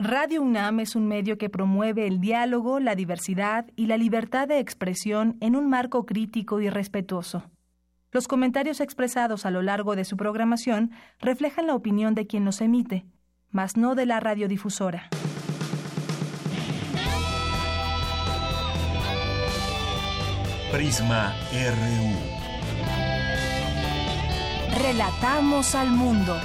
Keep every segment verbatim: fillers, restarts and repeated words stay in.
Radio UNAM es un medio que promueve el diálogo, la diversidad y la libertad de expresión en un marco crítico y respetuoso. Los comentarios expresados a lo largo de su programación reflejan la opinión de quien los emite, mas no de la radiodifusora. Prisma R U. Relatamos al mundo.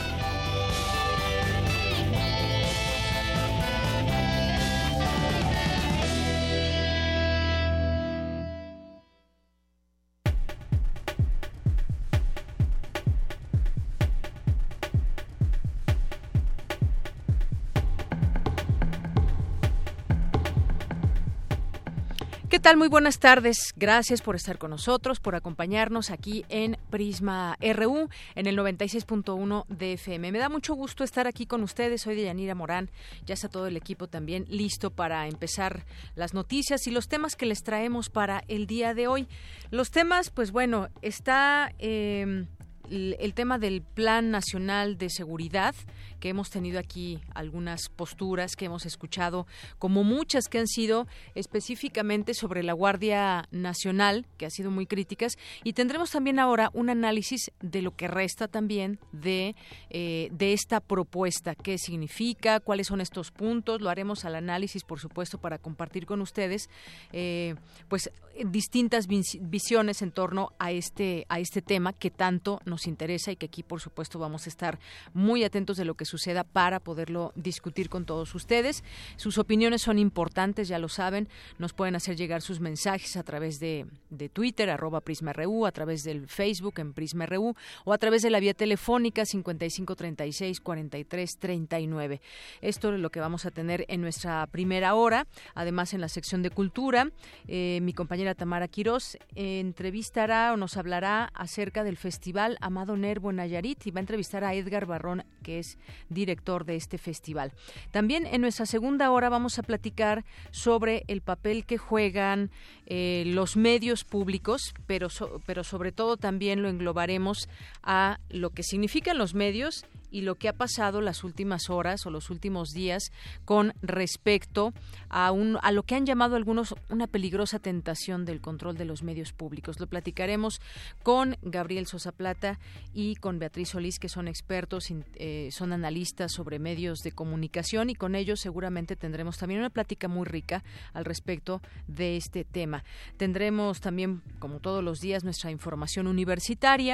¿Qué tal? Muy buenas tardes. Gracias por estar con nosotros, por acompañarnos aquí en Prisma R U en el noventa y seis punto uno de F M. Me da mucho gusto estar aquí con ustedes. Soy Deyanira Morán. Ya está todo el equipo también listo para empezar las noticias y los temas que les traemos para el día de hoy. Los temas, pues bueno, está eh, el, el tema del Plan Nacional de Seguridad, que hemos tenido aquí algunas posturas que hemos escuchado, como muchas que han sido específicamente sobre la Guardia Nacional, que han sido muy críticas, y tendremos también ahora un análisis de lo que resta también de, eh, de esta propuesta, qué significa, cuáles son estos puntos. Lo haremos al análisis, por supuesto, para compartir con ustedes eh, pues distintas vis- visiones en torno a este, a este tema que tanto nos interesa y que aquí, por supuesto, vamos a estar muy atentos de lo que suceda para poderlo discutir con todos ustedes. Sus opiniones son importantes, ya lo saben. Nos pueden hacer llegar sus mensajes a través de, de Twitter, arroba Prisma R U, a través del Facebook en Prisma R U o a través de la vía telefónica cincuenta y cinco treinta y seis cuarenta y tres treinta y nueve. Esto es lo que vamos a tener en nuestra primera hora. Además, en la sección de Cultura, eh, mi compañera Tamara Quirós eh, entrevistará o nos hablará acerca del Festival Amado Nervo en Nayarit y va a entrevistar a Edgar Barrón, que es director de este festival. También en nuestra segunda hora vamos a platicar sobre el papel que juegan eh, los medios públicos, pero, so, pero sobre todo también lo englobaremos a lo que significan los medios y lo que ha pasado las últimas horas o los últimos días con respecto a, un, a lo que han llamado algunos una peligrosa tentación del control de los medios públicos. Lo platicaremos con Gabriel Sosa Plata y con Beatriz Solís, que son expertos, eh, son analistas sobre medios de comunicación, y con ellos seguramente tendremos también una plática muy rica al respecto de este tema. Tendremos también, como todos los días, nuestra información universitaria,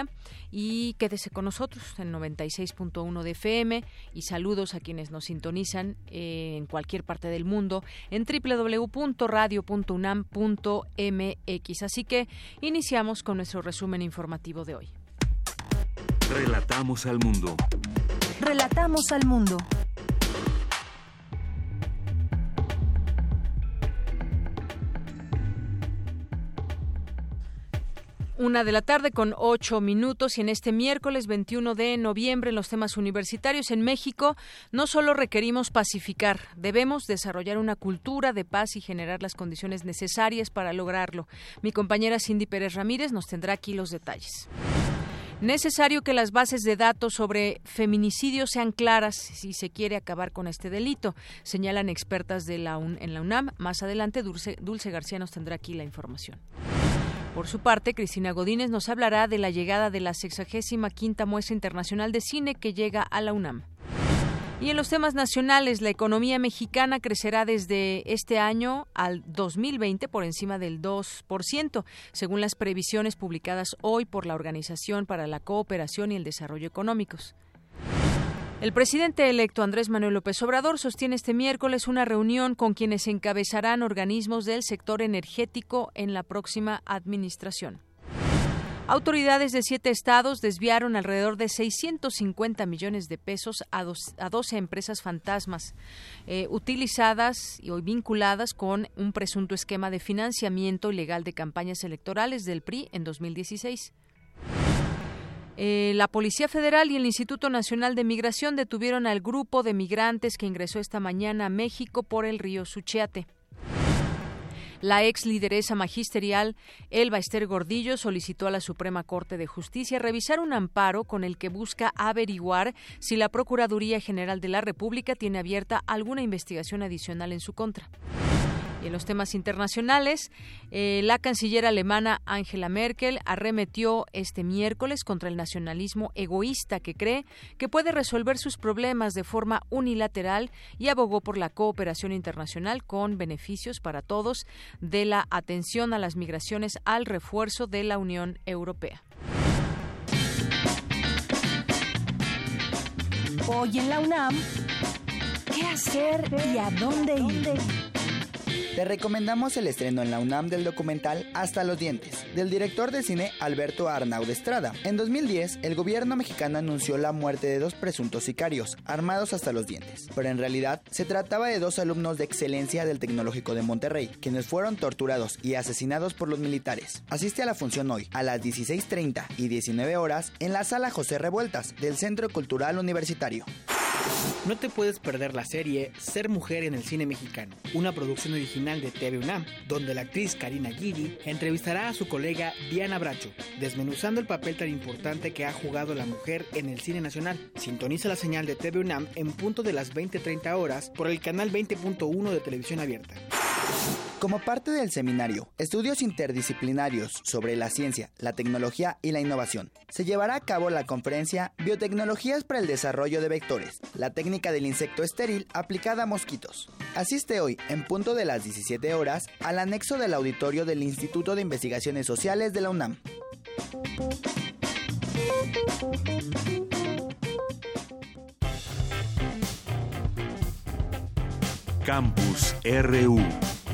y quédese con nosotros en noventa y seis punto uno de F M, y saludos a quienes nos sintonizan eh, en cualquier parte del mundo en doble u doble u doble u punto radio punto unam punto m x. Así que iniciamos con nuestro resumen informativo de hoy. Relatamos al mundo. Relatamos al mundo. Una de la tarde con ocho minutos, y en este miércoles veintiuno de noviembre, en los temas universitarios en México, no solo requerimos pacificar, debemos desarrollar una cultura de paz y generar las condiciones necesarias para lograrlo. Mi compañera Cindy Pérez Ramírez nos tendrá aquí los detalles. Necesario que las bases de datos sobre feminicidios sean claras si se quiere acabar con este delito, señalan expertas de la U N- en la UNAM. Más adelante, Dulce, Dulce García nos tendrá aquí la información. Por su parte, Cristina Godínez nos hablará de la llegada de la sexagésima quinta Muestra Internacional de Cine que llega a la UNAM. Y en los temas nacionales, la economía mexicana crecerá desde este año al dos mil veinte por encima del dos por ciento, según las previsiones publicadas hoy por la Organización para la Cooperación y el Desarrollo Económicos. El presidente electo Andrés Manuel López Obrador sostiene este miércoles una reunión con quienes encabezarán organismos del sector energético en la próxima administración. Autoridades de siete estados desviaron alrededor de seiscientos cincuenta millones de pesos a, dos, a doce empresas fantasmas eh, utilizadas y hoy vinculadas con un presunto esquema de financiamiento ilegal de campañas electorales del P R I en dos mil dieciséis. Eh, la Policía Federal y el Instituto Nacional de Migración detuvieron al grupo de migrantes que ingresó esta mañana a México por el río Suchiate. La ex lideresa magisterial Elba Ester Gordillo solicitó a la Suprema Corte de Justicia revisar un amparo con el que busca averiguar si la Procuraduría General de la República tiene abierta alguna investigación adicional en su contra. Y en los temas internacionales, eh, la canciller alemana Angela Merkel arremetió este miércoles contra el nacionalismo egoísta que cree que puede resolver sus problemas de forma unilateral y abogó por la cooperación internacional con beneficios para todos, de la atención a las migraciones al refuerzo de la Unión Europea. Hoy en la UNAM, ¿qué hacer y a dónde ir? Te recomendamos el estreno en la UNAM del documental Hasta los dientes, del director de cine Alberto Arnaud Estrada. En dos mil diez, el gobierno mexicano anunció la muerte de dos presuntos sicarios, armados hasta los dientes. Pero en realidad, se trataba de dos alumnos de excelencia del Tecnológico de Monterrey, quienes fueron torturados y asesinados por los militares. Asiste a la función hoy, a las dieciséis treinta y diecinueve horas, en la Sala José Revueltas, del Centro Cultural Universitario. No te puedes perder la serie Ser Mujer en el Cine Mexicano, una producción original de T V UNAM, donde la actriz Karina Giri entrevistará a su colega Diana Bracho, desmenuzando el papel tan importante que ha jugado la mujer en el cine nacional. Sintoniza la señal de T V UNAM en punto de las veinte treinta horas por el canal veinte punto uno de Televisión Abierta. Como parte del seminario Estudios Interdisciplinarios sobre la Ciencia, la Tecnología y la Innovación, se llevará a cabo la conferencia Biotecnologías para el Desarrollo de Vectores, la técnica del insecto estéril aplicada a mosquitos. Asiste hoy, en punto de las diecisiete horas, al anexo del auditorio del Instituto de Investigaciones Sociales de la UNAM. Campus R U.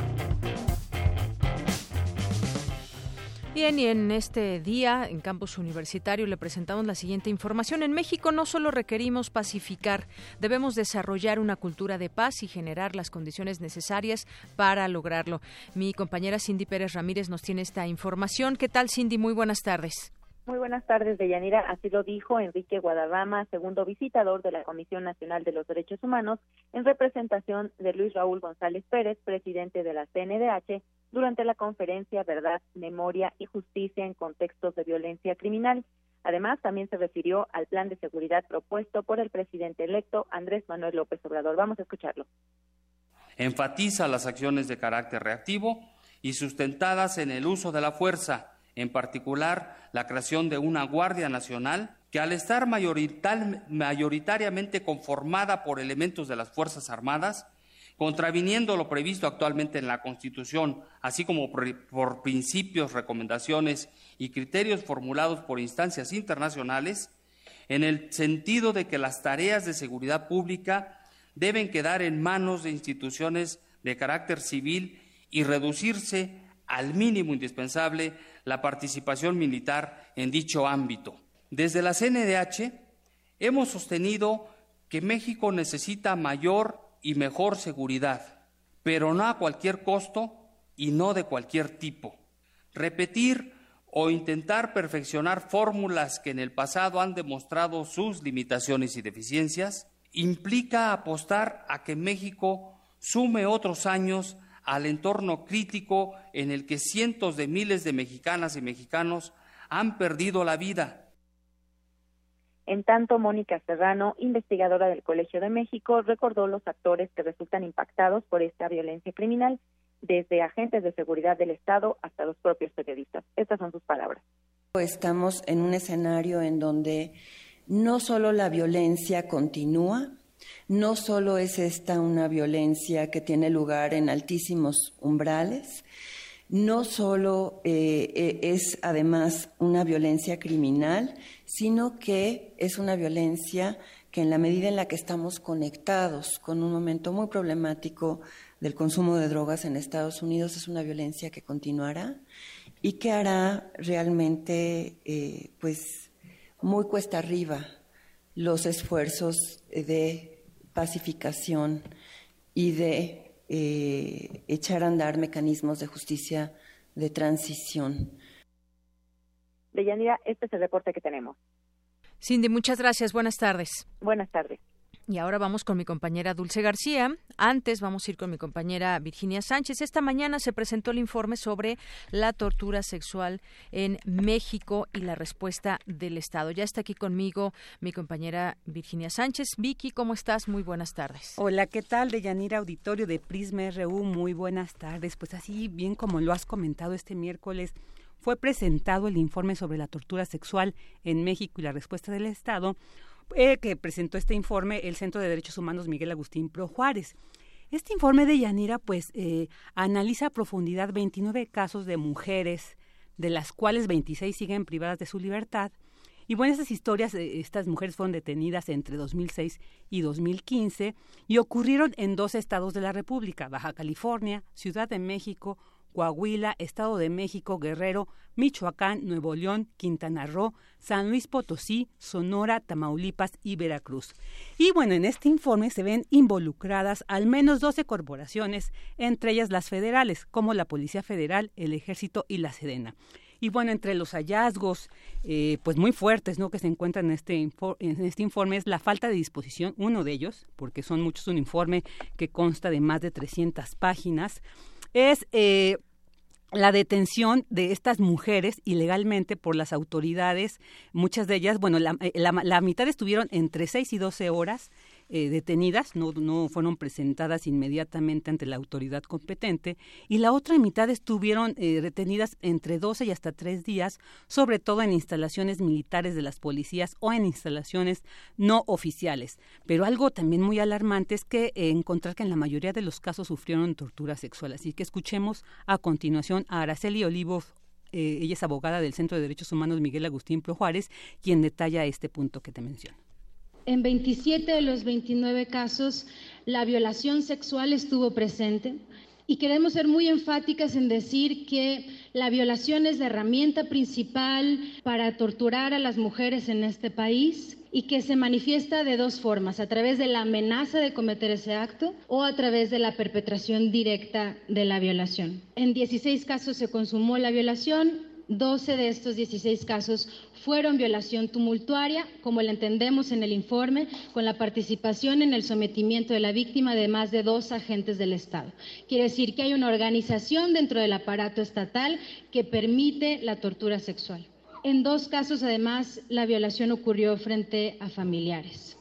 Bien, y en este día, en Campus Universitario, le presentamos la siguiente información. En México no solo requerimos pacificar, debemos desarrollar una cultura de paz y generar las condiciones necesarias para lograrlo. Mi compañera Cindy Pérez Ramírez nos tiene esta información. ¿Qué tal, Cindy? Muy buenas tardes. Muy buenas tardes, Deyanira. Así lo dijo Enrique Guadarrama, segundo visitador de la Comisión Nacional de los Derechos Humanos, en representación de Luis Raúl González Pérez, presidente de la C N D H, durante la conferencia Verdad, Memoria y Justicia en Contextos de Violencia Criminal. Además, también se refirió al plan de seguridad propuesto por el presidente electo Andrés Manuel López Obrador. Vamos a escucharlo. Enfatiza las acciones de carácter reactivo y sustentadas en el uso de la fuerza, en particular la creación de una Guardia Nacional que, al estar mayoritar, mayoritariamente conformada por elementos de las Fuerzas Armadas, contraviniendo lo previsto actualmente en la Constitución, así como por, por principios, recomendaciones y criterios formulados por instancias internacionales, en el sentido de que las tareas de seguridad pública deben quedar en manos de instituciones de carácter civil y reducirse al mínimo indispensable la participación militar en dicho ámbito. Desde la C N D H hemos sostenido que México necesita mayor y mejor seguridad, pero no a cualquier costo y no de cualquier tipo. Repetir o intentar perfeccionar fórmulas que en el pasado han demostrado sus limitaciones y deficiencias implica apostar a que México sume otros años al entorno crítico en el que cientos de miles de mexicanas y mexicanos han perdido la vida. En tanto, Mónica Serrano, investigadora del Colegio de México, recordó los actores que resultan impactados por esta violencia criminal, desde agentes de seguridad del Estado hasta los propios periodistas. Estas son sus palabras. Estamos en un escenario en donde no solo la violencia continúa, no solo es esta una violencia que tiene lugar en altísimos umbrales, no solo eh, es además una violencia criminal, sino que es una violencia que, en la medida en la que estamos conectados con un momento muy problemático del consumo de drogas en Estados Unidos, es una violencia que continuará y que hará realmente eh, pues muy cuesta arriba los esfuerzos de pacificación y de Eh, echar a andar mecanismos de justicia de transición. Deyanira, este es el reporte que tenemos. Cindy, muchas gracias. Buenas tardes. Buenas tardes. Y ahora vamos con mi compañera Dulce García. Antes vamos a ir con mi compañera Virginia Sánchez. Esta mañana se presentó el informe sobre la tortura sexual en México y la respuesta del Estado. Ya está aquí conmigo mi compañera Virginia Sánchez. Vicky, ¿cómo estás? Muy buenas tardes. Hola, ¿qué tal? Deyanira, auditorio de Prisma R U, muy buenas tardes. Pues así, bien como lo has comentado, este miércoles fue presentado el informe sobre la tortura sexual en México y la respuesta del Estado, Eh, que presentó este informe el Centro de Derechos Humanos Miguel Agustín Pro Juárez. Este informe de Yanira pues eh, analiza a profundidad veintinueve casos de mujeres, de las cuales veintiséis siguen privadas de su libertad. Y bueno, estas historias, eh, estas mujeres fueron detenidas entre dos mil seis y dos mil quince y ocurrieron en dos estados de la República, Baja California, Ciudad de México, Coahuila, Estado de México, Guerrero, Michoacán, Nuevo León, Quintana Roo, San Luis Potosí, Sonora, Tamaulipas y Veracruz. Y bueno, en este informe se ven involucradas al menos doce corporaciones, entre ellas las federales, como la Policía Federal, el Ejército y la Sedena. Y bueno, entre los hallazgos eh, pues muy fuertes, ¿no?, que se encuentran en este, infor- en este informe es la falta de disposición, uno de ellos, porque son muchos, un informe que consta de más de trescientas páginas, es eh, la detención de estas mujeres ilegalmente por las autoridades, muchas de ellas, bueno, la, la, la mitad estuvieron entre seis y doce horas eh, detenidas, no, no fueron presentadas inmediatamente ante la autoridad competente, y la otra mitad estuvieron eh, detenidas entre doce y hasta tres días, sobre todo en instalaciones militares de las policías o en instalaciones no oficiales. Pero algo también muy alarmante es que eh, encontrar que en la mayoría de los casos sufrieron tortura sexual. Así que escuchemos a continuación a Araceli Olivo, eh, ella es abogada del Centro de Derechos Humanos Miguel Agustín Pro Juárez, quien detalla este punto que te menciono. En veintisiete de los veintinueve casos, la violación sexual estuvo presente y queremos ser muy enfáticas en decir que la violación es la herramienta principal para torturar a las mujeres en este país y que se manifiesta de dos formas, a través de la amenaza de cometer ese acto o a través de la perpetración directa de la violación. En dieciséis casos se consumó la violación, doce de estos dieciséis casos fueron violación tumultuaria, como la entendemos en el informe, con la participación en el sometimiento de la víctima de más de dos agentes del Estado. Quiere decir que hay una organización dentro del aparato estatal que permite la tortura sexual. En dos casos, además, la violación ocurrió frente a familiares.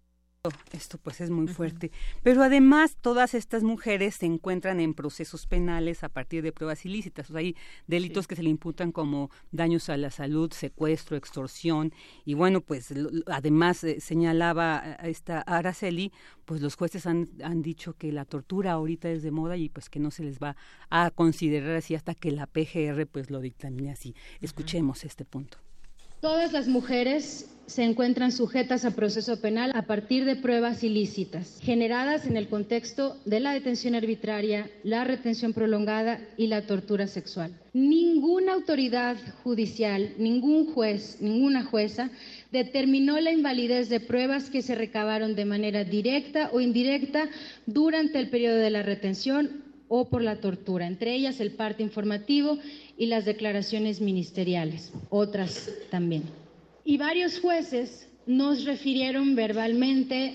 Esto pues es muy fuerte, pero además todas estas mujeres se encuentran en procesos penales a partir de pruebas ilícitas, o sea, hay delitos sí. que se le imputan como daños a la salud, secuestro, extorsión, y bueno, pues lo, además eh, señalaba a esta Araceli, pues los jueces han, han dicho que la tortura ahorita es de moda y pues que no se les va a considerar así hasta que la P G R pues lo dictamine así. Escuchemos uh-huh. este punto. Todas las mujeres se encuentran sujetas a proceso penal a partir de pruebas ilícitas, generadas en el contexto de la detención arbitraria, la retención prolongada y la tortura sexual. Ninguna autoridad judicial, ningún juez, ninguna jueza determinó la invalidez de pruebas que se recabaron de manera directa o indirecta durante el periodo de la retención o por la tortura, entre ellas el parte informativo y las declaraciones ministeriales, otras también. Y varios jueces nos refirieron verbalmente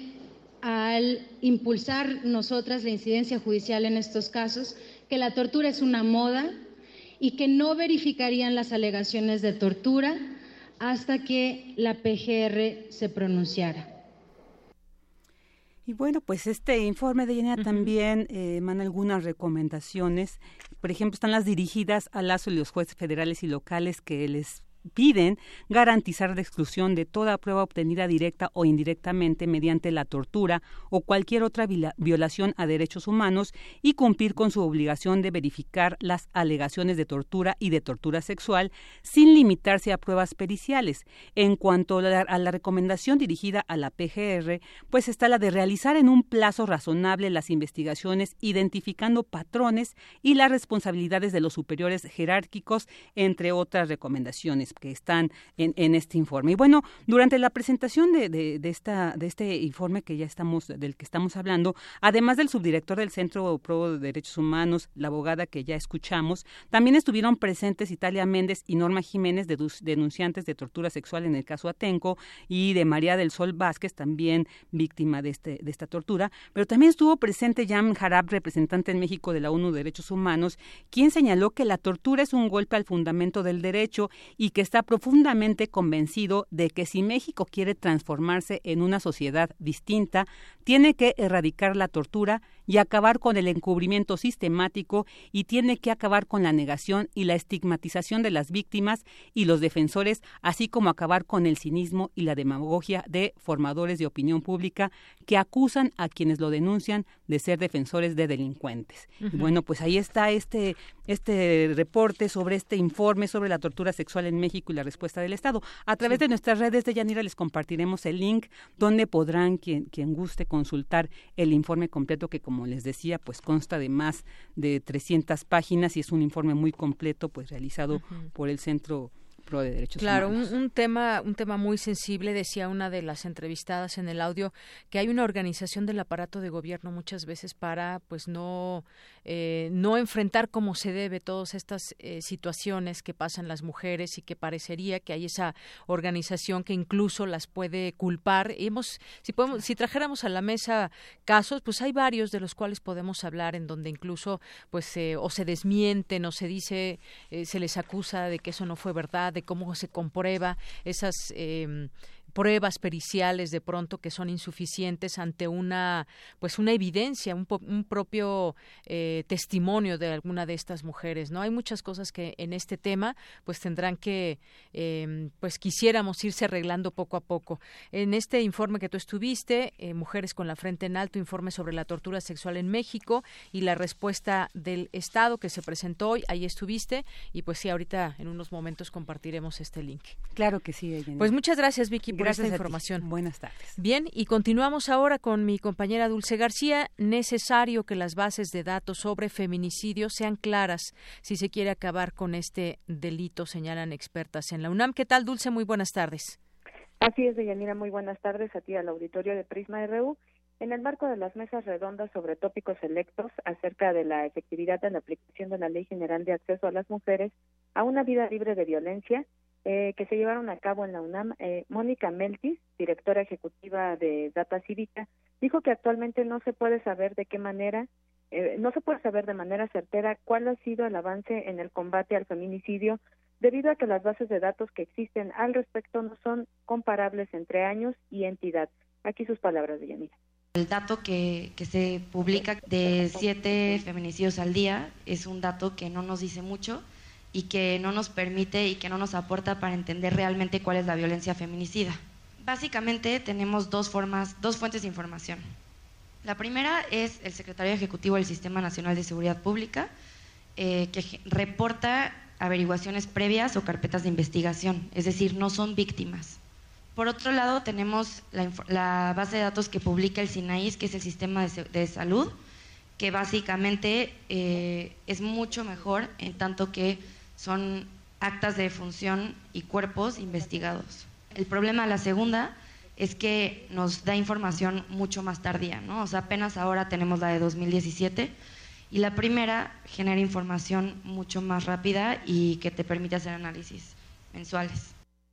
al impulsar nosotras la incidencia judicial en estos casos, que la tortura es una moda y que no verificarían las alegaciones de tortura hasta que la P G R se pronunciara. Y bueno, pues este informe de Yanira uh-huh. también eh, emana algunas recomendaciones. Por ejemplo, están las dirigidas a las y los jueces federales y locales que les piden garantizar la exclusión de toda prueba obtenida directa o indirectamente mediante la tortura o cualquier otra violación a derechos humanos y cumplir con su obligación de verificar las alegaciones de tortura y de tortura sexual sin limitarse a pruebas periciales. En cuanto a la, a la recomendación dirigida a la P G R, pues está la de realizar en un plazo razonable las investigaciones identificando patrones y las responsabilidades de los superiores jerárquicos, entre otras recomendaciones. que están en, en este informe. Y bueno, durante la presentación de, de, de, esta, de este informe que ya estamos, del que estamos hablando, además del subdirector del Centro Pro de Derechos Humanos, la abogada que ya escuchamos, también estuvieron presentes Italia Méndez y Norma Jiménez, denunciantes de tortura sexual en el caso Atenco, y de María del Sol Vázquez, también víctima de, este, de esta tortura, pero también estuvo presente Jan Harab, representante en México de la ONU de Derechos Humanos, quien señaló que la tortura es un golpe al fundamento del derecho y que está profundamente convencido de que si México quiere transformarse en una sociedad distinta, tiene que erradicar la tortura y acabar con el encubrimiento sistemático y tiene que acabar con la negación y la estigmatización de las víctimas y los defensores, así como acabar con el cinismo y la demagogia de formadores de opinión pública que acusan a quienes lo denuncian de ser defensores de delincuentes. Uh-huh. Y bueno, pues ahí está este, este reporte sobre este informe sobre la tortura sexual en México y la respuesta del Estado. A través sí. de nuestras redes de Yanira les compartiremos el link donde podrán, quien, quien guste, consultar el informe completo que, como les decía, pues consta de más de trescientas páginas y es un informe muy completo, pues realizado uh-huh. por el Centro Pro de Derechos claro, Humanos. Claro, un, un tema un tema muy sensible. Decía una de las entrevistadas en el audio que hay una organización del aparato de gobierno muchas veces para pues no eh, no enfrentar como se debe todas estas eh, situaciones que pasan las mujeres y que parecería que hay esa organización que incluso las puede culpar. Y hemos si podemos si trajéramos a la mesa casos, pues hay varios de los cuales podemos hablar en donde incluso pues eh, o se desmienten o se dice eh, se les acusa de que eso no fue verdad, de cómo se comprueba esas eh, pruebas periciales de pronto que son insuficientes ante una pues una evidencia, un, po- un propio eh, testimonio de alguna de estas mujeres, ¿no? Hay muchas cosas que en este tema pues tendrán que eh, pues quisiéramos irse arreglando poco a poco. En este informe que tú estuviste, eh, Mujeres con la Frente en Alto, informe sobre la tortura sexual en México y la respuesta del Estado que se presentó hoy, ahí estuviste y pues sí, ahorita en unos momentos compartiremos este link. Claro que sí, Elena. Pues muchas gracias, Vicky, por Gracias esta información. Buenas tardes. Bien, y continuamos ahora con mi compañera Dulce García. Necesario que las bases de datos sobre feminicidio sean claras si se quiere acabar con este delito, señalan expertas en la UNAM. ¿Qué tal, Dulce? Muy buenas tardes. Así es, Deyanira, muy buenas tardes a ti, al auditorio de Prisma R U. En el marco de las mesas redondas sobre tópicos selectos acerca de la efectividad de la aplicación de la Ley General de Acceso a las Mujeres a una vida libre de violencia, Eh, que se llevaron a cabo en la UNAM, eh, Mónica Meltis, directora ejecutiva de Data Cívica, dijo que actualmente no se puede saber de qué manera, eh, no se puede saber de manera certera cuál ha sido el avance en el combate al feminicidio, debido a que las bases de datos que existen al respecto no son comparables entre años y entidad. Aquí sus palabras, de Yanira. El dato que, que se publica de siete feminicidios al día es un dato que no nos dice mucho y que no nos permite y que no nos aporta para entender realmente cuál es la violencia feminicida. Básicamente tenemos dos formas, dos fuentes de información. La primera es el Secretario Ejecutivo del Sistema Nacional de Seguridad Pública, eh, que reporta averiguaciones previas o carpetas de investigación, es decir, no son víctimas. Por otro lado, tenemos la, la base de datos que publica el SINAIS, que es el Sistema de, de Salud, que básicamente eh, es mucho mejor en tanto que son actas de defunción y cuerpos investigados. El problema de la segunda es que nos da información mucho más tardía, ¿no? O sea, apenas ahora tenemos la de dos mil diecisiete y la primera genera información mucho más rápida y que te permite hacer análisis mensuales.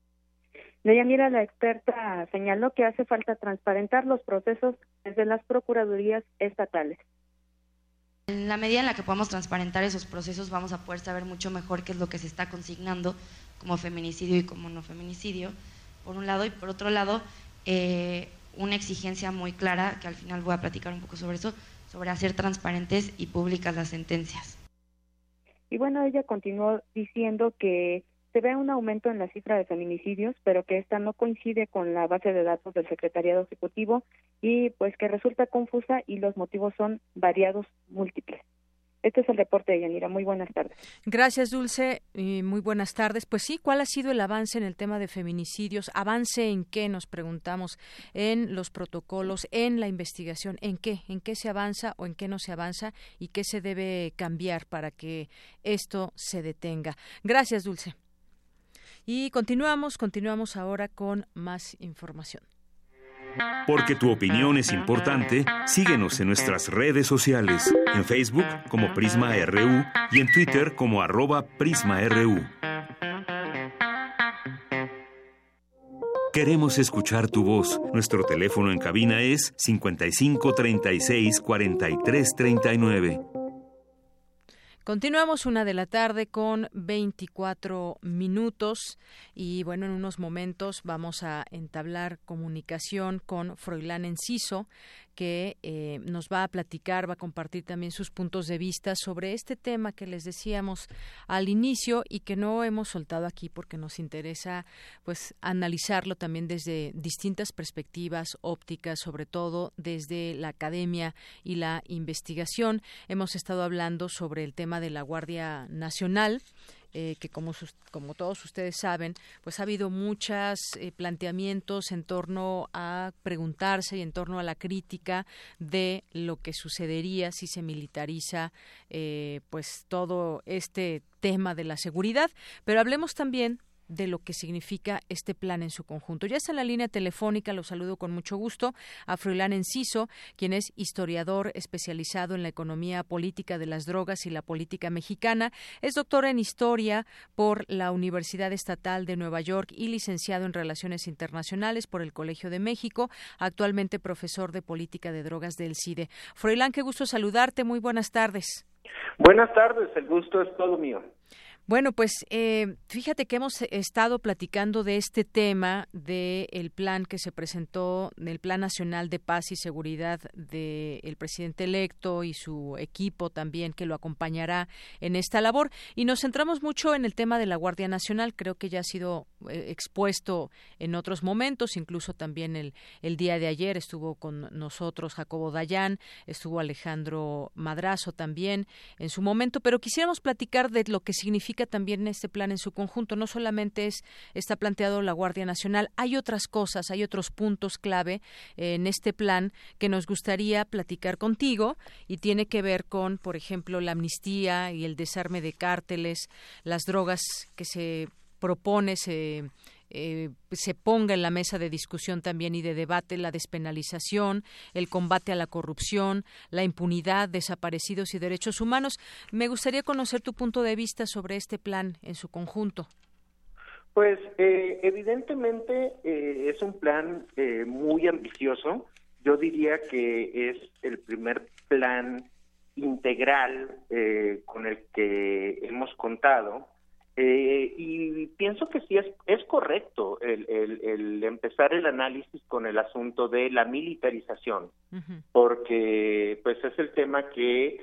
Deyanira, la experta, señaló que hace falta transparentar los procesos desde las procuradurías estatales. En la medida en la que podamos transparentar esos procesos, vamos a poder saber mucho mejor qué es lo que se está consignando como feminicidio y como no feminicidio, por un lado, y por otro lado, eh, una exigencia muy clara, que al final voy a platicar un poco sobre eso, sobre hacer transparentes y públicas las sentencias. Y bueno, ella continuó diciendo que se ve un aumento en la cifra de feminicidios, pero que esta no coincide con la base de datos del Secretariado Ejecutivo y pues que resulta confusa y los motivos son variados, múltiples. Este es el reporte de Yanira. Muy buenas tardes. Gracias, Dulce. Y muy buenas tardes. Pues sí, ¿cuál ha sido el avance en el tema de feminicidios? ¿Avance en qué? Nos preguntamos. ¿En los protocolos? ¿En la investigación? ¿En qué? ¿En qué se avanza o en qué no se avanza? ¿Y qué se debe cambiar para que esto se detenga? Gracias, Dulce. Y continuamos, continuamos ahora con más información. Porque tu opinión es importante, síguenos en nuestras redes sociales, en Facebook como Prisma R U y en Twitter como arroba PrismaRU. Queremos escuchar tu voz. Nuestro teléfono en cabina es cincuenta y cinco treinta y seis cuarenta y tres treinta y nueve. Continuamos una de la tarde con veinticuatro minutos y bueno, en unos momentos vamos a entablar comunicación con Froilán Enciso, que eh, nos va a platicar, va a compartir también sus puntos de vista sobre este tema que les decíamos al inicio y que no hemos soltado aquí porque nos interesa pues analizarlo también desde distintas perspectivas ópticas, sobre todo desde la academia y la investigación. Hemos estado hablando sobre el tema de la Guardia Nacional, Eh, que como, sus, como todos ustedes saben, pues ha habido muchos eh, planteamientos en torno a preguntarse y en torno a la crítica de lo que sucedería si se militariza eh, pues todo este tema de la seguridad, pero hablemos también de lo que significa este plan en su conjunto. Ya está en la línea telefónica, lo saludo con mucho gusto, a Froilán Enciso, quien es historiador especializado en la economía política de las drogas y la política mexicana. Es doctor en historia por la Universidad Estatal de Nueva York y licenciado en Relaciones Internacionales por el Colegio de México, actualmente profesor de política de drogas del CIDE. Froilán, qué gusto saludarte, muy buenas tardes. Buenas tardes, el gusto es todo mío. Bueno, pues eh, fíjate que hemos estado platicando de este tema, del plan que se presentó, del Plan Nacional de Paz y Seguridad del presidente electo y su equipo también que lo acompañará en esta labor. Y nos centramos mucho en el tema de la Guardia Nacional, creo que ya ha sido eh, expuesto en otros momentos, incluso también el, el día de ayer estuvo con nosotros Jacobo Dayan, estuvo Alejandro Madrazo también en su momento, pero quisiéramos platicar de lo que significa también este plan en su conjunto. No solamente es está planteado la Guardia Nacional, hay otras cosas, hay otros puntos clave eh, en este plan que nos gustaría platicar contigo y tiene que ver con, por ejemplo, la amnistía y el desarme de cárteles, las drogas que se propone, se Eh, se ponga en la mesa de discusión también y de debate, la despenalización, el combate a la corrupción, la impunidad, desaparecidos y derechos humanos. Me gustaría conocer tu punto de vista sobre este plan en su conjunto. Pues eh, evidentemente eh, es un plan eh, muy ambicioso. Yo diría que es el primer plan integral eh, con el que hemos contado. Eh, y pienso que sí es, es correcto el, el, el empezar el análisis con el asunto de la militarización, uh-huh. porque pues es el tema que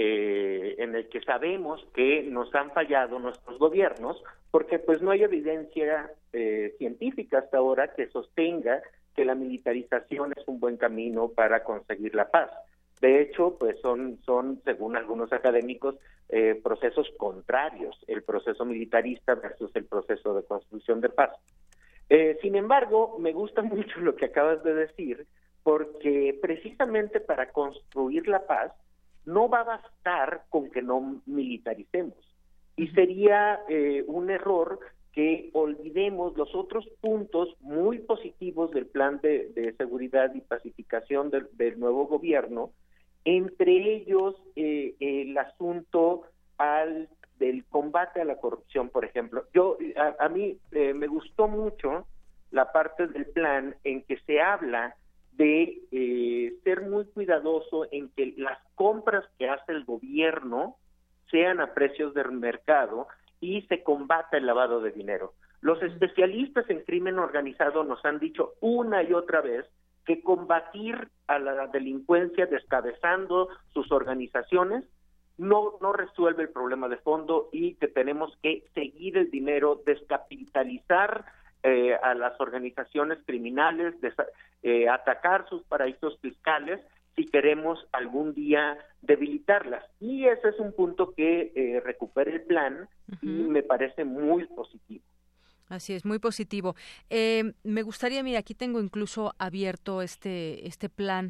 eh, en el que sabemos que nos han fallado nuestros gobiernos, porque pues no hay evidencia eh, científica hasta ahora que sostenga que la militarización es un buen camino para conseguir la paz. De hecho, pues son, son según algunos académicos, eh, procesos contrarios, el proceso militarista versus el proceso de construcción de paz. Eh, sin embargo, me gusta mucho lo que acabas de decir, porque precisamente para construir la paz no va a bastar con que no militaricemos. Y sería eh, un error que olvidemos los otros puntos muy positivos del plan de, de seguridad y pacificación del, del nuevo gobierno, entre ellos eh, el asunto al del combate a la corrupción, por ejemplo. Yo a, a mí eh, me gustó mucho la parte del plan en que se habla de eh, ser muy cuidadoso en que las compras que hace el gobierno sean a precios del mercado y se combata el lavado de dinero. Los especialistas en crimen organizado nos han dicho una y otra vez que combatir a la delincuencia descabezando sus organizaciones no, no resuelve el problema de fondo y que tenemos que seguir el dinero, descapitalizar eh, a las organizaciones criminales, des, eh, atacar sus paraísos fiscales si queremos algún día debilitarlas. Y ese es un punto que eh, recupera el plan uh-huh. y me parece muy positivo. Así es, muy positivo. Eh, me gustaría, mira, aquí tengo incluso abierto este este plan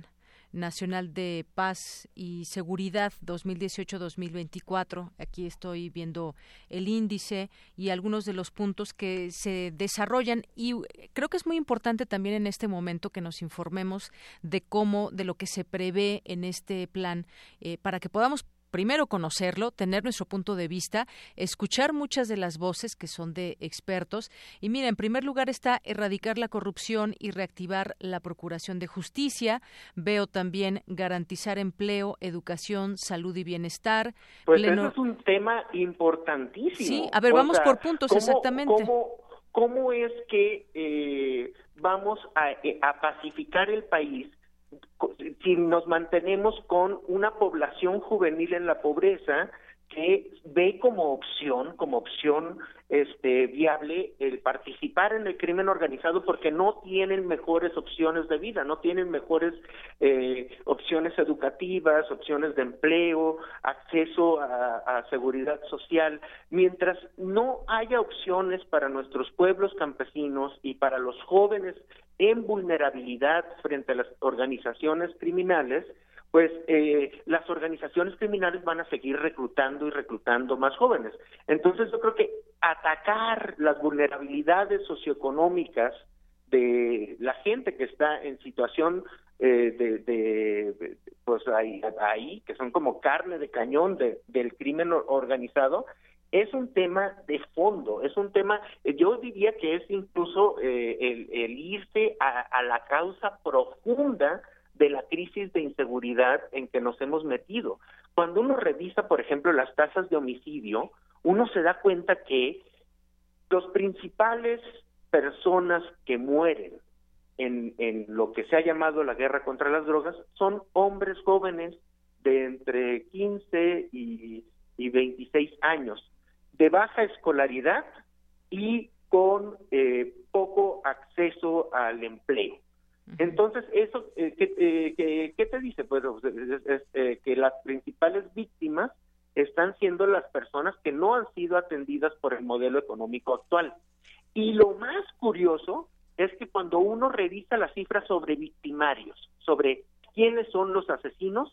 Nacional de Paz y Seguridad dos mil dieciocho a dos mil veinticuatro. Aquí estoy viendo el índice y algunos de los puntos que se desarrollan, y creo que es muy importante también en este momento que nos informemos de cómo, de lo que se prevé en este plan, eh, para que podamos primero conocerlo, tener nuestro punto de vista, escuchar muchas de las voces que son de expertos. Y mira, en primer lugar está erradicar la corrupción y reactivar la procuración de justicia. Veo también garantizar empleo, educación, salud y bienestar. Pues pleno... eso es un tema importantísimo. Sí, a ver, o vamos sea, por puntos, ¿cómo, exactamente. ¿cómo, cómo es que eh, vamos a, a pacificar el país si nos mantenemos con una población juvenil en la pobreza que ve como opción, como opción este, viable el participar en el crimen organizado porque no tienen mejores opciones de vida, no tienen mejores eh, opciones educativas, opciones de empleo, acceso a, a seguridad social? Mientras no haya opciones para nuestros pueblos campesinos y para los jóvenes en vulnerabilidad frente a las organizaciones criminales, pues eh, las organizaciones criminales van a seguir reclutando y reclutando más jóvenes. Entonces yo creo que atacar las vulnerabilidades socioeconómicas de la gente que está en situación eh, de, de, de, pues ahí, ahí, que son como carne de cañón de, del crimen organizado, es un tema de fondo, es un tema, yo diría que es incluso eh, el, el irse a, a la causa profunda de la crisis de inseguridad en que nos hemos metido. Cuando uno revisa, por ejemplo, las tasas de homicidio, uno se da cuenta que los principales personas que mueren en, en lo que se ha llamado la guerra contra las drogas son hombres jóvenes de entre quince y, y veintiséis años, de baja escolaridad y con eh, poco acceso al empleo. Entonces, eso, eh, ¿qué, eh, ¿qué, ¿qué te dice? Pues es, es, eh, que las principales víctimas están siendo las personas que no han sido atendidas por el modelo económico actual. Y lo más curioso es que cuando uno revisa las cifras sobre victimarios, sobre quiénes son los asesinos,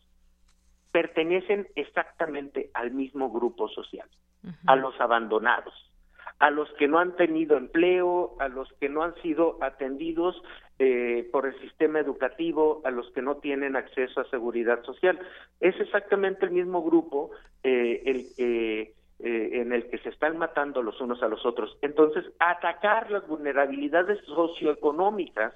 pertenecen exactamente al mismo grupo social, uh-huh. a los abandonados, a los que no han tenido empleo, a los que no han sido atendidos eh, por el sistema educativo, a los que no tienen acceso a seguridad social. Es exactamente el mismo grupo eh, el, eh, eh, en el que se están matando los unos a los otros. Entonces, atacar las vulnerabilidades socioeconómicas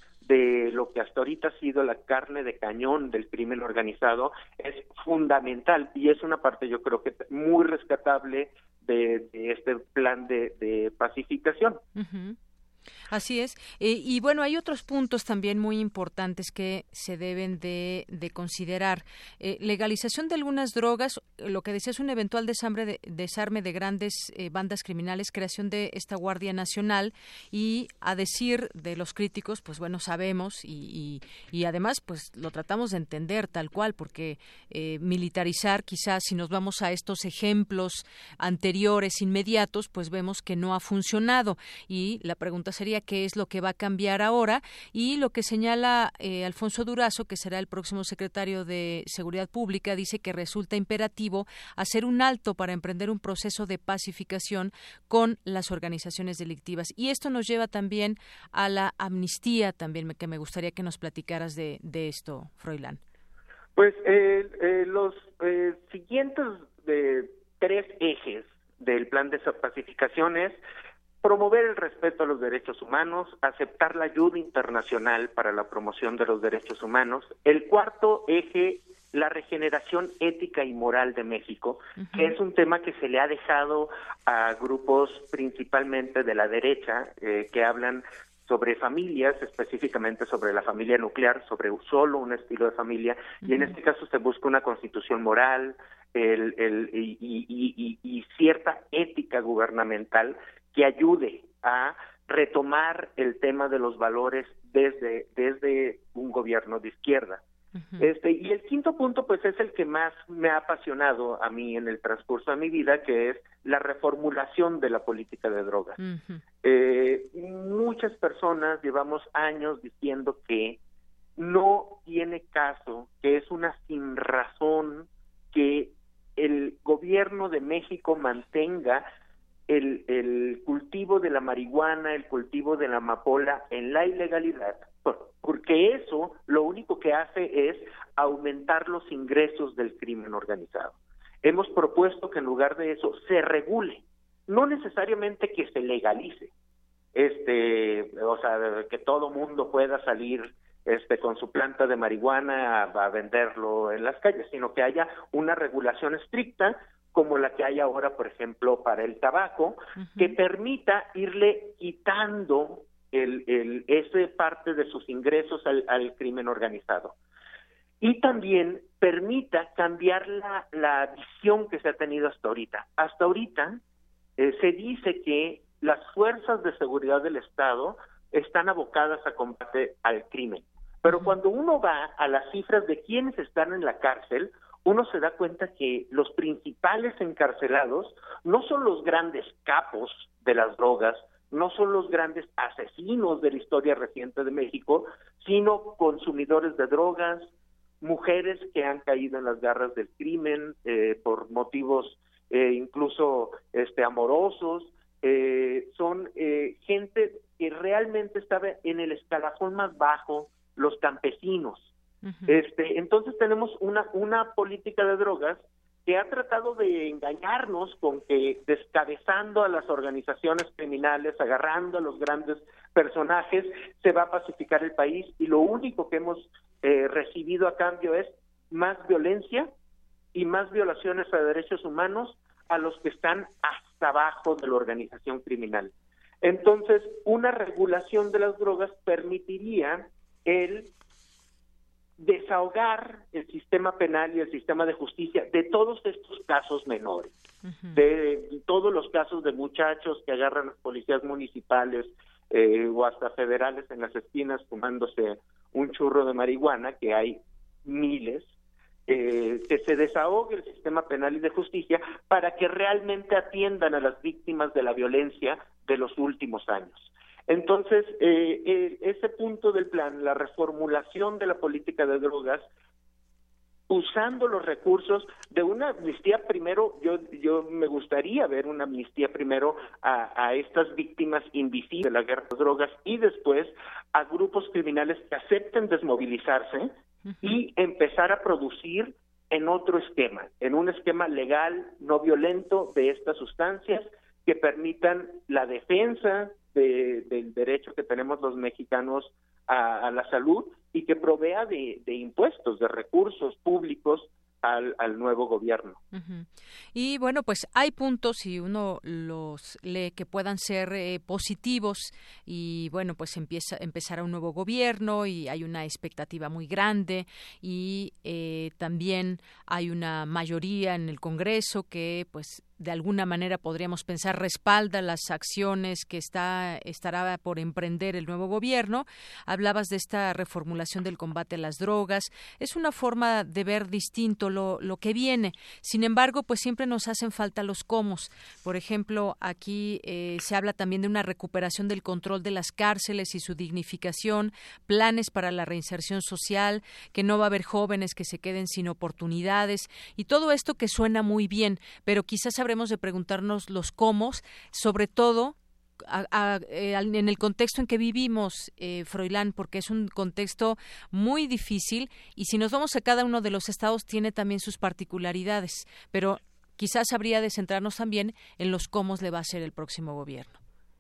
de lo que hasta ahorita ha sido la carne de cañón del crimen organizado es fundamental, y es una parte, yo creo que muy rescatable de, de este plan de, de pacificación. Uh-huh. Así es. Eh, y bueno, hay otros puntos también muy importantes que se deben de, de considerar. Eh, legalización de algunas drogas, lo que decía es un eventual desarme de, desarme de grandes eh, bandas criminales, creación de esta Guardia Nacional, y a decir de los críticos, pues bueno, sabemos y, y, y además pues lo tratamos de entender tal cual, porque eh, militarizar, quizás si nos vamos a estos ejemplos anteriores, inmediatos, pues vemos que no ha funcionado, y la pregunta sería qué es lo que va a cambiar ahora. Y lo que señala eh, Alfonso Durazo, que será el próximo secretario de Seguridad Pública, dice que resulta imperativo hacer un alto para emprender un proceso de pacificación con las organizaciones delictivas. Y esto nos lleva también a la amnistía, también que me gustaría que nos platicaras de, de esto, Froilán. Pues eh, eh, los eh, siguientes de tres ejes del plan de pacificación es promover el respeto a los derechos humanos, aceptar la ayuda internacional para la promoción de los derechos humanos. El cuarto eje, la regeneración ética y moral de México, uh-huh. que es un tema que se le ha dejado a grupos principalmente de la derecha, eh, que hablan sobre familias, específicamente sobre la familia nuclear, sobre solo un estilo de familia, uh-huh. y en este caso se busca una constitución moral el, el, y, y, y, y cierta ética gubernamental que ayude a retomar el tema de los valores desde, desde un gobierno de izquierda. Uh-huh. Este, y el quinto punto, pues, es el que más me ha apasionado a mí en el transcurso de mi vida, que es la reformulación de la política de drogas. Uh-huh. Eh, muchas personas llevamos años diciendo que no tiene caso, que es una sinrazón que el gobierno de México mantenga el, el cultivo de la marihuana, el cultivo de la amapola en la ilegalidad, porque eso lo único que hace es aumentar los ingresos del crimen organizado. Hemos propuesto que en lugar de eso se regule, no necesariamente que se legalice, este, o sea, que todo mundo pueda salir este con su planta de marihuana a, a venderlo en las calles, sino que haya una regulación estricta como la que hay ahora, por ejemplo, para el tabaco, uh-huh. que permita irle quitando el, el, ese parte de sus ingresos al, al crimen organizado. Y también permita cambiar la, la visión que se ha tenido hasta ahorita. Hasta ahorita eh, se dice que las fuerzas de seguridad del Estado están abocadas a combate al crimen. Pero cuando uno va a las cifras de quienes están en la cárcel, uno se da cuenta que los principales encarcelados no son los grandes capos de las drogas, no son los grandes asesinos de la historia reciente de México, sino consumidores de drogas, mujeres que han caído en las garras del crimen eh, por motivos eh, incluso este, amorosos, eh, son eh, gente que realmente estaba en el escalafón más bajo, los campesinos. Uh-huh. Este, entonces tenemos una, una política de drogas que ha tratado de engañarnos con que descabezando a las organizaciones criminales, agarrando a los grandes personajes, se va a pacificar el país, y lo único que hemos eh, recibido a cambio es más violencia y más violaciones a derechos humanos a los que están hasta abajo de la organización criminal. Entonces, una regulación de las drogas permitiría el desahogar el sistema penal y el sistema de justicia de todos estos casos menores, uh-huh. de todos los casos de muchachos que agarran a policías municipales eh, o hasta federales en las esquinas fumándose un churro de marihuana, que hay miles, eh, que se desahogue el sistema penal y de justicia para que realmente atiendan a las víctimas de la violencia de los últimos años. Entonces, eh, eh, ese punto del plan, la reformulación de la política de drogas, usando los recursos de una amnistía primero, yo yo me gustaría ver una amnistía primero a, a estas víctimas invisibles de la guerra de las drogas, y después a grupos criminales que acepten desmovilizarse uh-huh. y empezar a producir en otro esquema, en un esquema legal, no violento de estas sustancias que permitan la defensa de, del derecho que tenemos los mexicanos a, a la salud, y que provea de, de impuestos, de recursos públicos al, al nuevo gobierno. Uh-huh. Y bueno, pues hay puntos, y uno los lee, que puedan ser eh, positivos, y bueno, pues empieza empezará un nuevo gobierno y hay una expectativa muy grande, y eh, también hay una mayoría en el Congreso que pues de alguna manera podríamos pensar respalda las acciones que está estará por emprender el nuevo gobierno. Hablabas de esta reformulación del combate a las drogas. Es una forma de ver distinto lo, lo que viene. Sin embargo, pues siempre nos hacen falta los cómos. Por ejemplo, aquí eh, se habla también de una recuperación del control de las cárceles y su dignificación, planes para la reinserción social, que no va a haber jóvenes que se queden sin oportunidades, y todo esto que suena muy bien, pero quizás habremos de preguntarnos los cómo, sobre todo a, a, eh, en el contexto en que vivimos, eh, Froilán, porque es un contexto muy difícil, y si nos vamos a cada uno de los estados tiene también sus particularidades, pero quizás habría de centrarnos también en los cómo le va a hacer el próximo gobierno.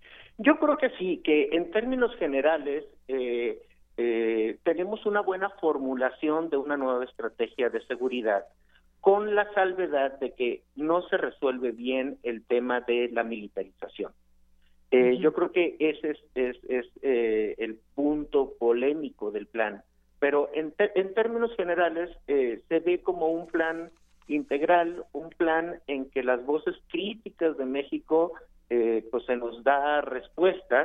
Yo creo que sí, que en términos generales eh, eh, tenemos una buena formulación de una nueva estrategia de seguridad, con la salvedad de que no se resuelve bien el tema de la militarización. Eh, uh-huh. Yo creo que ese es, es, es eh, el punto polémico del plan, pero en, te- en términos generales eh, se ve como un plan integral, un plan en que las voces críticas de México eh, pues se nos da respuesta.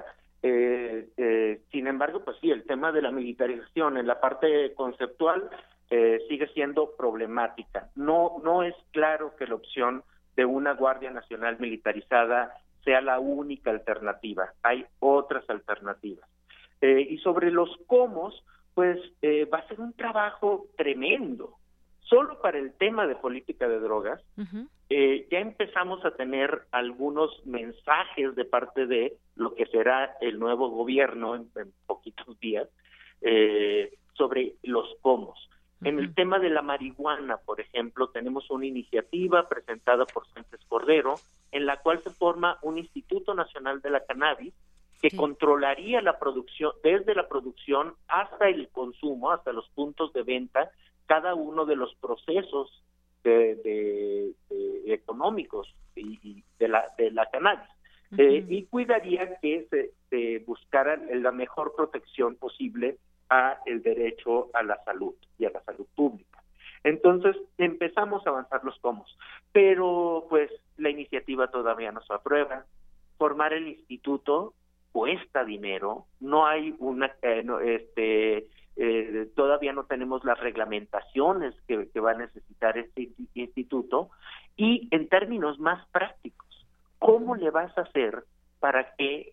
Eh, eh, sin embargo, pues sí, el tema de la militarización en la parte conceptual Eh, sigue siendo problemática. No, no es claro que la opción de una Guardia Nacional militarizada sea la única alternativa. Hay otras alternativas. Eh, y sobre los cómo, pues eh, va a ser un trabajo tremendo. Solo para el tema de política de drogas, uh-huh. eh, ya empezamos a tener algunos mensajes de parte de lo que será el nuevo gobierno en, en poquitos días, eh, sobre los cómo. Uh-huh. En el tema de la marihuana, por ejemplo, tenemos una iniciativa presentada por Sánchez Cordero, en la cual se forma un Instituto Nacional de la Cannabis, que sí. controlaría la producción, desde la producción hasta el consumo, hasta los puntos de venta, cada uno de los procesos de, de, de económicos y, y de la de la cannabis. Uh-huh. eh, y cuidaría que se, se buscara la mejor protección posible a el derecho a la salud y a la salud pública. Entonces empezamos a avanzar los cómo, pero pues la iniciativa todavía no se aprueba. Formar el instituto cuesta dinero, no hay una eh, no, este Eh, todavía no tenemos las reglamentaciones que, que va a necesitar este instituto, y en términos más prácticos, ¿cómo le vas a hacer para que,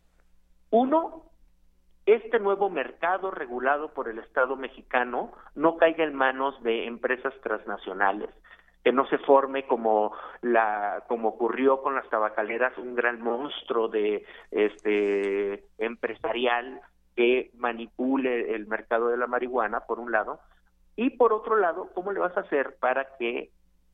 uno, este nuevo mercado regulado por el Estado mexicano no caiga en manos de empresas transnacionales, que no se forme como la como ocurrió con las tabacaleras, un gran monstruo de este empresarial que manipule el mercado de la marihuana, por un lado, y por otro lado, ¿cómo le vas a hacer para que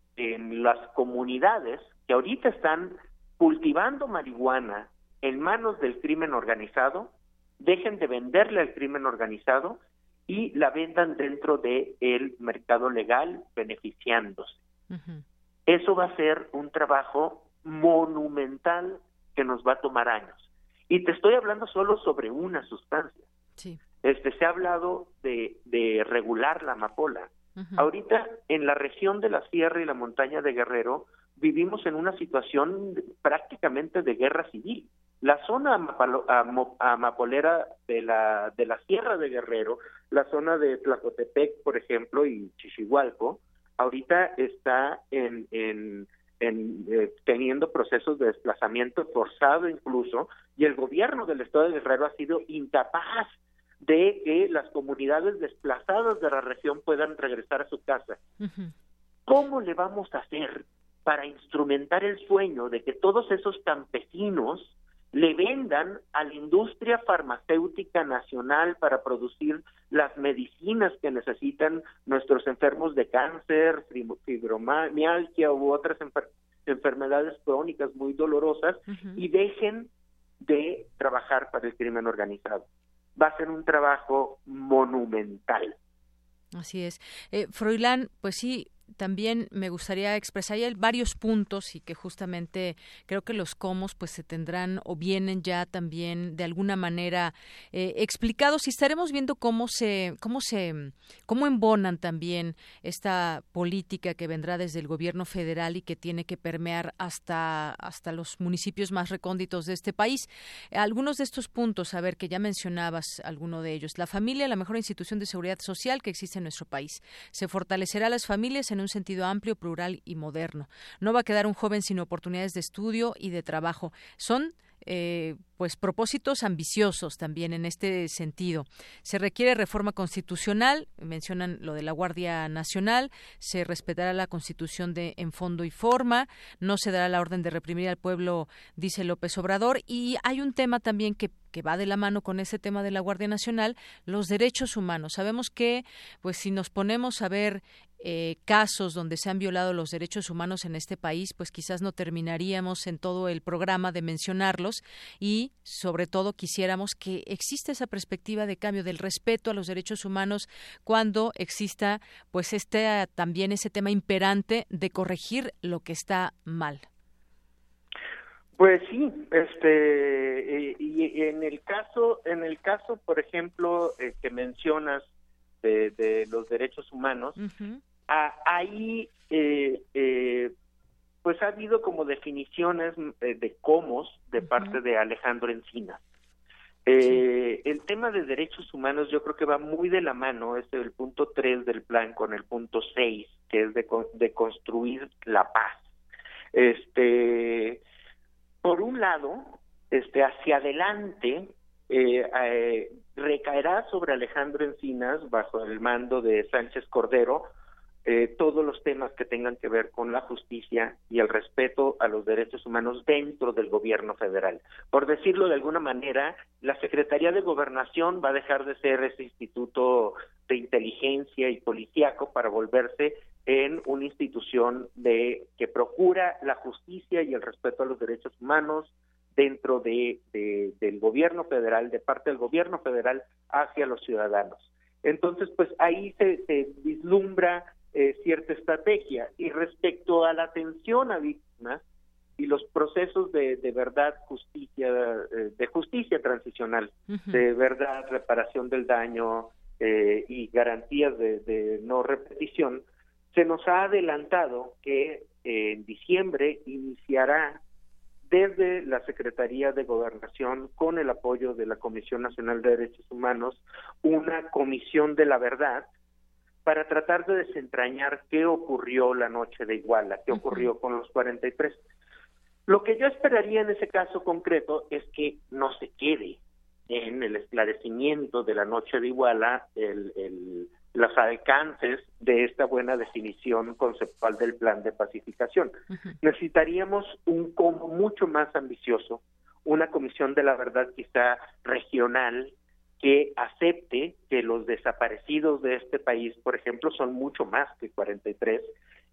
en las comunidades que ahorita están cultivando marihuana en manos del crimen organizado, dejen de venderle al crimen organizado y la vendan dentro de el mercado legal, beneficiándose? Uh-huh. Eso va a ser un trabajo monumental que nos va a tomar años. Y te estoy hablando solo sobre una sustancia. Sí. Este, se ha hablado de, de regular la amapola. Uh-huh. Ahorita, en la región de la Sierra y la Montaña de Guerrero, vivimos en una situación de, prácticamente de guerra civil. La zona amapalo, am, amapolera de la, de la Sierra de Guerrero, la zona de Tlacotepec, por ejemplo, y Chichihualco, ahorita está en... en En, eh, teniendo procesos de desplazamiento forzado incluso, y el gobierno del estado de Guerrero ha sido incapaz de que las comunidades desplazadas de la región puedan regresar a su casa. Uh-huh. ¿Cómo le vamos a hacer para instrumentar el sueño de que todos esos campesinos le vendan a la industria farmacéutica nacional para producir las medicinas que necesitan nuestros enfermos de cáncer, fibromialgia u otras enfer- enfermedades crónicas muy dolorosas, uh-huh. y dejen de trabajar para el crimen organizado? Va a ser un trabajo monumental. Así es. Eh, Froilán, pues sí, también me gustaría expresar ya varios puntos y que justamente creo que los cómo pues se tendrán o vienen ya también de alguna manera eh, explicados, y estaremos viendo cómo se cómo se cómo embonan también esta política que vendrá desde el gobierno federal y que tiene que permear hasta hasta los municipios más recónditos de este país. Algunos de estos puntos, a ver, que ya mencionabas alguno de ellos: la familia, la mejor institución de seguridad social que existe en nuestro país. Se fortalecerá a las familias en un sentido amplio, plural y moderno. No va a quedar un joven sin oportunidades de estudio y de trabajo. Son Eh, pues propósitos ambiciosos también en este sentido. Se requiere reforma constitucional, mencionan lo de la Guardia Nacional, se respetará la Constitución de en fondo y forma, no se dará la orden de reprimir al pueblo, dice López Obrador, y hay un tema también que que va de la mano con ese tema de la Guardia Nacional, los derechos humanos. Sabemos que, pues, si nos ponemos a ver eh, casos donde se han violado los derechos humanos en este país, pues quizás no terminaríamos en todo el programa de mencionarlos, y sobre todo quisiéramos que exista esa perspectiva de cambio del respeto a los derechos humanos cuando exista, pues, este también ese tema imperante de corregir lo que está mal. Pues sí, este, y, y en el caso, en el caso, por ejemplo, eh, que mencionas de, de los derechos humanos, uh-huh. a, ahí, eh, eh, pues ha habido como definiciones eh, de cómo de uh-huh. parte de Alejandro Encinas. Eh, sí. El tema de derechos humanos yo creo que va muy de la mano, es el punto tres del plan con el punto seis, que es de, de construir la paz. Este... Por un lado, este, hacia adelante, eh, eh, recaerá sobre Alejandro Encinas, bajo el mando de Sánchez Cordero, eh, todos los temas que tengan que ver con la justicia y el respeto a los derechos humanos dentro del gobierno federal. Por decirlo de alguna manera, la Secretaría de Gobernación va a dejar de ser ese instituto de inteligencia y policíaco para volverse en una institución de que procura la justicia y el respeto a los derechos humanos dentro de, de del gobierno federal, de parte del gobierno federal hacia los ciudadanos. Entonces, pues ahí se, se vislumbra eh, cierta estrategia. Y respecto a la atención a víctimas y los procesos de, de verdad, justicia, eh, de justicia transicional, uh-huh. de verdad, reparación del daño eh, y garantías de, de no repetición, se nos ha adelantado que eh, en diciembre iniciará desde la Secretaría de Gobernación, con el apoyo de la Comisión Nacional de Derechos Humanos, una comisión de la verdad para tratar de desentrañar qué ocurrió la noche de Iguala, qué ocurrió con los cuarenta y tres. Lo que yo esperaría en ese caso concreto es que no se quede en el esclarecimiento de la noche de Iguala el, el los alcances de esta buena definición conceptual del plan de pacificación. Uh-huh. Necesitaríamos un combo mucho más ambicioso, una comisión de la verdad quizá regional que acepte que los desaparecidos de este país, por ejemplo, son mucho más que cuarenta y tres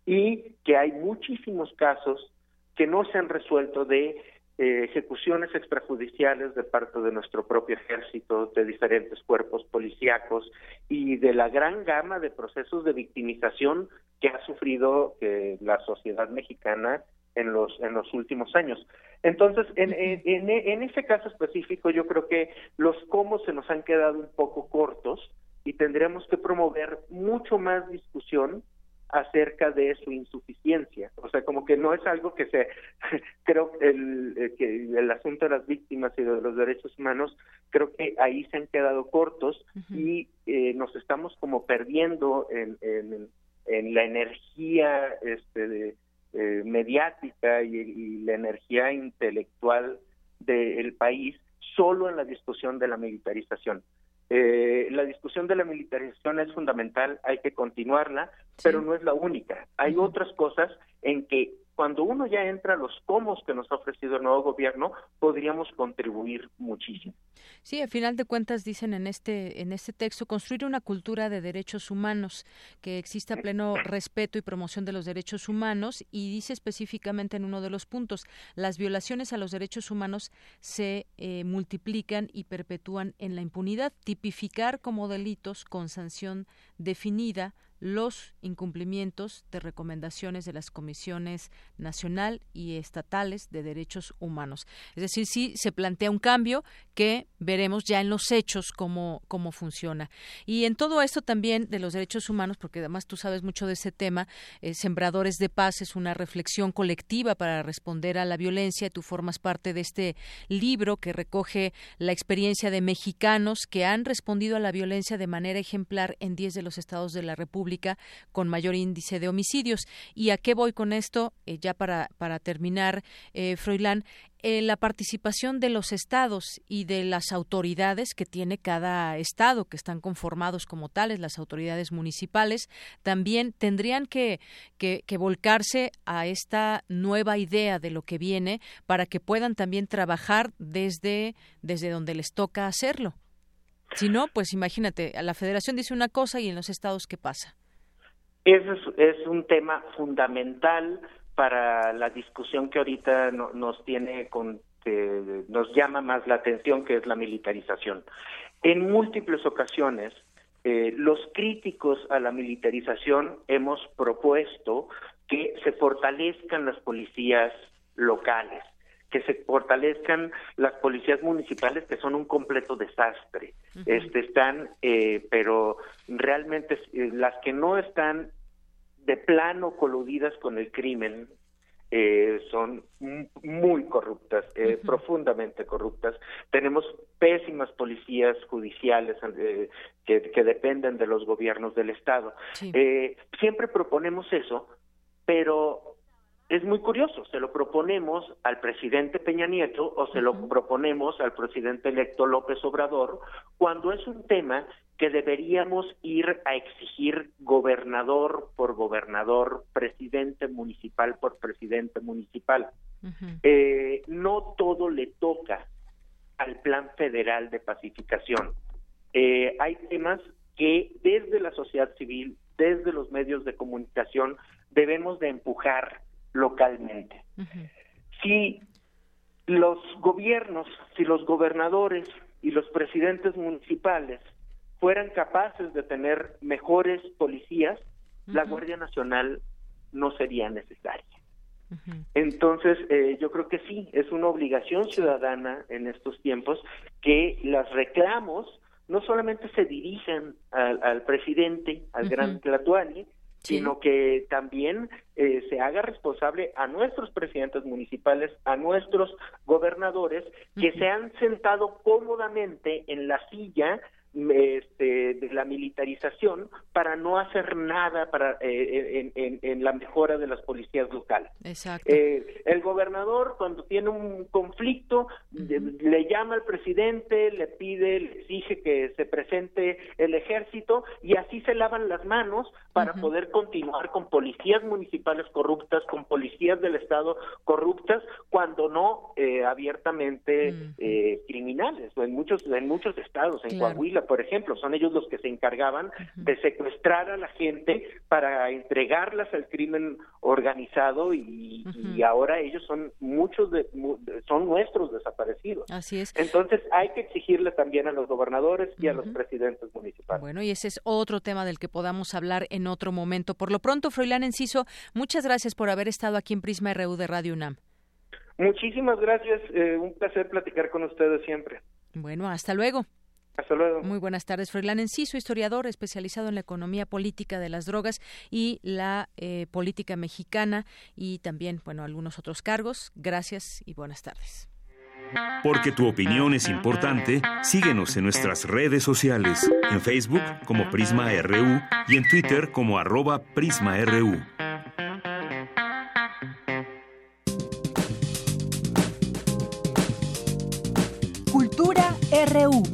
y que hay muchísimos casos que no se han resuelto de Eh, ejecuciones extrajudiciales de parte de nuestro propio ejército, de diferentes cuerpos policíacos y de la gran gama de procesos de victimización que ha sufrido eh, la sociedad mexicana en los en los últimos años. Entonces, en, en, en ese caso específico, yo creo que los cómo se nos han quedado un poco cortos y tendremos que promover mucho más discusión acerca de su insuficiencia. O sea, como que no es algo que se, creo el, que el asunto de las víctimas y de los derechos humanos, creo que ahí se han quedado cortos uh-huh. y eh, nos estamos como perdiendo en, en, en la energía este, de, eh, mediática y, y la energía intelectual del país solo en la discusión de la militarización. Eh, la discusión de la militarización es fundamental, hay que continuarla, sí. pero no es la única. Hay uh-huh. otras cosas en que cuando uno ya entra a los cómo que nos ha ofrecido el nuevo gobierno, podríamos contribuir muchísimo. Sí, al final de cuentas dicen en este en este texto construir una cultura de derechos humanos, que exista pleno respeto y promoción de los derechos humanos, y dice específicamente en uno de los puntos, las violaciones a los derechos humanos se eh, multiplican y perpetúan en la impunidad, tipificar como delitos con sanción definida los incumplimientos de recomendaciones de las comisiones nacional y estatales de derechos humanos. Es decir, sí se plantea un cambio que veremos ya en los hechos cómo, cómo funciona. Y en todo esto también de los derechos humanos, porque además tú sabes mucho de ese tema, eh, Sembradores de Paz es una reflexión colectiva para responder a la violencia. Tú formas parte de este libro que recoge la experiencia de mexicanos que han respondido a la violencia de manera ejemplar en diez de los estados de la República con mayor índice de homicidios. ¿Y a qué voy con esto? Eh, ya para, para terminar, eh, Froilán, eh, la participación de los estados y de las autoridades que tiene cada estado, que están conformados como tales, las autoridades municipales, también tendrían que, que, que volcarse a esta nueva idea de lo que viene para que puedan también trabajar desde, desde donde les toca hacerlo. Si no, pues imagínate, la federación dice una cosa y en los estados, ¿qué pasa? Ese es, es un tema fundamental para la discusión que ahorita no, nos tiene con que nos llama más la atención, que es la militarización. En múltiples ocasiones, eh, los críticos a la militarización hemos propuesto que se fortalezcan las policías locales, que se fortalezcan las policías municipales, que son un completo desastre. Uh-huh. Este están, eh, pero realmente eh, las que no están de plano coludidas con el crimen eh, son m- muy corruptas, eh, uh-huh. profundamente corruptas. Tenemos pésimas policías judiciales eh, que, que dependen de los gobiernos del Estado. Sí. Eh, siempre proponemos eso, pero es muy curioso, se lo proponemos al presidente Peña Nieto o se lo uh-huh. proponemos al presidente electo López Obrador, cuando es un tema que deberíamos ir a exigir gobernador por gobernador, presidente municipal por presidente municipal. Uh-huh. Eh, no todo le toca al Plan Federal de Pacificación. Eh, hay temas que desde la sociedad civil, desde los medios de comunicación, debemos de empujar localmente. Uh-huh. Si los gobiernos, si los gobernadores y los presidentes municipales fueran capaces de tener mejores policías, uh-huh. la Guardia Nacional no sería necesaria. Uh-huh. Entonces, eh, yo creo que sí, es una obligación ciudadana en estos tiempos que los reclamos no solamente se dirijan al, al presidente, al uh-huh. gran Tlatuani, sí. sino que también eh, se haga responsable a nuestros presidentes municipales, a nuestros gobernadores, que uh-huh. se han sentado cómodamente en la silla Este, de la militarización para no hacer nada para eh, en, en, en la mejora de las policías locales. Exacto. Eh, el gobernador, cuando tiene un conflicto, uh-huh. de, le llama al presidente, le pide, le exige que se presente el ejército y así se lavan las manos para uh-huh. poder continuar con policías municipales corruptas, con policías del Estado corruptas, cuando no eh, abiertamente uh-huh. eh, criminales, o en muchos, en muchos estados, en claro. Coahuila, por ejemplo, son ellos los que se encargaban uh-huh. de secuestrar a la gente para entregarlas al crimen organizado y, uh-huh. y ahora ellos son muchos de, son nuestros desaparecidos. Así es. Entonces hay que exigirle también a los gobernadores y uh-huh. a los presidentes municipales. Bueno, y ese es otro tema del que podamos hablar en otro momento. Por lo pronto, Froilán Enciso, muchas gracias por haber estado aquí en Prisma R U de Radio UNAM. Muchísimas gracias, eh, un placer platicar con ustedes siempre. Bueno, hasta luego. Hasta luego. Muy buenas tardes. Froilán Enciso, historiador especializado en la economía política de las drogas y la eh, política mexicana y también, bueno, algunos otros cargos. Gracias y buenas tardes. Porque tu opinión es importante, síguenos en nuestras redes sociales, en Facebook como Prisma R U y en Twitter como arroba Prisma R U. Cultura R U.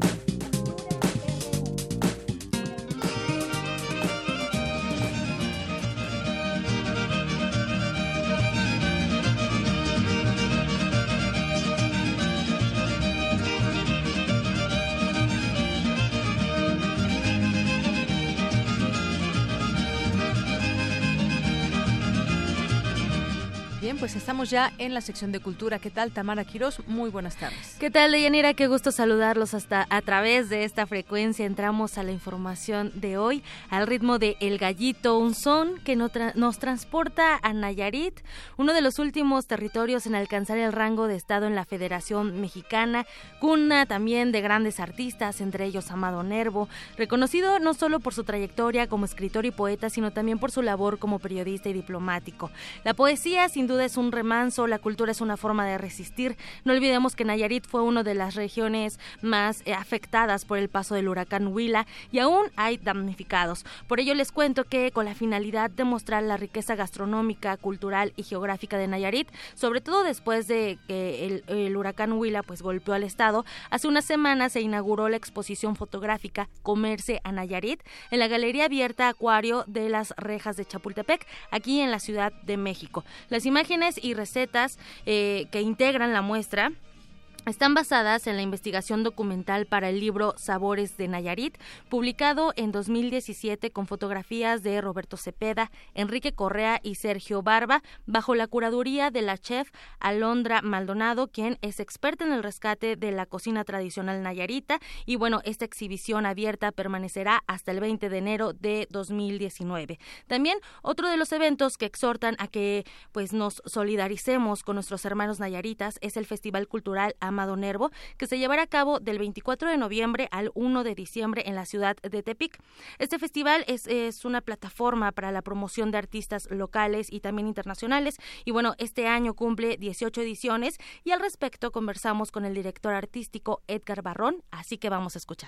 Pues estamos ya en la sección de cultura. ¿Qué tal, Tamara Quirós? Muy buenas tardes. ¿Qué tal, Deyanira? Qué gusto saludarlos hasta a través de esta frecuencia. Entramos a la información de hoy al ritmo de El Gallito, un son que no tra- nos transporta a Nayarit, uno de los últimos territorios en alcanzar el rango de estado en la Federación Mexicana, cuna también de grandes artistas, entre ellos Amado Nervo, reconocido no solo por su trayectoria como escritor y poeta, sino también por su labor como periodista y diplomático. La poesía, sin duda, es un remanso, la cultura es una forma de resistir. No olvidemos que Nayarit fue una de las regiones más eh, afectadas por el paso del huracán Huila y aún hay damnificados. Por ello les cuento que con la finalidad de mostrar la riqueza gastronómica, cultural y geográfica de Nayarit, sobre todo después de que el, el huracán Huila pues golpeó al estado, hace unas semanas se inauguró la exposición fotográfica Comerse a Nayarit en la Galería Abierta Acuario de las Rejas de Chapultepec, aquí en la Ciudad de México. Las imágenes y recetas eh, que integran la muestra están basadas en la investigación documental para el libro Sabores de Nayarit, publicado en dos mil diecisiete con fotografías de Roberto Cepeda, Enrique Correa y Sergio Barba, bajo la curaduría de la chef Alondra Maldonado, quien es experta en el rescate de la cocina tradicional nayarita. Y bueno, esta exhibición abierta permanecerá hasta el veinte de enero de dos mil diecinueve. También otro de los eventos que exhortan a que pues nos solidaricemos con nuestros hermanos nayaritas es el Festival Cultural Amado Nervo, que se llevará a cabo del veinticuatro de noviembre al uno de diciembre en la ciudad de Tepic. Este festival es, es una plataforma para la promoción de artistas locales y también internacionales, y bueno, este año cumple dieciocho ediciones y al respecto conversamos con el director artístico Edgar Barrón, así que vamos a escuchar.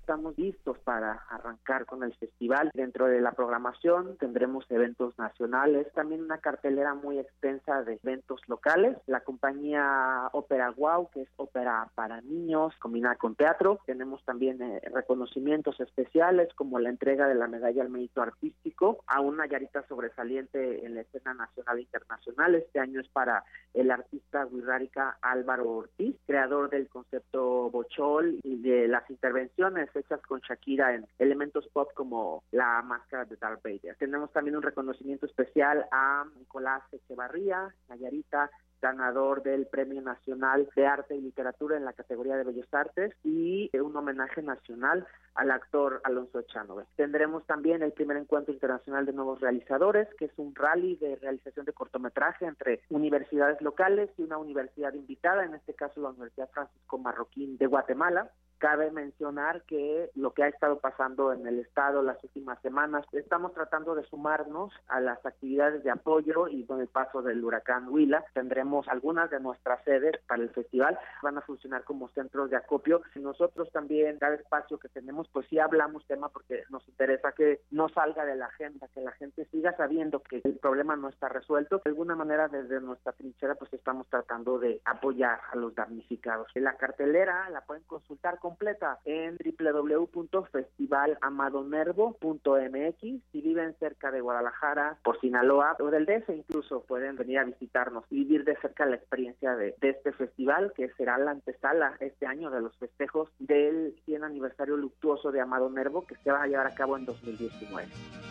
estamos listos para arrancar con el festival. Dentro de la programación tendremos eventos nacionales, también una cartelera muy extensa de eventos locales. La compañía Ópera Guau, que es ópera para niños, combinada con teatro. Tenemos también eh, reconocimientos especiales, como la entrega de la medalla al mérito artístico a una Nayarita sobresaliente en la escena nacional e internacional. Este año es para el artista wixárika Álvaro Ortiz, creador del concepto bochol y de las intervenciones hechas con Shakira en elementos pop como la máscara de Darth Vader. Tenemos también un reconocimiento especial a Nicolás Echevarría, Nayarita, ganador del Premio Nacional de Arte y Literatura en la categoría de Bellas Artes, y un homenaje nacional al actor Alonso Echanove. Tendremos también el primer encuentro internacional de nuevos realizadores, que es un rally de realización de cortometraje entre universidades locales y una universidad invitada, en este caso la Universidad Francisco Marroquín de Guatemala. Cabe mencionar que lo que ha estado pasando en el estado las últimas semanas, estamos tratando de sumarnos a las actividades de apoyo, y con el paso del huracán Huila tendremos algunas de nuestras sedes para el festival, van a funcionar como centros de acopio. Nosotros también, cada espacio que tenemos, pues sí hablamos tema, porque nos interesa que no salga de la agenda, que la gente siga sabiendo que el problema no está resuelto. De alguna manera, desde nuestra trinchera, pues estamos tratando de apoyar a los damnificados. La cartelera la pueden consultar completa en doble u doble u doble u punto festival amado nervo punto m x. Si viven cerca de Guadalajara, por Sinaloa o del D F incluso, pueden venir a visitarnos y vivir de cerca la experiencia de, de este festival, que será la antesala este año de los festejos del cien aniversario luctuoso de Amado Nervo, que se va a llevar a cabo en dos mil diecinueve.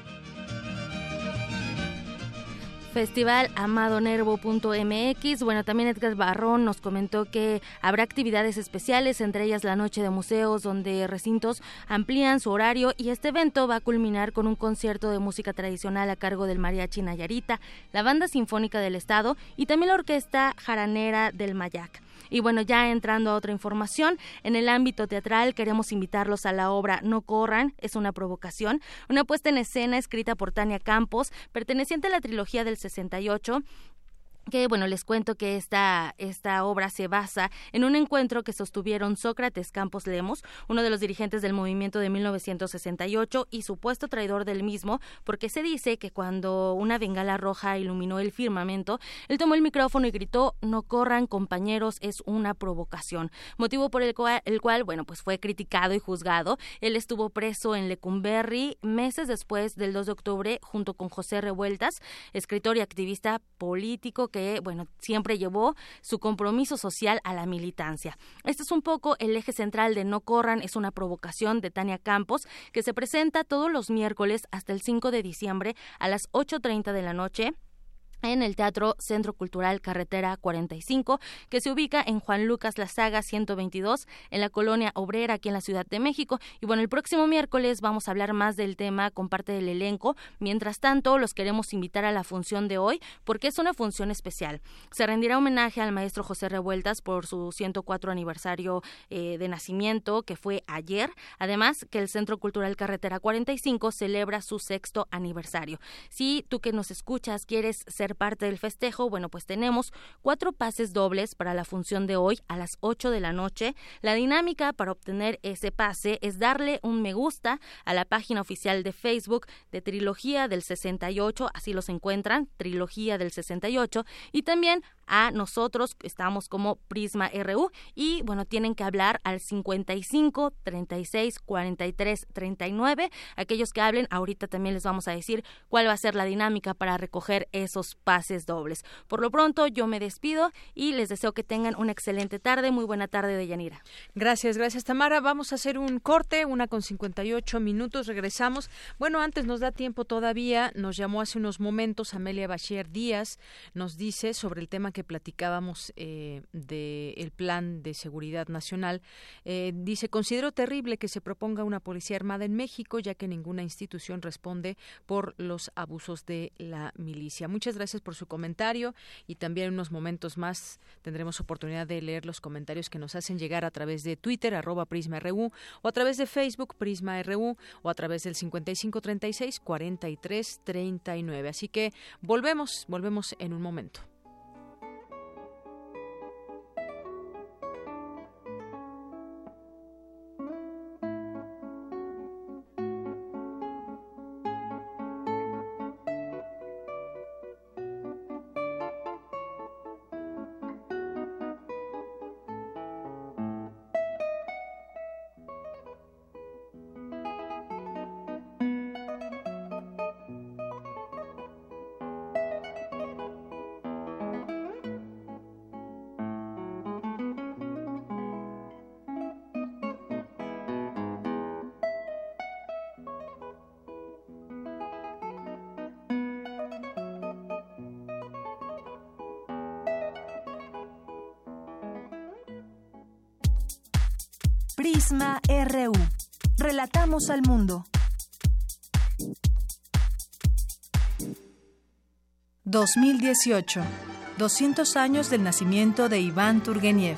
Festival amado nervo punto m x. Bueno, también Edgar Barrón nos comentó que habrá actividades especiales, entre ellas la noche de museos, donde recintos amplían su horario, y este evento va a culminar con un concierto de música tradicional a cargo del Mariachi Nayarita, la Banda Sinfónica del Estado y también la Orquesta Jaranera del Mayac. Y bueno, ya entrando a otra información, en el ámbito teatral queremos invitarlos a la obra No Corran, es una provocación, una puesta en escena escrita por Tania Campos, perteneciente a la trilogía del sesenta y ocho, que bueno, les cuento que esta, esta obra se basa en un encuentro que sostuvieron Sócrates Campos Lemos, uno de los dirigentes del movimiento de mil novecientos sesenta y ocho y supuesto traidor del mismo, porque se dice que cuando una bengala roja iluminó el firmamento, él tomó el micrófono y gritó: "No corran, compañeros, es una provocación", motivo por el cual, el cual bueno, pues fue criticado y juzgado. Él estuvo preso en Lecumberri meses después del dos de octubre junto con José Revueltas, escritor y activista político que, bueno, siempre llevó su compromiso social a la militancia. Este es un poco el eje central de No Corran, es una provocación de Tania Campos, que se presenta todos los miércoles hasta el cinco de diciembre a las ocho treinta de la noche en el Teatro Centro Cultural Carretera cuarenta y cinco, que se ubica en Juan Lucas Lasaga ciento veintidós, en la Colonia Obrera, aquí en la Ciudad de México. Y bueno, el próximo miércoles vamos a hablar más del tema con parte del elenco. Mientras tanto, los queremos invitar a la función de hoy, porque es una función especial. Se rendirá homenaje al maestro José Revueltas por su ciento cuatro aniversario eh, de nacimiento, que fue ayer. Además, que el Centro Cultural Carretera cuarenta y cinco celebra su sexto aniversario. Si tú que nos escuchas quieres ser parte del festejo, bueno, pues tenemos cuatro pases dobles para la función de hoy a las ocho de la noche. La dinámica para obtener ese pase es darle un me gusta a la página oficial de Facebook de Trilogía del sesenta y ocho, así los encuentran, Trilogía del sesenta y ocho, y también a nosotros, estamos como Prisma R U, y bueno, tienen que hablar al cincuenta y cinco, treinta y seis, cuarenta y tres, treinta y nueve. Aquellos que hablen, ahorita también les vamos a decir cuál va a ser la dinámica para recoger esos pases dobles. Por lo pronto, yo me despido y les deseo que tengan una excelente tarde. Muy buena tarde, Deyanira. Gracias, gracias, Tamara. Vamos a hacer un corte, una con cincuenta y ocho minutos, regresamos. Bueno, antes nos da tiempo todavía, nos llamó hace unos momentos Amelia Bashir Díaz, nos dice sobre el tema que platicábamos eh, del plan de seguridad nacional. Eh, dice: considero terrible que se proponga una policía armada en México, ya que ninguna institución responde por los abusos de la milicia. Muchas gracias por su comentario, y también en unos momentos más tendremos oportunidad de leer los comentarios que nos hacen llegar a través de Twitter, arroba Prisma R U, o a través de Facebook, Prisma R U, o a través del cincuenta y cinco, treinta y seis, cuarenta y tres, treinta y nueve. Así que volvemos, volvemos en un momento. Prisma R U. Relatamos al mundo. dos mil dieciocho. doscientos años del nacimiento de Iván Turgeniev.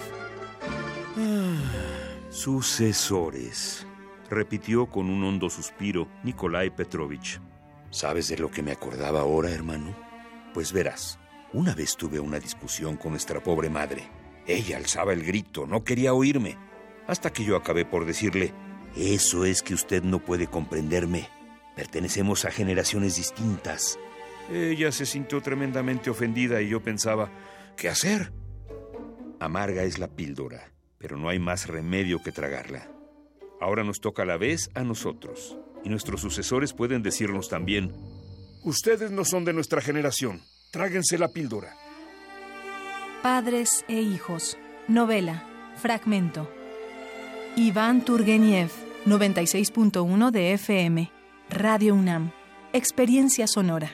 Sucesores, repitió con un hondo suspiro Nikolai Petrovich. ¿Sabes de lo que me acordaba ahora, hermano? Pues verás, una vez tuve una discusión con nuestra pobre madre. Ella alzaba el grito, no quería oírme, hasta que yo acabé por decirle: eso es que usted no puede comprenderme. Pertenecemos a generaciones distintas. Ella se sintió tremendamente ofendida y yo pensaba, ¿qué hacer? Amarga es la píldora, pero no hay más remedio que tragarla. Ahora nos toca a la vez a nosotros, y nuestros sucesores pueden decirnos también: ustedes no son de nuestra generación, tráguense la píldora. Padres e hijos. Novela. Fragmento. Iván Turgeniev, noventa y seis punto uno de F M. Radio UNAM. Experiencia sonora.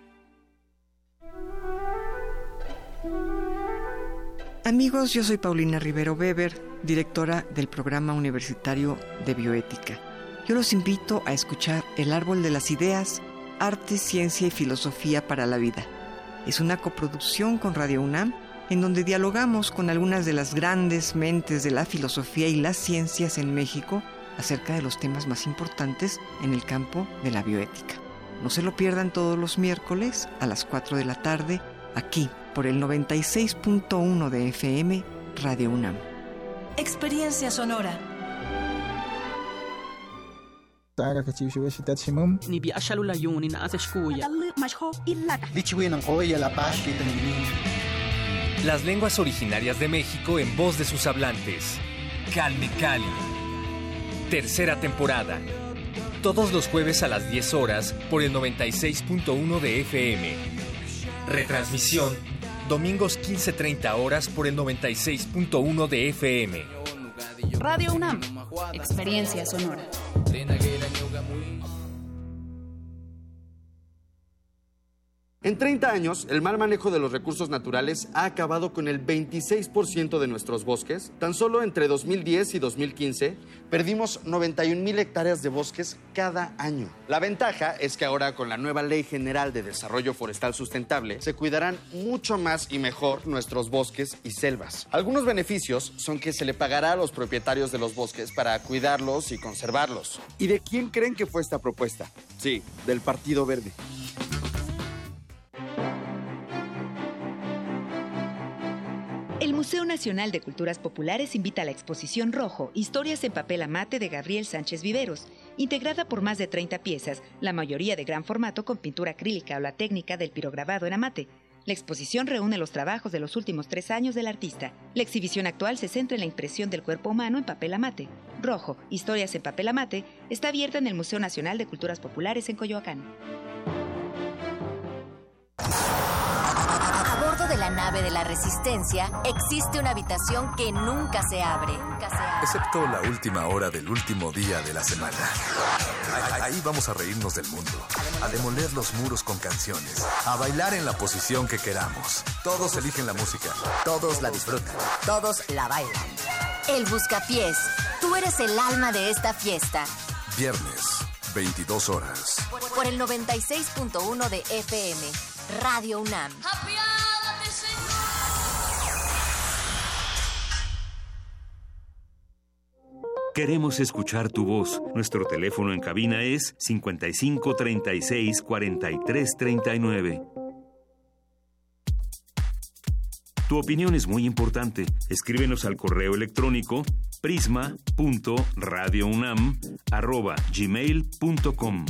Amigos, yo soy Paulina Rivero Weber, directora del Programa Universitario de Bioética. Yo los invito a escuchar El Árbol de las Ideas, Arte, Ciencia y Filosofía para la Vida. Es una coproducción con Radio UNAM, en donde dialogamos con algunas de las grandes mentes de la filosofía y las ciencias en México acerca de los temas más importantes en el campo de la bioética. No se lo pierdan todos los miércoles a las cuatro de la tarde, aquí por el noventa y seis punto uno de F M, Radio UNAM. Experiencia sonora. Las lenguas originarias de México en voz de sus hablantes. Calme Cali. Tercera temporada. Todos los jueves a las diez horas por el noventa y seis punto uno de F M. Retransmisión domingos quince treinta horas por el noventa y seis punto uno de F M. Radio UNAM. Experiencia sonora. En treinta años, el mal manejo de los recursos naturales ha acabado con el veintiséis por ciento de nuestros bosques. Tan solo entre dos mil diez y dos mil quince, perdimos noventa y un mil hectáreas de bosques cada año. La ventaja es que ahora, con la nueva Ley General de Desarrollo Forestal Sustentable, se cuidarán mucho más y mejor nuestros bosques y selvas. Algunos beneficios son que se le pagará a los propietarios de los bosques para cuidarlos y conservarlos. ¿Y de quién creen que fue esta propuesta? Sí, del Partido Verde. El Museo Nacional de Culturas Populares invita a la exposición Rojo, Historias en papel amate de Gabriel Sánchez Viveros, integrada por más de treinta piezas, la mayoría de gran formato con pintura acrílica o la técnica del pirograbado en amate. La exposición reúne los trabajos de los últimos tres años del artista. La exhibición actual se centra en la impresión del cuerpo humano en papel amate. Rojo, Historias en papel amate, está abierta en el Museo Nacional de Culturas Populares en Coyoacán. A bordo de la nave de la Resistencia existe una habitación que nunca se abre. Excepto la última hora del último día de la semana. Ahí vamos a reírnos del mundo, a demoler los muros con canciones, a bailar en la posición que queramos. Todos eligen la música, todos la disfrutan, todos la bailan. El Buscapiés, tú eres el alma de esta fiesta. Viernes, veintidós horas. Por el noventa y seis punto uno de F M, Radio UNAM. Queremos escuchar tu voz. Nuestro teléfono en cabina es cincuenta y cinco treinta y seis cuarenta y tres treinta y nueve. Tu opinión es muy importante. Escríbenos al correo electrónico prisma punto radio unam arroba gmail punto com.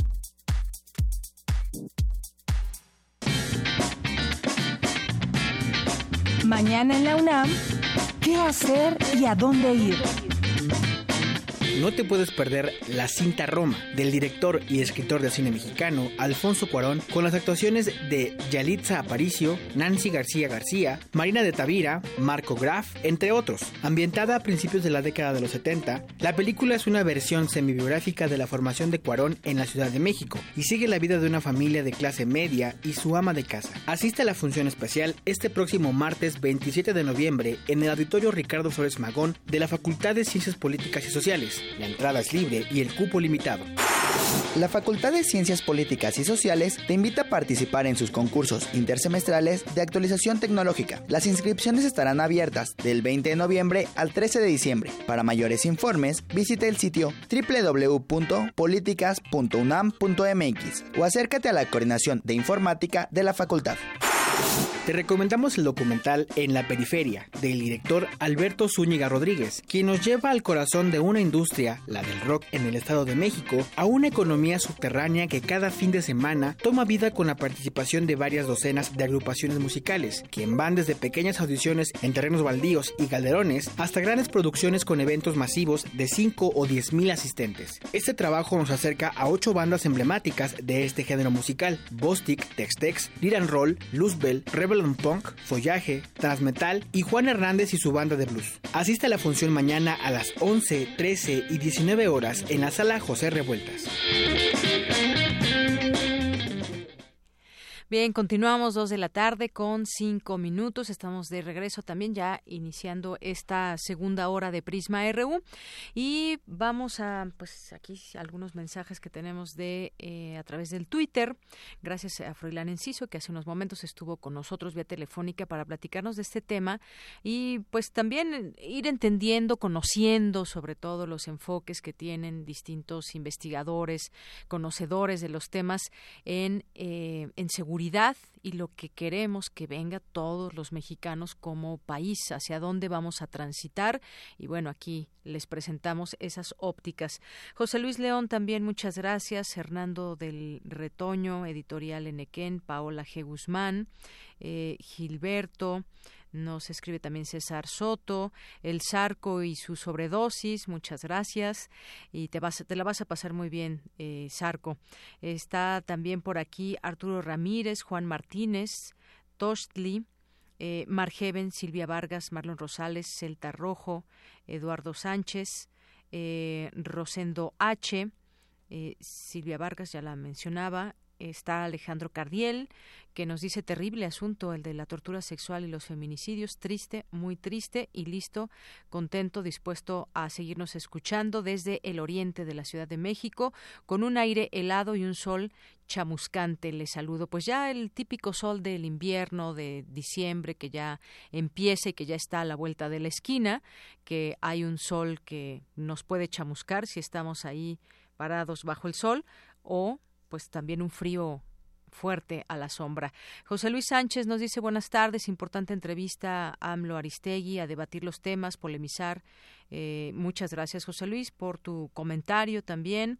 Mañana en la UNAM, ¿qué hacer y a dónde ir? no te puedes perder La cinta Roma, del director y escritor de cine mexicano Alfonso Cuarón, con las actuaciones de Yalitza Aparicio, Nancy García García, Marina de Tavira, Marco Graf, entre otros. Ambientada a principios de la década de los setenta, la película es una versión semibiográfica de la formación de Cuarón en la Ciudad de México y sigue la vida de una familia de clase media y su ama de casa. Asiste a la función especial este próximo martes veintisiete de noviembre en el Auditorio Ricardo Flores Magón de la Facultad de Ciencias Políticas y Sociales. La entrada es libre y el cupo limitado. La Facultad de Ciencias Políticas y Sociales te invita a participar en sus concursos intersemestrales de actualización tecnológica. Las inscripciones estarán abiertas del veinte de noviembre al trece de diciembre. Para mayores informes, visita el sitio doble u doble u doble u punto políticas punto unam punto m x o acércate a la Coordinación de Informática de la Facultad. Te recomendamos el documental En la Periferia, del director Alberto Zúñiga Rodríguez, quien nos lleva al corazón de una industria, la del rock en el Estado de México, a una economía subterránea que cada fin de semana toma vida con la participación de varias docenas de agrupaciones musicales, quien van desde pequeñas audiciones en terrenos baldíos y calderones hasta grandes producciones con eventos masivos de cinco o diez mil asistentes. Este trabajo nos acerca a ocho bandas emblemáticas de este género musical: Bostik, Tex-Tex, Liran Roll, Luzbel, Rebel Punk, Follaje, Transmetal y Juan Hernández y su banda de blues. Asiste a la función mañana a las once, trece y diecinueve horas en la sala José Revueltas. Bien, continuamos dos de la tarde con cinco minutos. Estamos de regreso también ya iniciando esta segunda hora de Prisma R U y vamos a, pues aquí algunos mensajes que tenemos de eh, a través del Twitter. Gracias a Froilán Enciso, que hace unos momentos estuvo con nosotros vía telefónica para platicarnos de este tema y pues también ir entendiendo, conociendo sobre todo los enfoques que tienen distintos investigadores, conocedores de los temas en, eh, en seguridad y lo que queremos que venga todos los mexicanos como país, hacia dónde vamos a transitar. Y bueno, aquí les presentamos esas ópticas. José Luis León también, muchas gracias. Hernando del Retoño, editorial Enequén, Paola G. Guzmán, eh, Gilberto. Nos escribe también César Soto, el Zarco y su sobredosis, muchas gracias, y te vas, te la vas a pasar muy bien, eh, Zarco. Está también por aquí Arturo Ramírez, Juan Martínez, Tochtli, eh, Margeven, Silvia Vargas, Marlon Rosales, Celta Rojo, Eduardo Sánchez, eh, Rosendo H., eh, Silvia Vargas ya la mencionaba. Está Alejandro Cardiel, que nos dice: terrible asunto el de la tortura sexual y los feminicidios, triste, muy triste, y listo, contento, dispuesto a seguirnos escuchando desde el oriente de la Ciudad de México, con un aire helado y un sol chamuscante. Les saludo. Pues ya el típico sol del invierno de diciembre, que ya empieza y que ya está a la vuelta de la esquina, que hay un sol que nos puede chamuscar si estamos ahí parados bajo el sol, o pues también un frío fuerte a la sombra. José Luis Sánchez nos dice: buenas tardes, importante entrevista a AMLO Aristegui, a debatir los temas, polemizar. Eh, muchas gracias, José Luis, por tu comentario también.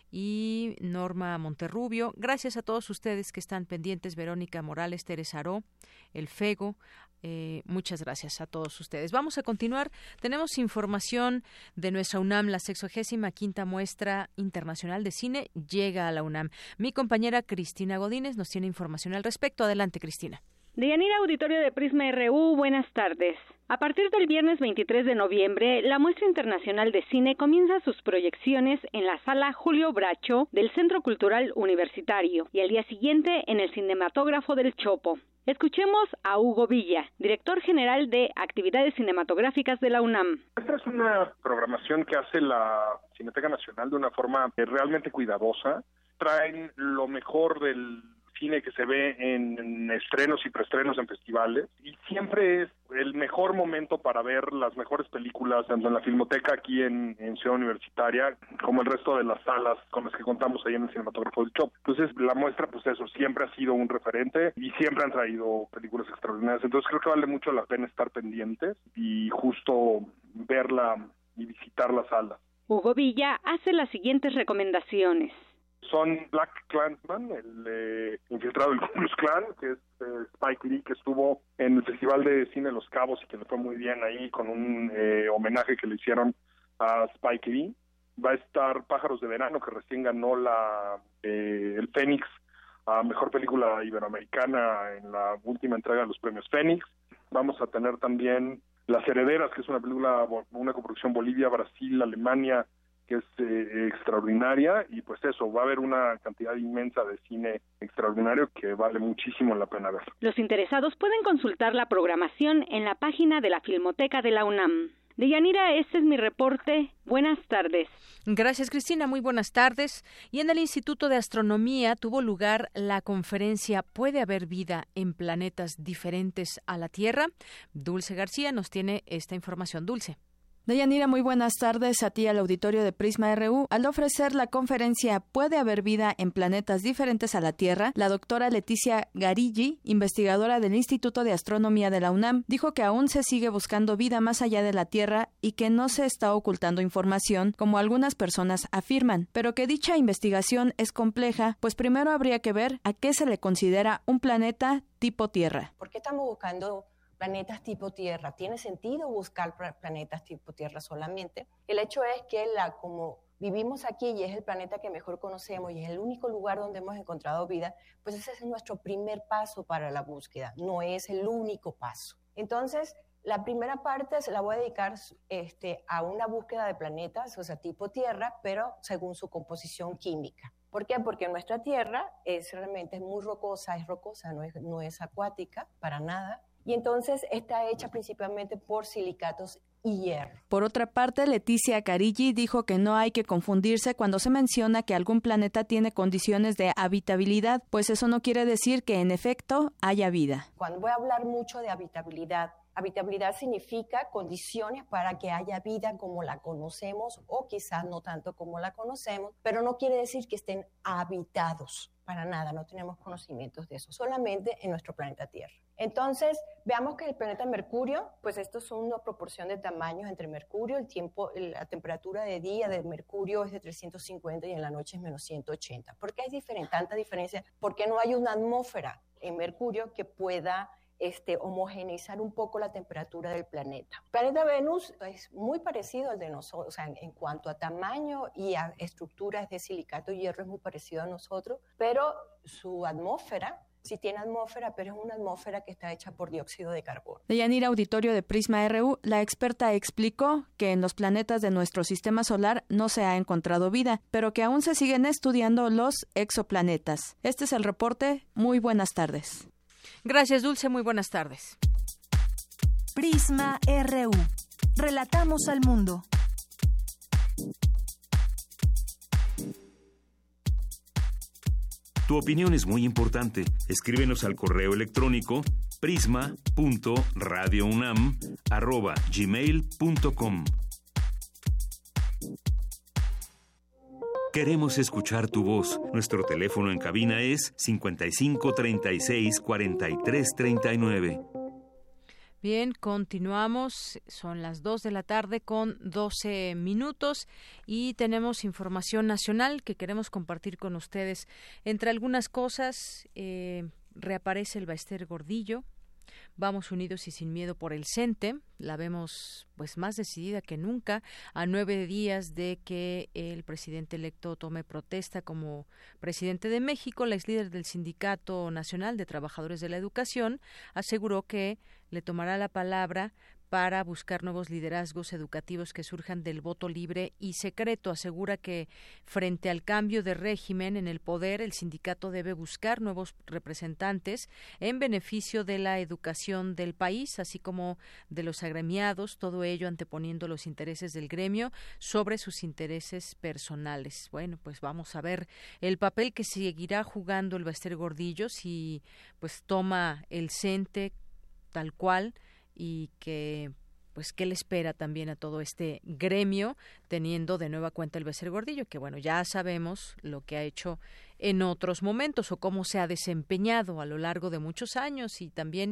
Y Norma Monterrubio, gracias a todos ustedes que están pendientes: Verónica Morales, Teresa Aró, El Fego. Eh, muchas gracias a todos ustedes. Vamos a continuar. Tenemos información de nuestra UNAM. La sexagésima quinta Muestra Internacional de Cine llega a la UNAM. Mi compañera Cristina Godínez nos tiene información al respecto. Adelante, Cristina. Deyanira, auditorio de Prisma R U, buenas tardes. A partir del viernes veintitrés de noviembre, la Muestra Internacional de Cine comienza sus proyecciones en la Sala Julio Bracho del Centro Cultural Universitario y al día siguiente en el Cinematógrafo del Chopo. Escuchemos a Hugo Villa, director general de Actividades Cinematográficas de la UNAM. Esta es una programación que hace la Cineteca Nacional de una forma realmente cuidadosa. Traen lo mejor del cine que se ve en, en estrenos y preestrenos en festivales, y siempre es el mejor momento para ver las mejores películas, tanto en la Filmoteca aquí en, en Ciudad Universitaria, como el resto de las salas con las que contamos ahí en el Cinematógrafo del Chopo. Entonces la muestra, pues eso, siempre ha sido un referente y siempre han traído películas extraordinarias, entonces creo que vale mucho la pena estar pendientes y justo verla y visitar la sala. Hugo Villa hace las siguientes recomendaciones. Son Black Klansman, el eh, infiltrado del Ku Klux Klan, que es eh, Spike Lee, que estuvo en el Festival de Cine Los Cabos y que le fue muy bien ahí con un eh, homenaje que le hicieron a Spike Lee. Va a estar Pájaros de Verano, que recién ganó la eh, el Fénix a Mejor Película Iberoamericana en la última entrega de los premios Fénix. Vamos a tener también Las Herederas, que es una película, una coproducción Bolivia, Brasil, Alemania, que es eh, extraordinaria, y pues eso, va a haber una cantidad inmensa de cine extraordinario que vale muchísimo la pena ver. Los interesados pueden consultar la programación en la página de la Filmoteca de la UNAM. Deyanira, este es mi reporte. Buenas tardes. Gracias, Cristina. Muy buenas tardes. Y en el Instituto de Astronomía tuvo lugar la conferencia ¿Puede haber vida en planetas diferentes a la Tierra? Dulce García nos tiene esta información. Dulce. Deyanira, muy buenas tardes a ti al auditorio de Prisma R U. Al ofrecer la conferencia ¿Puede haber vida en planetas diferentes a la Tierra?, la doctora Leticia Garilli, investigadora del Instituto de Astronomía de la UNAM, dijo que aún se sigue buscando vida más allá de la Tierra y que no se está ocultando información, como algunas personas afirman, pero que dicha investigación es compleja, pues primero habría que ver a qué se le considera un planeta tipo Tierra. ¿Por qué estamos buscando planetas tipo Tierra? ¿Tiene sentido buscar planetas tipo Tierra solamente? El hecho es que la, como vivimos aquí y es el planeta que mejor conocemos y es el único lugar donde hemos encontrado vida, pues ese es nuestro primer paso para la búsqueda, no es el único paso. Entonces, la primera parte se la voy a dedicar este, a una búsqueda de planetas, o sea, tipo Tierra, pero según su composición química. ¿Por qué? Porque nuestra Tierra es realmente muy rocosa, es rocosa, no es, no es acuática para nada. Y entonces está hecha principalmente por silicatos y hierro. Por otra parte, Leticia Garilli dijo que no hay que confundirse cuando se menciona que algún planeta tiene condiciones de habitabilidad, pues eso no quiere decir que en efecto haya vida. Cuando voy a hablar mucho de habitabilidad, habitabilidad significa condiciones para que haya vida como la conocemos o quizás no tanto como la conocemos, pero no quiere decir que estén habitados. Para nada, no tenemos conocimientos de eso, solamente en nuestro planeta Tierra. Entonces, veamos que el planeta Mercurio, pues esto es una proporción de tamaños entre Mercurio, el tiempo, la temperatura de día de Mercurio es de trescientos cincuenta y en la noche es menos ciento ochenta. ¿Por qué hay diferente, tanta diferencia? Porque no hay una atmósfera en Mercurio que pueda Este, homogeneizar un poco la temperatura del planeta. El planeta Venus es muy parecido al de nosotros, o sea, en, en cuanto a tamaño y a estructuras de silicato y hierro es muy parecido a nosotros, pero su atmósfera sí tiene atmósfera, pero es una atmósfera que está hecha por dióxido de carbono. Deyanira, auditorio de Prisma R U, la experta explicó que en los planetas de nuestro sistema solar no se ha encontrado vida, pero que aún se siguen estudiando los exoplanetas. Este es el reporte. Muy buenas tardes. Gracias, Dulce. Muy buenas tardes. Prisma R U. Relatamos al mundo. Tu opinión es muy importante. Escríbenos al correo electrónico prisma punto radio unam arroba gmail punto com. Queremos escuchar tu voz. Nuestro teléfono en cabina es cincuenta y cinco treinta y seis cuarenta y tres treinta y nueve. Bien, continuamos. Son las dos de la tarde con doce minutos y tenemos información nacional que queremos compartir con ustedes. Entre algunas cosas, eh, reaparece el Baester Gordillo. Vamos unidos y sin miedo por el CENTE. La vemos pues más decidida que nunca a nueve días de que el presidente electo tome protesta como presidente de México. La ex líder del Sindicato Nacional de Trabajadores de la Educación aseguró que le tomará la palabra para buscar nuevos liderazgos educativos que surjan del voto libre y secreto. Asegura que frente al cambio de régimen en el poder, el sindicato debe buscar nuevos representantes en beneficio de la educación del país, así como de los agremiados, todo ello anteponiendo los intereses del gremio sobre sus intereses personales. Bueno, pues vamos a ver el papel que seguirá jugando el Baester Gordillo si pues toma el CENTE tal cual, y que pues qué le espera también a todo este gremio, teniendo de nueva cuenta el Baester Gordillo, que bueno, ya sabemos lo que ha hecho en otros momentos o cómo se ha desempeñado a lo largo de muchos años, y también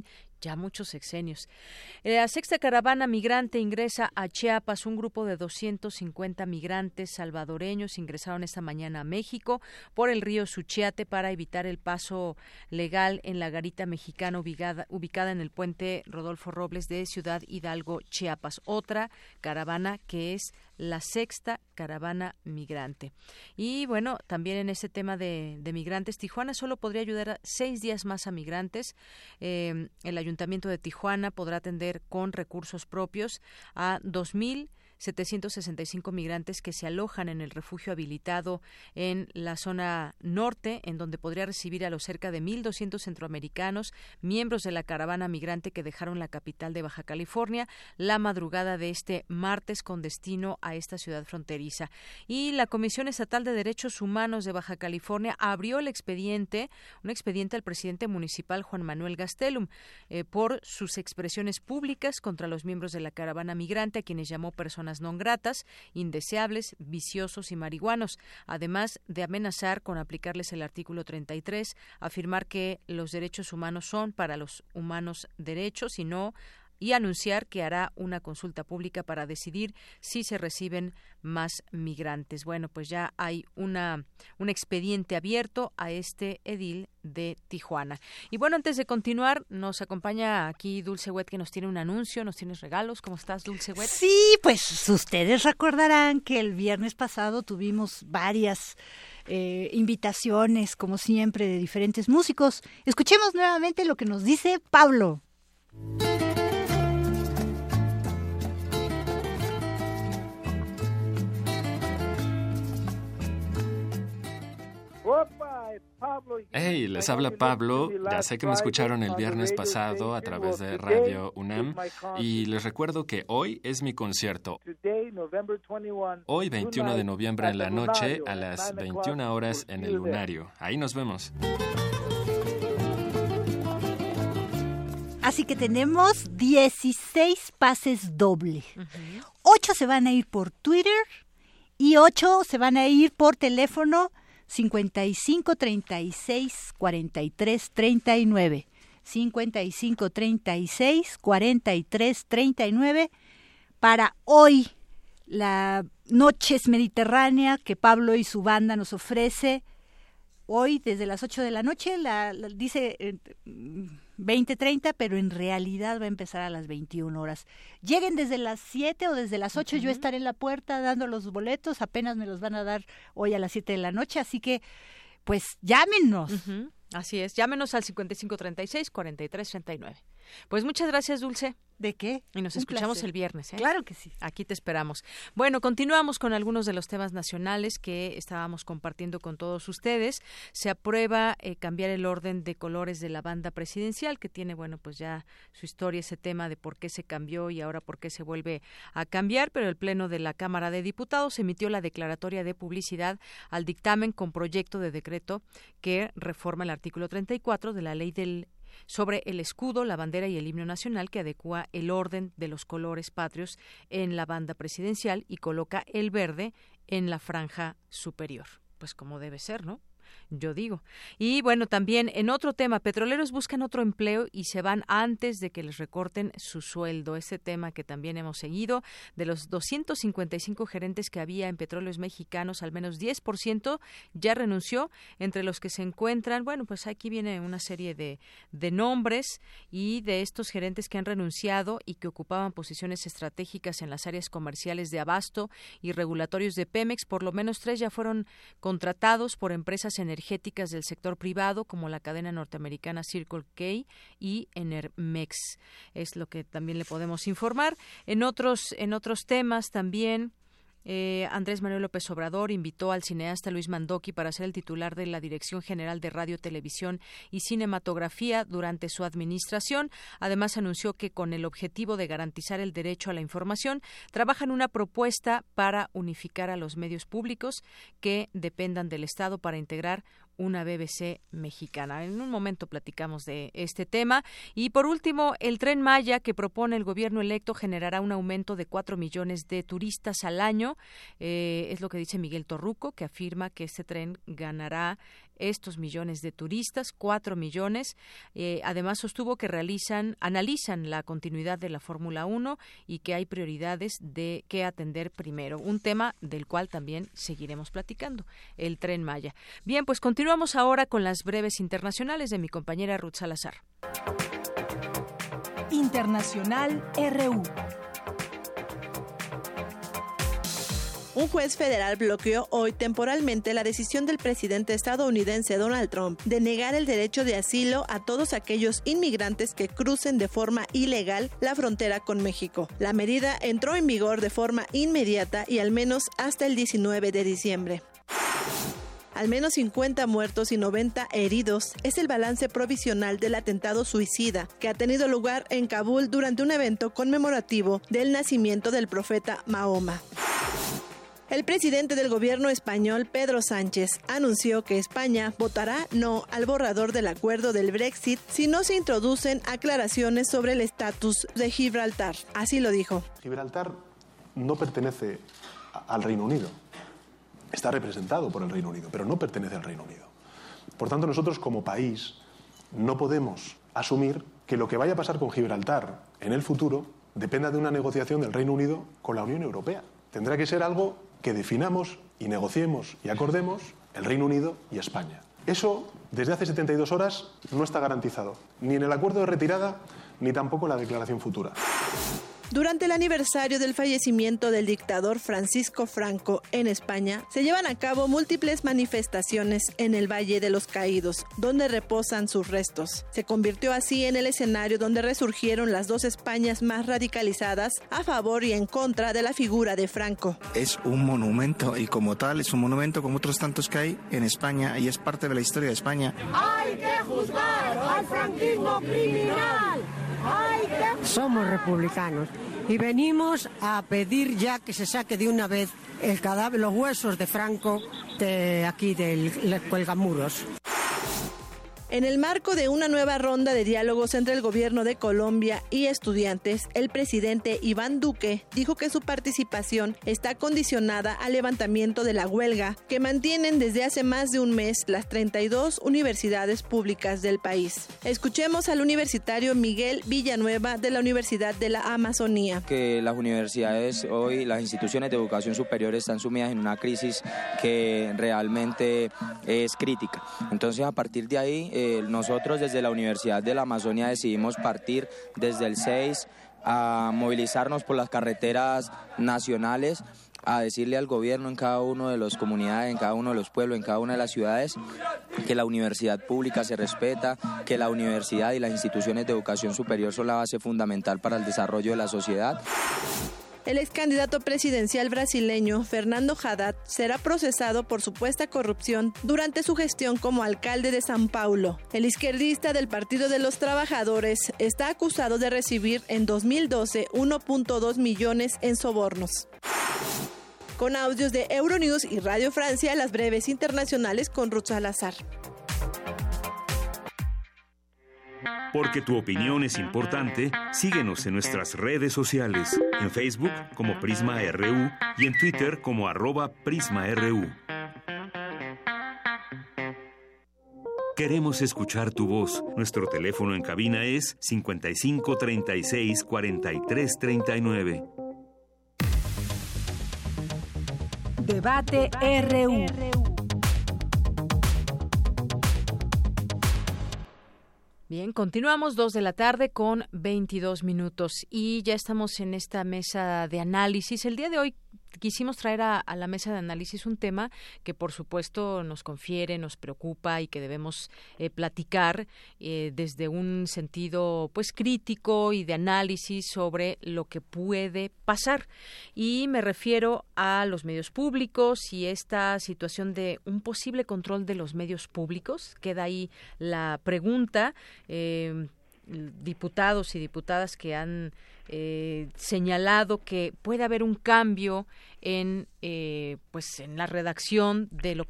Ya muchos sexenios. La sexta caravana migrante ingresa a Chiapas. Un grupo de doscientos cincuenta migrantes salvadoreños ingresaron esta mañana a México por el río Suchiate para evitar el paso legal en la garita mexicana ubicada, ubicada en el puente Rodolfo Robles de Ciudad Hidalgo, Chiapas. Otra caravana que es la sexta caravana migrante. Y bueno, también en este tema de, de migrantes, Tijuana solo podría ayudar a seis días más a migrantes. Eh, el Ayuntamiento de Tijuana podrá atender con recursos propios a dos mil setecientos sesenta y cinco migrantes que se alojan en el refugio habilitado en la zona norte, en donde podría recibir a los cerca de mil doscientos centroamericanos, miembros de la caravana migrante que dejaron la capital de Baja California la madrugada de este martes con destino a esta ciudad fronteriza. Y la Comisión Estatal de Derechos Humanos de Baja California abrió el expediente, un expediente al presidente municipal Juan Manuel Gastelum eh, por sus expresiones públicas contra los miembros de la caravana migrante, a quienes llamó personas non gratas, indeseables, viciosos y marihuanos, además de amenazar con aplicarles el artículo treinta y tres, afirmar que los derechos humanos son para los humanos derechos y no y anunciar que hará una consulta pública para decidir si se reciben más migrantes. Bueno, pues ya hay una un expediente abierto a este edil de Tijuana. Y bueno, antes de continuar, nos acompaña aquí Dulce Wet, que nos tiene un anuncio, nos tienes regalos. ¿Cómo estás, Dulce Wet? Sí, pues ustedes recordarán que el viernes pasado tuvimos varias eh, invitaciones, como siempre, de diferentes músicos. Escuchemos nuevamente lo que nos dice Pablo. Hey, les habla Pablo. Ya sé que me escucharon el viernes pasado a través de Radio UNAM y les recuerdo que hoy es mi concierto. Hoy, veintiuno de noviembre en la noche, a las veintiuna horas en el Lunario. Ahí nos vemos. Así que tenemos dieciséis pases doble. ocho se van a ir por Twitter y ocho se van a ir por teléfono cincuenta y cinco treinta y seis cuarenta y tres treinta y nueve. cincuenta y cinco treinta y seis cuarenta y tres treinta y nueve para hoy, la Noches Mediterránea que Pablo y su banda nos ofrece. Hoy desde las ocho de la noche, la, la dice eh, veinte treinta, pero en realidad va a empezar a las veintiuna horas. Lleguen desde las siete o desde las ocho, uh-huh. Yo estaré en la puerta dando los boletos, apenas me los van a dar hoy a las siete de la noche, así que pues llámenos. Uh-huh. Así es, llámenos al cincuenta y cinco treinta y seis cuarenta y tres treinta y nueve. Pues muchas gracias, Dulce. ¿De qué? Y nos Un escuchamos placer. el viernes, ¿eh? Claro que sí. Aquí te esperamos. Bueno, continuamos con algunos de los temas nacionales que estábamos compartiendo con todos ustedes. Se aprueba eh, cambiar el orden de colores de la banda presidencial, que tiene, bueno, pues ya su historia, ese tema de por qué se cambió y ahora por qué se vuelve a cambiar, pero el Pleno de la Cámara de Diputados emitió la declaratoria de publicidad al dictamen con proyecto de decreto que reforma el artículo treinta y cuatro de la Ley del sobre el escudo, la bandera y el himno nacional, que adecúa el orden de los colores patrios en la banda presidencial y coloca el verde en la franja superior. Pues como debe ser, ¿no? Yo digo. Y bueno, también en otro tema, petroleros buscan otro empleo y se van antes de que les recorten su sueldo. Ese tema que también hemos seguido, de los doscientos cincuenta y cinco gerentes que había en Petróleos Mexicanos, al menos diez por ciento ya renunció, entre los que se encuentran, bueno, pues aquí viene una serie de, de nombres y de estos gerentes que han renunciado y que ocupaban posiciones estratégicas en las áreas comerciales de abasto y regulatorios de Pemex. Por lo menos tres ya fueron contratados por empresas energéticas del sector privado, como la cadena norteamericana Circle K y Enermex. Es lo que también le podemos informar. En otros, en otros temas también, Eh, Andrés Manuel López Obrador invitó al cineasta Luis Mandoki para ser el titular de la Dirección General de Radio, Televisión y Cinematografía durante su administración. Además, anunció que con el objetivo de garantizar el derecho a la información, trabaja en una propuesta para unificar a los medios públicos que dependan del Estado para integrar una B B C mexicana. En un momento platicamos de este tema. Y por último, el Tren Maya que propone el gobierno electo generará un aumento de cuatro millones de turistas al año. Eh, es lo que dice Miguel Torruco, que afirma que este tren ganará estos millones de turistas, cuatro millones. Eh, además, sostuvo que realizan, analizan la continuidad de la Fórmula uno y que hay prioridades de que atender primero. Un tema del cual también seguiremos platicando, el Tren Maya. Bien, pues continuamos ahora con las breves internacionales de mi compañera Ruth Salazar. Internacional R U. Un juez federal bloqueó hoy temporalmente la decisión del presidente estadounidense Donald Trump de negar el derecho de asilo a todos aquellos inmigrantes que crucen de forma ilegal la frontera con México. La medida entró en vigor de forma inmediata y al menos hasta el diecinueve de diciembre. Al menos cincuenta muertos y noventa heridos es el balance provisional del atentado suicida que ha tenido lugar en Kabul durante un evento conmemorativo del nacimiento del profeta Mahoma. El presidente del gobierno español, Pedro Sánchez, anunció que España votará no al borrador del acuerdo del Brexit si no se introducen aclaraciones sobre el estatus de Gibraltar. Así lo dijo. Gibraltar no pertenece al Reino Unido. Está representado por el Reino Unido, pero no pertenece al Reino Unido. Por tanto, nosotros como país no podemos asumir que lo que vaya a pasar con Gibraltar en el futuro dependa de una negociación del Reino Unido con la Unión Europea. Tendrá que ser algo que definamos y negociemos y acordemos el Reino Unido y España. Eso, desde hace setenta y dos horas, no está garantizado, ni en el acuerdo de retirada, ni tampoco en la declaración futura. Durante el aniversario del fallecimiento del dictador Francisco Franco en España, se llevan a cabo múltiples manifestaciones en el Valle de los Caídos, donde reposan sus restos. Se convirtió así en el escenario donde resurgieron las dos Españas más radicalizadas a favor y en contra de la figura de Franco. Es un monumento y como tal es un monumento como otros tantos que hay en España y es parte de la historia de España. ¡Hay que juzgar al franquismo criminal! Somos republicanos y venimos a pedir ya que se saque de una vez el cadáver, los huesos de Franco de aquí del Cuelgamuros. En el marco de una nueva ronda de diálogos entre el gobierno de Colombia y estudiantes, el presidente Iván Duque dijo que su participación está condicionada al levantamiento de la huelga que mantienen desde hace más de un mes las treinta y dos universidades públicas del país. Escuchemos al universitario Miguel Villanueva de la Universidad de la Amazonía. Que las universidades hoy, las instituciones de educación superior están sumidas en una crisis que realmente es crítica. Entonces, a partir de ahí, eh, nosotros desde la Universidad de la Amazonia decidimos partir desde el seis a movilizarnos por las carreteras nacionales, a decirle al gobierno en cada una de las comunidades, en cada uno de los pueblos, en cada una de las ciudades, que la universidad pública se respeta, que la universidad y las instituciones de educación superior son la base fundamental para el desarrollo de la sociedad. El ex candidato presidencial brasileño Fernando Haddad será procesado por supuesta corrupción durante su gestión como alcalde de São Paulo. El izquierdista del Partido de los Trabajadores está acusado de recibir en dos mil doce uno punto dos millones en sobornos. Con audios de Euronews y Radio Francia, las breves internacionales con Ruth Salazar. Porque tu opinión es importante, síguenos en nuestras redes sociales, en Facebook como Prisma R U y en Twitter como arroba PrismaRU. Queremos escuchar tu voz. Nuestro teléfono en cabina es cincuenta y cinco treinta y seis cuarenta y tres treinta y nueve. Debate R U. Bien, continuamos dos de la tarde con veintidós minutos y ya estamos en esta mesa de análisis. El día de hoy quisimos traer a, a la mesa de análisis un tema que por supuesto nos confiere, nos preocupa y que debemos eh, platicar eh, desde un sentido pues crítico y de análisis sobre lo que puede pasar. Y me refiero a los medios públicos y esta situación de un posible control de los medios públicos. Queda ahí la pregunta. Eh, diputados y diputadas que han eh, señalado que puede haber un cambio en eh, pues en la redacción de lo que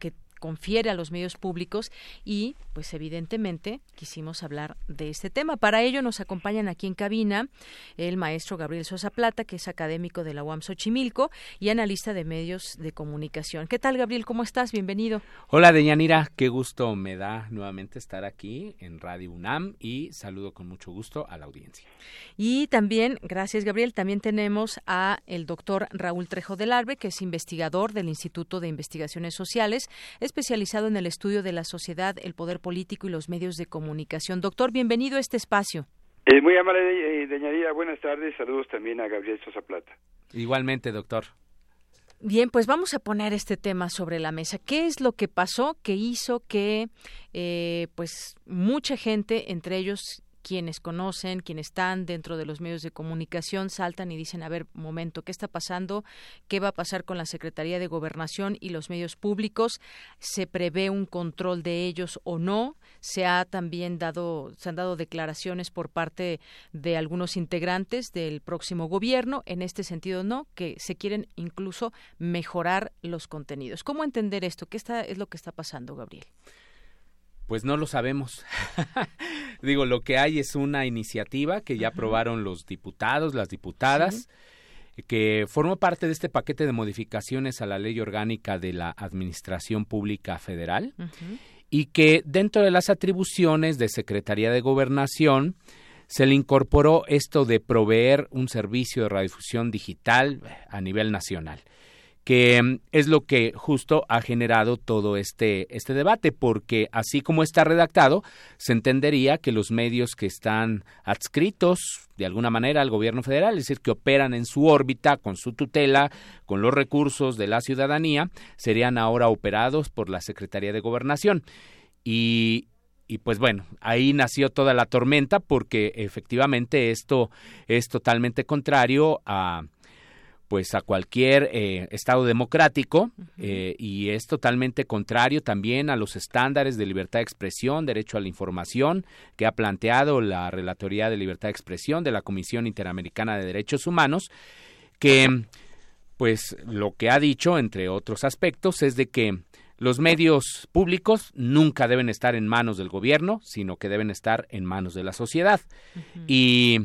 confiere a los medios públicos y, pues evidentemente, quisimos hablar de este tema. Para ello nos acompañan aquí en cabina el maestro Gabriel Sosa Plata, que es académico de la U A M Xochimilco y analista de medios de comunicación. ¿Qué tal, Gabriel? ¿Cómo estás? Bienvenido. Hola, Deyanira. Qué gusto me da nuevamente estar aquí en Radio UNAM y saludo con mucho gusto a la audiencia. Y también, gracias, Gabriel, también tenemos a el doctor Raúl Trejo del Arbe, que es investigador del Instituto de Investigaciones Sociales, especializado en el estudio de la sociedad, el poder político y los medios de comunicación. Doctor, bienvenido a este espacio. Eh, muy amable, eh, Deyanira. Buenas tardes. Saludos también a Gabriel Sosa Plata. Igualmente, doctor. Bien, pues vamos a poner este tema sobre la mesa. ¿Qué es lo que pasó, que hizo que eh, pues mucha gente, entre ellos quienes conocen, quienes están dentro de los medios de comunicación, saltan y dicen, a ver, momento, ¿qué está pasando? ¿Qué va a pasar con la Secretaría de Gobernación y los medios públicos? ¿Se prevé un control de ellos o no? Se ha también dado, se han dado declaraciones por parte de algunos integrantes del próximo gobierno, en este sentido, ¿no? Que se quieren incluso mejorar los contenidos. ¿Cómo entender esto? ¿Qué está, es lo que está pasando, Gabriel? Pues no lo sabemos. Digo, lo que hay es una iniciativa que ya aprobaron los diputados, las diputadas, sí, que formó parte de este paquete de modificaciones a la Ley Orgánica de la Administración Pública Federal, uh-huh, y que dentro de las atribuciones de Secretaría de Gobernación se le incorporó esto de proveer un servicio de radiodifusión digital a nivel nacional, que es lo que justo ha generado todo este, este debate, porque así como está redactado, se entendería que los medios que están adscritos de alguna manera al gobierno federal, es decir, que operan en su órbita, con su tutela, con los recursos de la ciudadanía, serían ahora operados por la Secretaría de Gobernación. Y Y pues bueno, ahí nació toda la tormenta, porque efectivamente esto es totalmente contrario a pues a cualquier eh, Estado democrático, uh-huh, eh, y es totalmente contrario también a los estándares de libertad de expresión, derecho a la información que ha planteado la Relatoría de Libertad de Expresión de la Comisión Interamericana de Derechos Humanos, que pues lo que ha dicho, entre otros aspectos, es de que los medios públicos nunca deben estar en manos del gobierno, sino que deben estar en manos de la sociedad. Uh-huh. Y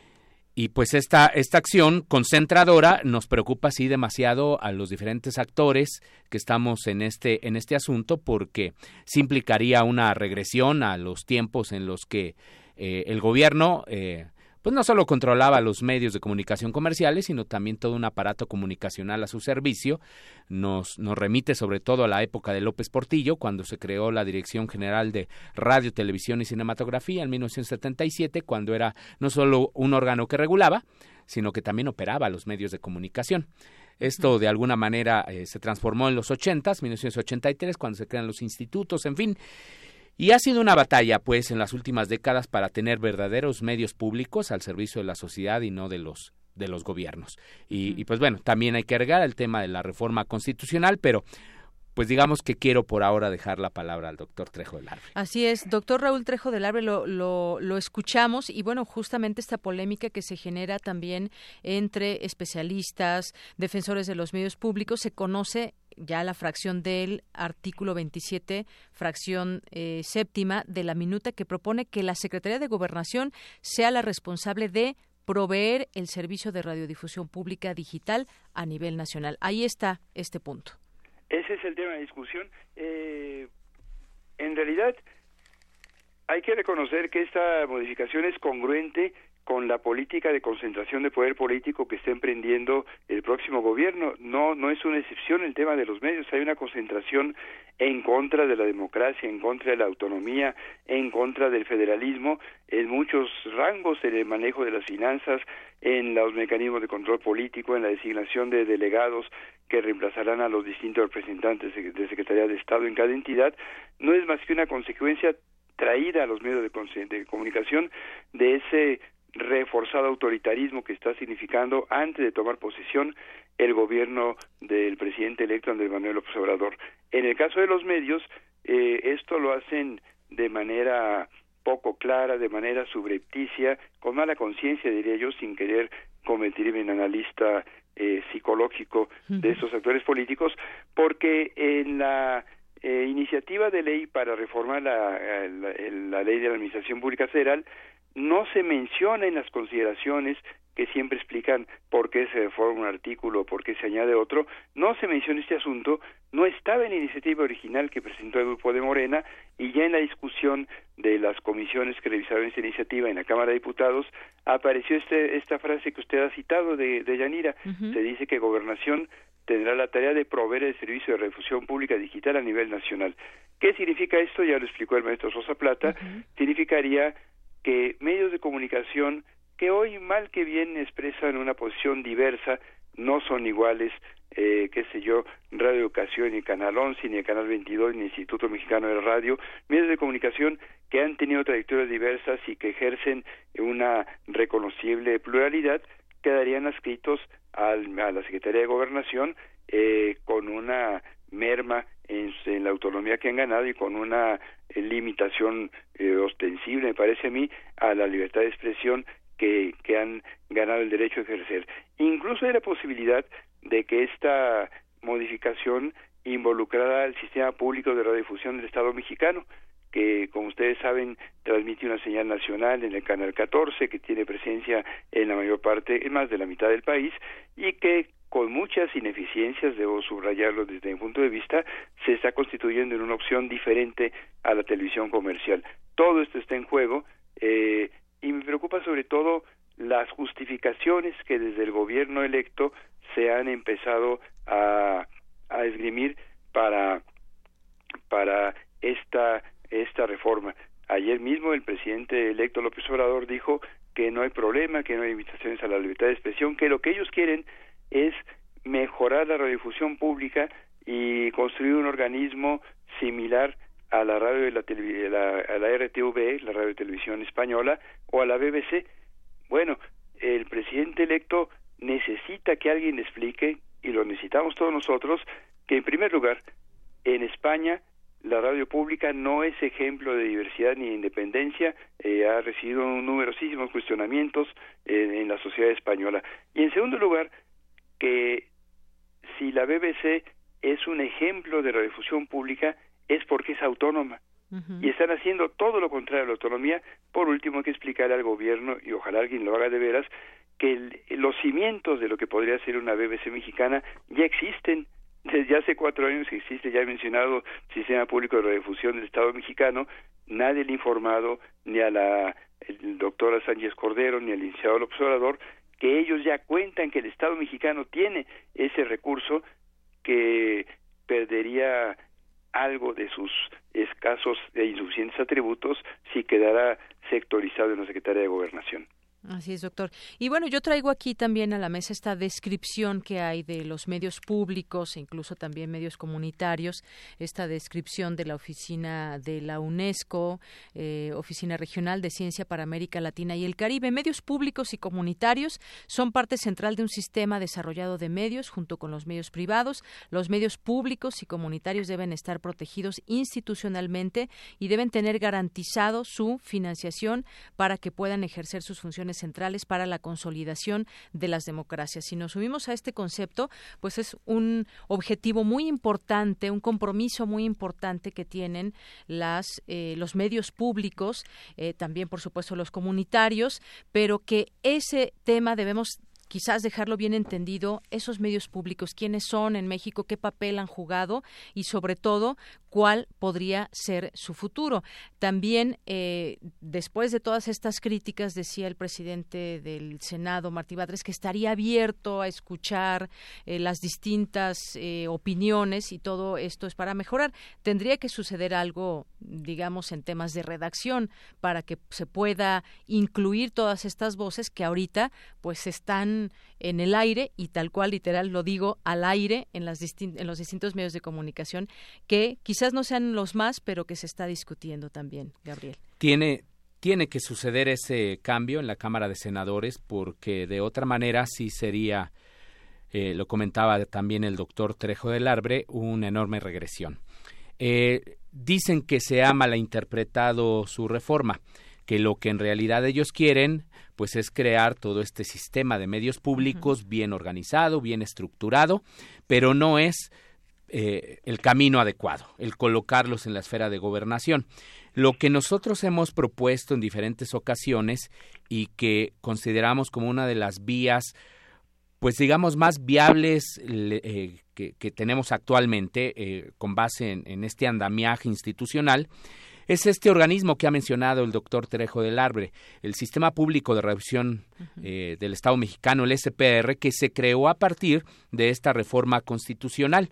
Y pues esta, esta acción concentradora nos preocupa sí demasiado a los diferentes actores que estamos en este, en este asunto, porque sí implicaría una regresión a los tiempos en los que eh, el gobierno eh, pues no solo controlaba los medios de comunicación comerciales, sino también todo un aparato comunicacional a su servicio. Nos, nos remite sobre todo a la época de López Portillo, cuando se creó la Dirección General de Radio, Televisión y Cinematografía en mil novecientos setenta y siete, cuando era no solo un órgano que regulaba, sino que también operaba los medios de comunicación. Esto de alguna manera eh, se transformó en los ochentas, mil novecientos ochenta y tres, cuando se crean los institutos, en fin. Y ha sido una batalla, pues, en las últimas décadas para tener verdaderos medios públicos al servicio de la sociedad y no de los de los gobiernos. Y, uh-huh. y pues bueno, también hay que agregar el tema de la reforma constitucional, pero pues digamos que quiero por ahora dejar la palabra al doctor Trejo del Arbe. Así es, doctor Raúl Trejo del Arbe, lo, lo, lo escuchamos, y bueno, justamente esta polémica que se genera también entre especialistas, defensores de los medios públicos, se conoce ya la fracción del artículo veintisiete, fracción eh, séptima de la minuta, que propone que la Secretaría de Gobernación sea la responsable de proveer el servicio de radiodifusión pública digital a nivel nacional. Ahí está este punto. Ese es el tema de discusión. Eh, en realidad, hay que reconocer que esta modificación es congruente con la política de concentración de poder político que está emprendiendo el próximo gobierno. No, no es una excepción el tema de los medios. Hay una concentración en contra de la democracia, en contra de la autonomía, en contra del federalismo, en muchos rangos en el manejo de las finanzas, en los mecanismos de control político, en la designación de delegados que reemplazarán a los distintos representantes de Secretaría de Estado en cada entidad. No es más que una consecuencia traída a los medios de, de comunicación de ese reforzado autoritarismo que está significando, antes de tomar posesión, el gobierno del presidente electo Andrés Manuel López Obrador. En el caso de los medios, eh, esto lo hacen de manera poco clara, de manera subrepticia, con mala conciencia, diría yo, sin querer convertirme en analista eh, psicológico de estos actores políticos, porque en la eh, iniciativa de ley para reformar la, la, la ley de la Administración Pública Federal no se menciona en las consideraciones que siempre explican por qué se reforma un artículo, por qué se añade otro, no se menciona este asunto, no estaba en la iniciativa original que presentó el grupo de Morena, y ya en la discusión de las comisiones que revisaron esta iniciativa en la Cámara de Diputados, apareció este, esta frase que usted ha citado de, de Yanira. Uh-huh. Se dice que Gobernación tendrá la tarea de proveer el servicio de redifusión pública digital a nivel nacional. ¿Qué significa esto? Ya lo explicó el maestro Sosa Plata. Uh-huh. Significaría que medios de comunicación que hoy mal que bien expresan una posición diversa, no son iguales, eh, qué sé yo, Radio Educación, ni Canal once, ni el Canal veintidós, ni el Instituto Mexicano de Radio, medios de comunicación que han tenido trayectorias diversas y que ejercen una reconocible pluralidad, quedarían adscritos al, a la Secretaría de Gobernación eh, con una merma en, en la autonomía que han ganado y con una eh, limitación eh, ostensible, me parece a mí, a la libertad de expresión que, que han ganado el derecho a ejercer. Incluso hay la posibilidad de que esta modificación involucrara al sistema público de radiodifusión del Estado mexicano, que como ustedes saben transmite una señal nacional en el canal catorce, que tiene presencia en la mayor parte, en más de la mitad del país, y que con muchas ineficiencias, debo subrayarlo desde mi punto de vista, se está constituyendo en una opción diferente a la televisión comercial. Todo esto está en juego, eh, y me preocupa sobre todo las justificaciones que desde el gobierno electo se han empezado a, a esgrimir para, para esta, esta reforma. Ayer mismo el presidente electo López Obrador dijo que no hay problema, que no hay limitaciones a la libertad de expresión, que lo que ellos quieren es mejorar la radiodifusión pública y construir un organismo similar a la radio de la, tele, la, a la R T V, la radio de televisión española, o a la B B C. Bueno, el presidente electo necesita que alguien le explique, y lo necesitamos todos nosotros, que en primer lugar, en España, la radio pública no es ejemplo de diversidad ni de independencia, eh, ha recibido numerosísimos cuestionamientos eh, en la sociedad española. Y en segundo lugar, que si la B B C es un ejemplo de radiodifusión pública, es porque es autónoma. Uh-huh. Y están haciendo todo lo contrario a la autonomía. Por último, hay que explicarle al gobierno, y ojalá alguien lo haga de veras, que el, los cimientos de lo que podría ser una B B C mexicana ya existen. Desde hace cuatro años que existe ya mencionado Sistema Público de Radiodifusión del Estado mexicano. Nadie le ha informado, ni a la el doctora Sánchez Cordero, ni al licenciado López Obrador, que ellos ya cuentan que el Estado mexicano tiene ese recurso, que perdería algo de sus escasos e insuficientes atributos si quedara sectorizado en la Secretaría de Gobernación. Así es, doctor. Y bueno, yo traigo aquí también a la mesa esta descripción que hay de los medios públicos e incluso también medios comunitarios, esta descripción de la oficina de la UNESCO, eh, Oficina Regional de Ciencia para América Latina y el Caribe. Medios públicos y comunitarios son parte central de un sistema desarrollado de medios junto con los medios privados. Los medios públicos y comunitarios deben estar protegidos institucionalmente y deben tener garantizado su financiación para que puedan ejercer sus funciones centrales para la consolidación de las democracias. Si nos subimos a este concepto, pues es un objetivo muy importante, un compromiso muy importante que tienen las eh, los medios públicos, eh, también por supuesto los comunitarios, pero que ese tema debemos quizás dejarlo bien entendido, esos medios públicos, quiénes son en México, qué papel han jugado y sobre todo cuál podría ser su futuro. También, eh, después de todas estas críticas, decía el presidente del Senado, Martí Batres, que estaría abierto a escuchar eh, las distintas eh, opiniones y todo esto es para mejorar. Tendría que suceder algo, digamos, en temas de redacción para que se pueda incluir todas estas voces que ahorita pues están en el aire, y tal cual literal lo digo, al aire en, las distin- en los distintos medios de comunicación, que quizás no sean los más, pero que se está discutiendo también, Gabriel. Tiene, tiene que suceder ese cambio en la Cámara de Senadores, porque de otra manera sí sería, eh, lo comentaba también el doctor Trejo del Arbre, una enorme regresión. Eh, dicen que se ha malinterpretado su reforma, que lo que en realidad ellos quieren pues es crear todo este sistema de medios públicos uh-huh. bien organizado, bien estructurado, pero no es eh, el camino adecuado, el colocarlos en la esfera de gobernación. Lo que nosotros hemos propuesto en diferentes ocasiones y que consideramos como una de las vías, pues digamos, más viables eh, que, que tenemos actualmente eh, con base en, en este andamiaje institucional, es este organismo que ha mencionado el doctor Trejo del Arbre, el Sistema Público de Revisión eh, del Estado Mexicano, el S P R, que se creó a partir de esta reforma constitucional.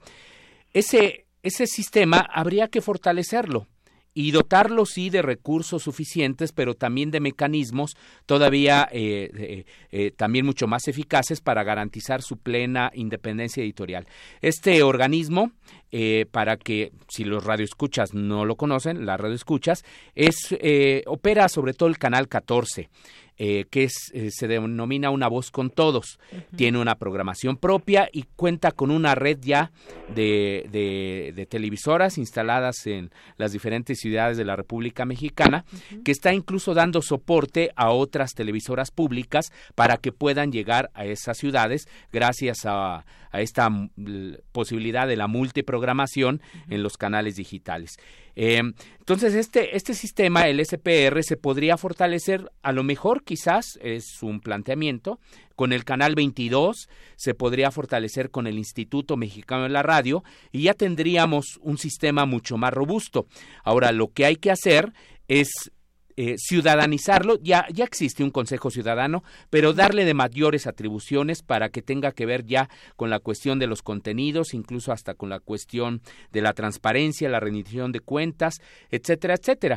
Ese, ese sistema habría que fortalecerlo y dotarlo, sí, de recursos suficientes, pero también de mecanismos todavía eh, eh, eh, también mucho más eficaces para garantizar su plena independencia editorial. Este organismo, eh, para que, si los radioescuchas no lo conocen, las radioescuchas, es, eh, opera sobre todo el Canal catorce, eh, que es, eh, se denomina Una Voz con Todos. Uh-huh. Tiene una programación propia y cuenta con una red ya de, de, de televisoras instaladas en las diferentes ciudades de la República Mexicana, uh-huh, que está incluso dando soporte a otras televisoras públicas para que puedan llegar a esas ciudades gracias a, a esta m- posibilidad de la multiprogramación, uh-huh, en los canales digitales. Eh, entonces, este, este sistema, el S P R, se podría fortalecer, a lo mejor quizás es un planteamiento, con el Canal veintidós, se podría fortalecer con el Instituto Mexicano de la Radio y ya tendríamos un sistema mucho más robusto. Ahora, lo que hay que hacer es Eh, ciudadanizarlo. Ya, ya existe un Consejo Ciudadano, pero darle de mayores atribuciones para que tenga que ver ya con la cuestión de los contenidos, incluso hasta con la cuestión de la transparencia, la rendición de cuentas, etcétera, etcétera.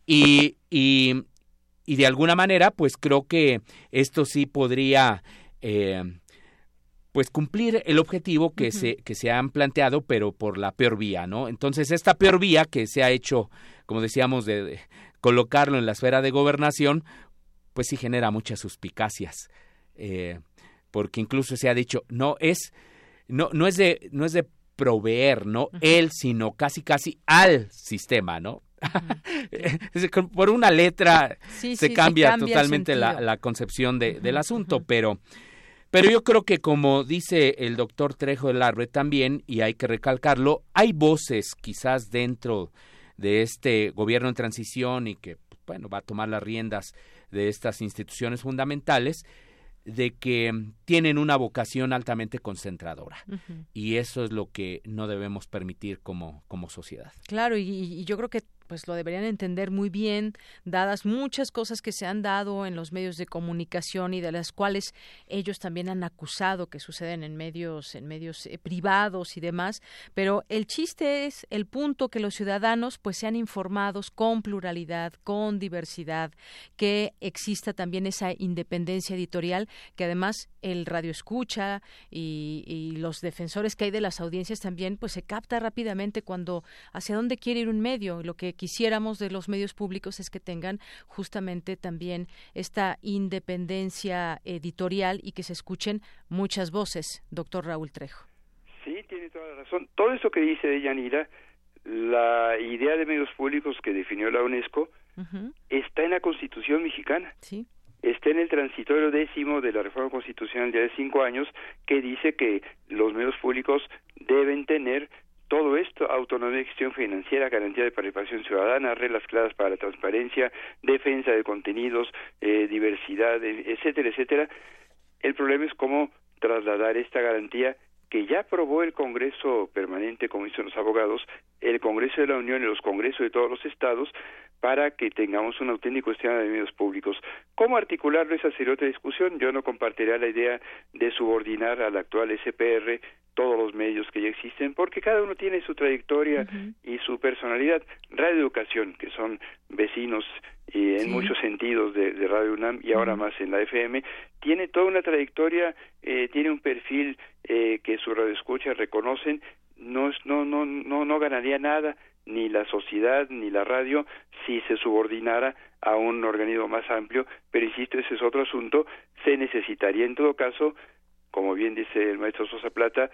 Y, y, y de alguna manera, pues creo que esto sí podría eh, pues cumplir el objetivo que, uh-huh, se, que se han planteado, pero por la peor vía, ¿no? Entonces, esta peor vía que se ha hecho, como decíamos, de, de colocarlo en la esfera de gobernación, pues sí genera muchas suspicacias, eh, porque incluso se ha dicho, no es, no, no es de, no es de proveer, ¿no? Uh-huh. Él, sino casi casi al sistema, ¿no? Uh-huh. Por una letra sí, se, sí, cambia se cambia totalmente la, la concepción de, uh-huh, del asunto, uh-huh, pero Pero yo creo que, como dice el doctor Trejo del Arbre también, y hay que recalcarlo, hay voces quizás dentro de este gobierno en transición y que, bueno, va a tomar las riendas de estas instituciones fundamentales, de que tienen una vocación altamente concentradora. Uh-huh. Y eso es lo que no debemos permitir como, como sociedad. Claro, y, y yo creo que pues lo deberían entender muy bien, dadas muchas cosas que se han dado en los medios de comunicación y de las cuales ellos también han acusado que suceden en medios, en medios eh, privados y demás, pero el chiste es el punto que los ciudadanos pues sean informados con pluralidad, con diversidad, que exista también esa independencia editorial, que además el radioescucha y, y los defensores que hay de las audiencias también, pues se capta rápidamente cuando hacia dónde quiere ir un medio. Lo que quisiéramos de los medios públicos es que tengan justamente también esta independencia editorial y que se escuchen muchas voces, doctor Raúl Trejo. Sí, tiene toda la razón. Todo eso que dice Deyanira, la idea de medios públicos que definió la UNESCO, uh-huh, está en la Constitución mexicana. Sí. Está en el transitorio décimo de la reforma constitucional de hace cinco años, que dice que los medios públicos deben tener todo esto: autonomía de gestión financiera, garantía de participación ciudadana, reglas claras para la transparencia, defensa de contenidos, eh, diversidad, etcétera, etcétera. El problema es cómo trasladar esta garantía que ya aprobó el Congreso Permanente, como dicen los abogados, el Congreso de la Unión y los Congresos de todos los estados, para que tengamos un auténtico sistema de medios públicos. ¿Cómo articularlo? Esa sería otra discusión. Yo no compartiría la idea de subordinar al actual S P R todos los medios que ya existen, porque cada uno tiene su trayectoria, uh-huh, y su personalidad. Radio Educación, que son vecinos y en sí, muchos sentidos de, de Radio UNAM y ahora, uh-huh, más en la F M, tiene toda una trayectoria, eh, tiene un perfil eh, que sus radioescuchas reconocen. No, no, no, no, no ganaría nada ni la sociedad ni la radio si se subordinara a un organismo más amplio, pero insisto, ese es otro asunto. Se necesitaría en todo caso, como bien dice el maestro Sosa Plata,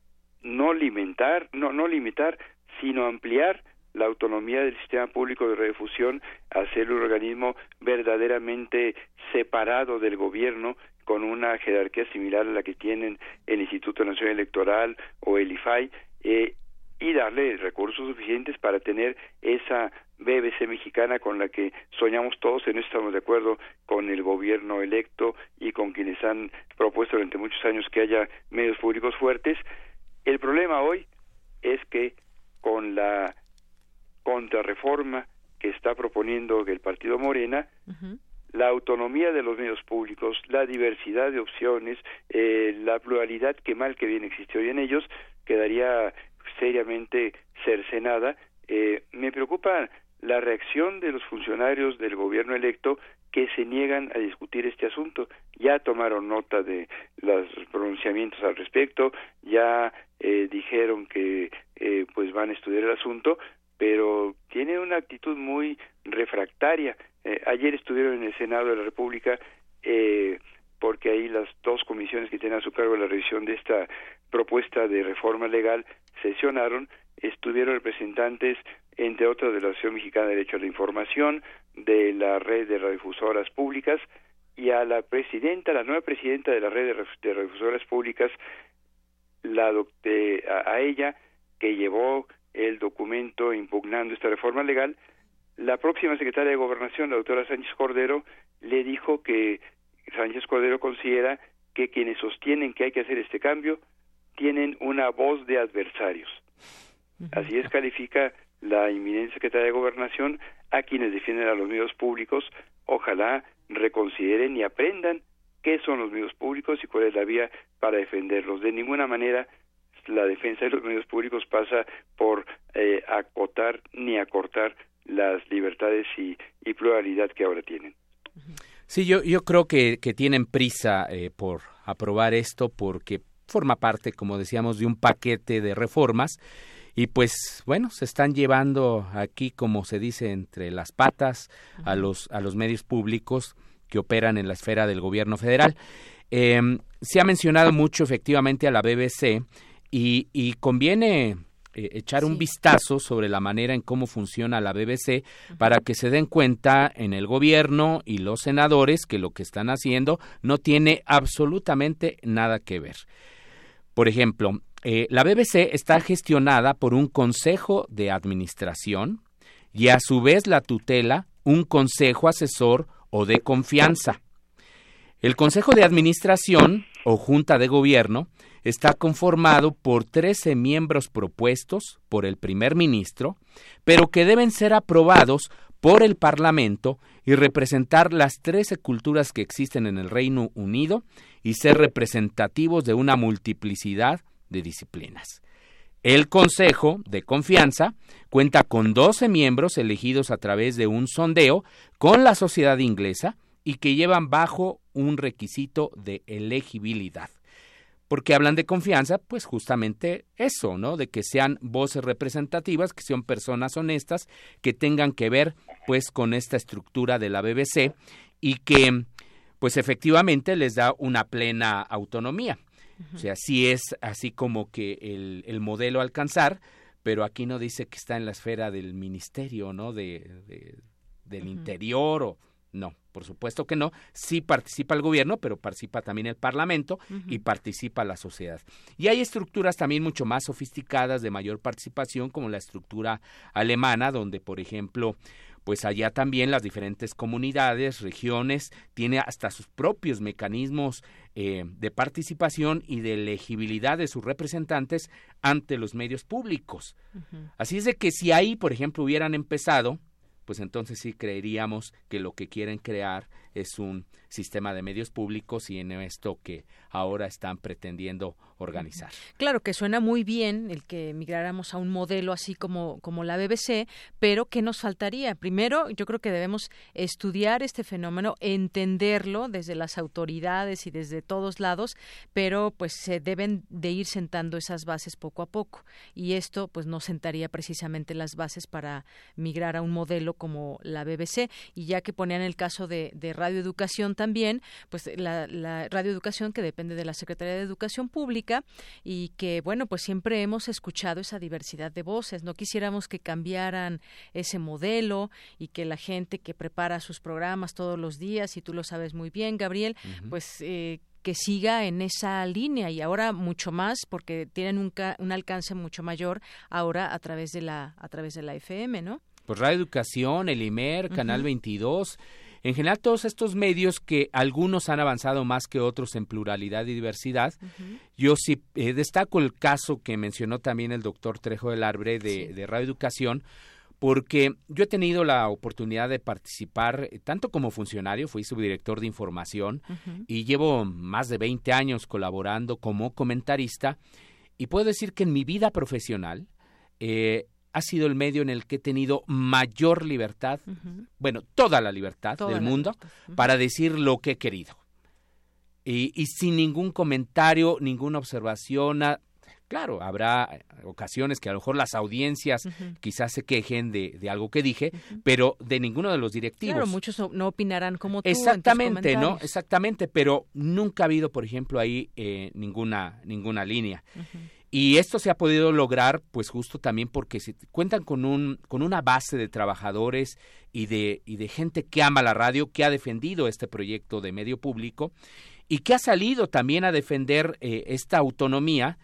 no limitar, no, no limitar, sino ampliar la autonomía del sistema público de radiodifusión, hacer un organismo verdaderamente separado del gobierno, con una jerarquía similar a la que tienen el Instituto Nacional Electoral o el I F A I, eh, y darle recursos suficientes para tener esa B B C mexicana con la que soñamos todos. En eso estamos de acuerdo con el gobierno electo y con quienes han propuesto durante muchos años que haya medios públicos fuertes. El problema hoy es que con la contrarreforma que está proponiendo el partido Morena, uh-huh. la autonomía de los medios públicos, la diversidad de opciones, eh, la pluralidad que mal que bien existe hoy en ellos, quedaría seriamente cercenada. Eh, me preocupa la reacción de los funcionarios del gobierno electo que se niegan a discutir este asunto. Ya tomaron nota de los pronunciamientos al respecto, ya eh, dijeron que eh, pues van a estudiar el asunto, pero tiene una actitud muy refractaria. Eh, ayer estuvieron en el Senado de la República, eh, porque ahí las dos comisiones que tienen a su cargo la revisión de esta propuesta de reforma legal sesionaron. Estuvieron representantes, entre otros, de la Asociación Mexicana de Derecho a la Información, de la Red de Radiodifusoras Públicas, y a la presidenta, la nueva presidenta de la Red de Radiodifusoras Públicas, la eh, a, a ella, que llevó el documento impugnando esta reforma legal. La próxima secretaria de Gobernación, la doctora Sánchez Cordero, le dijo que Sánchez Cordero considera que quienes sostienen que hay que hacer este cambio tienen una voz de adversarios. Así es, califica la inminente secretaria de Gobernación a quienes defienden a los medios públicos. Ojalá reconsideren y aprendan qué son los medios públicos y cuál es la vía para defenderlos. De ninguna manera la defensa de los medios públicos pasa por eh, acotar ni acortar las libertades y, y pluralidad que ahora tienen. Sí, yo, yo creo que, que tienen prisa eh, por aprobar esto porque forma parte, como decíamos, de un paquete de reformas. Y pues, bueno, se están llevando aquí, como se dice, entre las patas a los a los medios públicos que operan en la esfera del gobierno federal. Eh, se ha mencionado mucho, efectivamente, a la B B C y, y conviene eh, echar sí. un vistazo sobre la manera en cómo funciona la B B C uh-huh. para que se den cuenta en el gobierno y los senadores que lo que están haciendo no tiene absolutamente nada que ver. Por ejemplo, Eh, la B B C está gestionada por un consejo de administración y a su vez la tutela un consejo asesor o de confianza. El consejo de administración o junta de gobierno está conformado por trece miembros propuestos por el primer ministro, pero que deben ser aprobados por el Parlamento y representar las trece culturas que existen en el Reino Unido y ser representativos de una multiplicidad de disciplinas. El Consejo de Confianza cuenta con doce miembros elegidos a través de un sondeo con la sociedad inglesa y que llevan bajo un requisito de elegibilidad. ¿Por qué hablan de confianza? Pues justamente eso, ¿no? De que sean voces representativas, que sean personas honestas, que tengan que ver pues con esta estructura de la B B C y que pues efectivamente les da una plena autonomía. O sea, sí es así como que el, el modelo a alcanzar, pero aquí no dice que está en la esfera del ministerio, ¿no? De, de del uh-huh. interior o no, por supuesto que no. Sí participa el gobierno, pero participa también el Parlamento uh-huh. y participa la sociedad. Y hay estructuras también mucho más sofisticadas de mayor participación, como la estructura alemana, donde, por ejemplo, pues allá también las diferentes comunidades, regiones, tiene hasta sus propios mecanismos eh, de participación y de elegibilidad de sus representantes ante los medios públicos. Uh-huh. Así es de que si ahí, por ejemplo, hubieran empezado, pues entonces sí creeríamos que lo que quieren crear es un sistema de medios públicos y en esto que ahora están pretendiendo organizar. Claro que suena muy bien el que migráramos a un modelo así como, como la B B C, pero ¿qué nos faltaría? Primero, yo creo que debemos estudiar este fenómeno, entenderlo desde las autoridades y desde todos lados, pero pues se deben de ir sentando esas bases poco a poco y esto pues no sentaría precisamente las bases para migrar a un modelo como la B B C. Y ya que ponían el caso de, de radioeducación también, pues la, la radioeducación que depende de la Secretaría de Educación Pública y que, bueno, pues siempre hemos escuchado esa diversidad de voces. No quisiéramos que cambiaran ese modelo y que la gente que prepara sus programas todos los días, y tú lo sabes muy bien, Gabriel, uh-huh. pues eh, que siga en esa línea y ahora mucho más porque tienen un, ca- un alcance mucho mayor ahora a través de la a través de la F M, ¿no? Pues Radio Educación, el IMER, Uh-huh. Canal veintidós, en general todos estos medios que algunos han avanzado más que otros en pluralidad y diversidad. Uh-huh. Yo sí eh, destaco el caso que mencionó también el doctor Trejo del Arbre de, sí. de Radio Educación, porque yo he tenido la oportunidad de participar eh, tanto como funcionario, fui subdirector de información uh-huh. y llevo más de veinte años colaborando como comentarista y puedo decir que en mi vida profesional eh, ha sido el medio en el que he tenido mayor libertad, uh-huh. bueno, toda la libertad toda del la mundo, libertad. Uh-huh. para decir lo que he querido. Y, y sin ningún comentario, ninguna observación. A, claro, habrá ocasiones que a lo mejor las audiencias uh-huh. quizás se quejen de, de algo que dije, uh-huh. pero de ninguno de los directivos. Claro, muchos no, no opinarán como tú. Exactamente, ¿no? Exactamente, pero nunca ha habido, por ejemplo, ahí eh, ninguna, ninguna línea. Uh-huh. Y esto se ha podido lograr, pues justo también porque se cuentan con un con una base de trabajadores y de y de gente que ama la radio, que ha defendido este proyecto de medio público y que ha salido también a defender eh, esta autonomía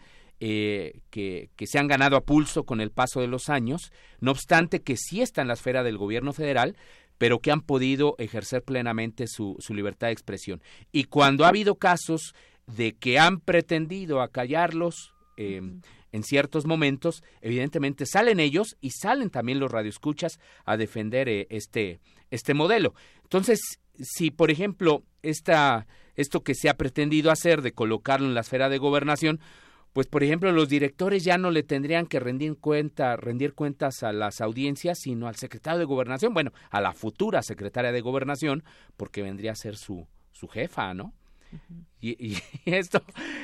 eh, que que se han ganado a pulso con el paso de los años, no obstante que sí está en la esfera del gobierno federal, pero que han podido ejercer plenamente su su libertad de expresión. Y cuando ha habido casos de que han pretendido acallarlos Eh, uh-huh. en ciertos momentos, evidentemente salen ellos y salen también los radioescuchas a defender eh, este este modelo. Entonces, si por ejemplo esta esto que se ha pretendido hacer de colocarlo en la esfera de gobernación, pues por ejemplo los directores ya no le tendrían que rendir cuenta rendir cuentas a las audiencias, sino al secretario de Gobernación, bueno, a la futura secretaria de Gobernación, porque vendría a ser su su jefa, ¿no? Uh-huh. Y, y esto,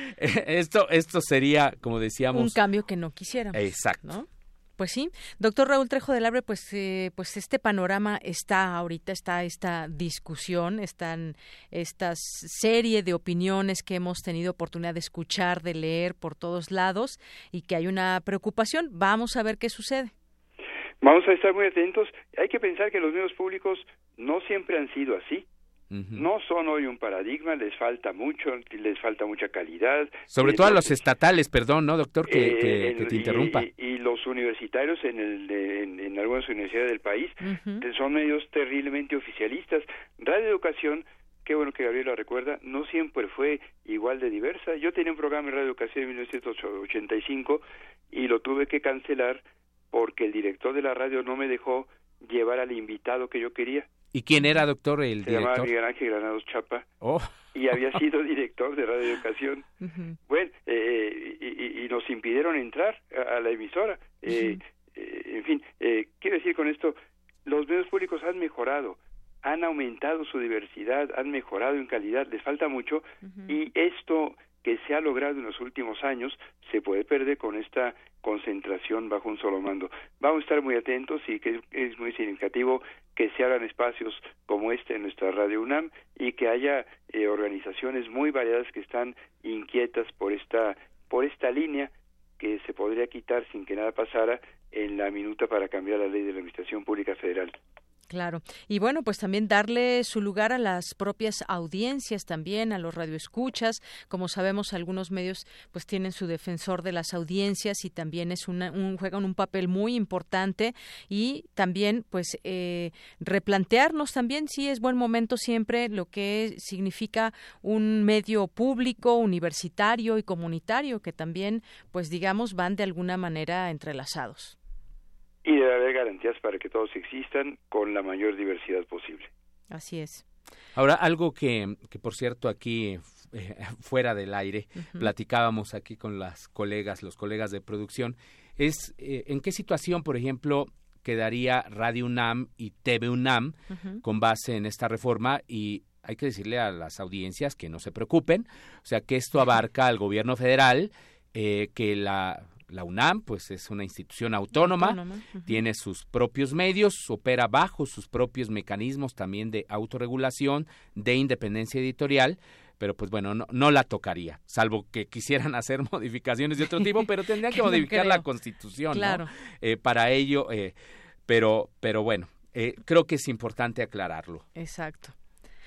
esto, esto sería, como decíamos, un cambio que no quisiéramos. Exacto. ¿No? Pues sí, doctor Raúl Trejo del Arbre, pues, eh, pues este panorama está ahorita, está esta discusión, están estas serie de opiniones que hemos tenido oportunidad de escuchar, de leer por todos lados y que hay una preocupación. Vamos a ver qué sucede. Vamos a estar muy atentos. Hay que pensar que los medios públicos no siempre han sido así. Uh-huh. No son hoy un paradigma, les falta mucho, les falta mucha calidad. Sobre eh, todo a los estatales, perdón, ¿no, doctor? Que, eh, que, en, que te interrumpa. Y, y los universitarios en, el, en, en algunas universidades del país uh-huh. son medios terriblemente oficialistas. Radio Educación, qué bueno que Gabriel lo recuerda, no siempre fue igual de diversa. Yo tenía un programa en Radio Educación en mil novecientos ochenta y cinco y lo tuve que cancelar porque el director de la radio no me dejó llevar al invitado que yo quería. ¿Y quién era, doctor, el Se director? Se llamaba Miguel Ángel Granados Chapa oh. y había sido director de Radio Educación. Uh-huh. Bueno, eh, y, y nos impidieron entrar a, a la emisora. Eh, uh-huh. eh, en fin, eh, quiero decir con esto, los medios públicos han mejorado, han aumentado su diversidad, han mejorado en calidad, les falta mucho, uh-huh. y esto que se ha logrado en los últimos años se puede perder con esta concentración bajo un solo mando. Vamos a estar muy atentos y que es muy significativo que se hagan espacios como este en nuestra Radio UNAM y que haya eh, organizaciones muy variadas que están inquietas por esta por esta línea que se podría quitar sin que nada pasara en la minuta para cambiar la ley de la Administración Pública Federal. Claro. Y bueno, pues también darle su lugar a las propias audiencias también, a los radioescuchas. Como sabemos, algunos medios pues tienen su defensor de las audiencias y también es una, un juegan un papel muy importante y también pues eh, replantearnos también si es buen momento siempre lo que significa un medio público, universitario y comunitario que también pues digamos van de alguna manera entrelazados. Y debe haber garantías para que todos existan con la mayor diversidad posible. Así es. Ahora, algo que, que por cierto, aquí eh, fuera del aire, uh-huh. platicábamos aquí con las colegas, los colegas de producción, es eh, en qué situación, por ejemplo, quedaría Radio UNAM y T V UNAM uh-huh. con base en esta reforma y hay que decirle a las audiencias que no se preocupen, o sea, que esto abarca al gobierno federal, eh, que la... La UNAM, pues es una institución autónoma, autónoma. Uh-huh. Tiene sus propios medios, opera bajo sus propios mecanismos también de autorregulación, de independencia editorial, pero pues bueno, no, no la tocaría, salvo que quisieran hacer modificaciones de otro tipo, pero tendrían que, que modificar no la Constitución, claro. ¿no? Eh, para ello, eh, pero, pero bueno, eh, creo que es importante aclararlo. Exacto.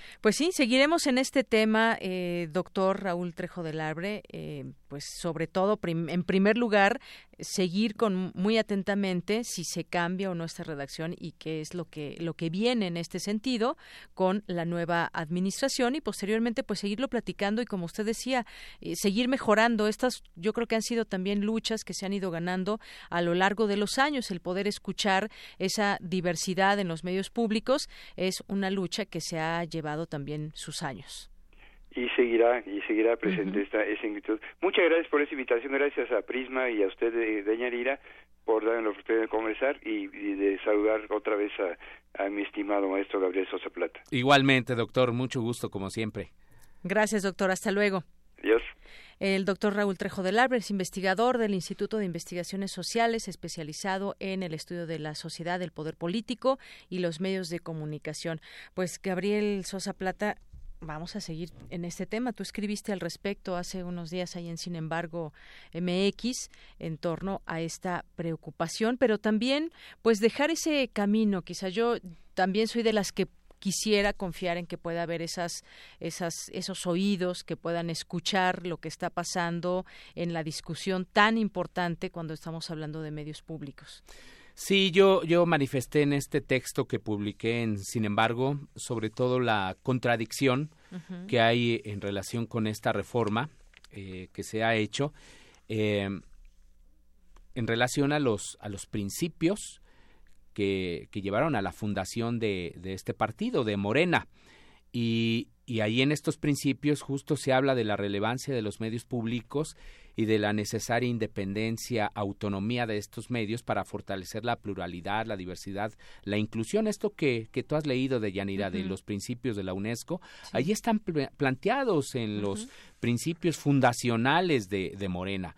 Pues sí, seguiremos en este tema, eh, doctor Raúl Trejo del Arbre, eh, pues sobre todo, prim- en primer lugar, seguir con muy atentamente si se cambia o no esta redacción y qué es lo que lo que viene en este sentido con la nueva administración y posteriormente pues seguirlo platicando y como usted decía, eh, seguir mejorando. Estas yo creo que han sido también luchas que se han ido ganando a lo largo de los años. El poder escuchar esa diversidad en los medios públicos es una lucha que se ha llevado también sus años. Y seguirá, y seguirá presente Uh-huh. esta, esa inquietud. Muchas gracias por esa invitación, gracias a Prisma y a usted, de, de Yanira, por darme la oportunidad de conversar y, y de saludar otra vez a, a mi estimado maestro Gabriel Sosa Plata. Igualmente, doctor, mucho gusto, como siempre. Gracias, doctor. Hasta luego. Adiós. El doctor Raúl Trejo del Arbre es investigador del Instituto de Investigaciones Sociales, especializado en el estudio de la sociedad, el poder político y los medios de comunicación. Pues, Gabriel Sosa Plata, vamos a seguir en este tema. Tú escribiste al respecto hace unos días ahí en Sin embargo M X en torno a esta preocupación, pero también pues dejar ese camino. Quizá yo también soy de las que quisiera confiar en que pueda haber esas, esas, esos oídos que puedan escuchar lo que está pasando en la discusión tan importante cuando estamos hablando de medios públicos. Sí, yo, yo manifesté en este texto que publiqué en Sin embargo, sobre todo la contradicción uh-huh. que hay en relación con esta reforma eh, que se ha hecho eh, en relación a los, a los principios que, que llevaron a la fundación de, de este partido, de Morena. Y, y ahí en estos principios justo se habla de la relevancia de los medios públicos y de la necesaria independencia, autonomía de estos medios para fortalecer la pluralidad, la diversidad, la inclusión. Esto que, que tú has leído de Yanira, uh-huh. de los principios de la UNESCO, sí. ahí están pl- planteados en uh-huh. los principios fundacionales de, de Morena.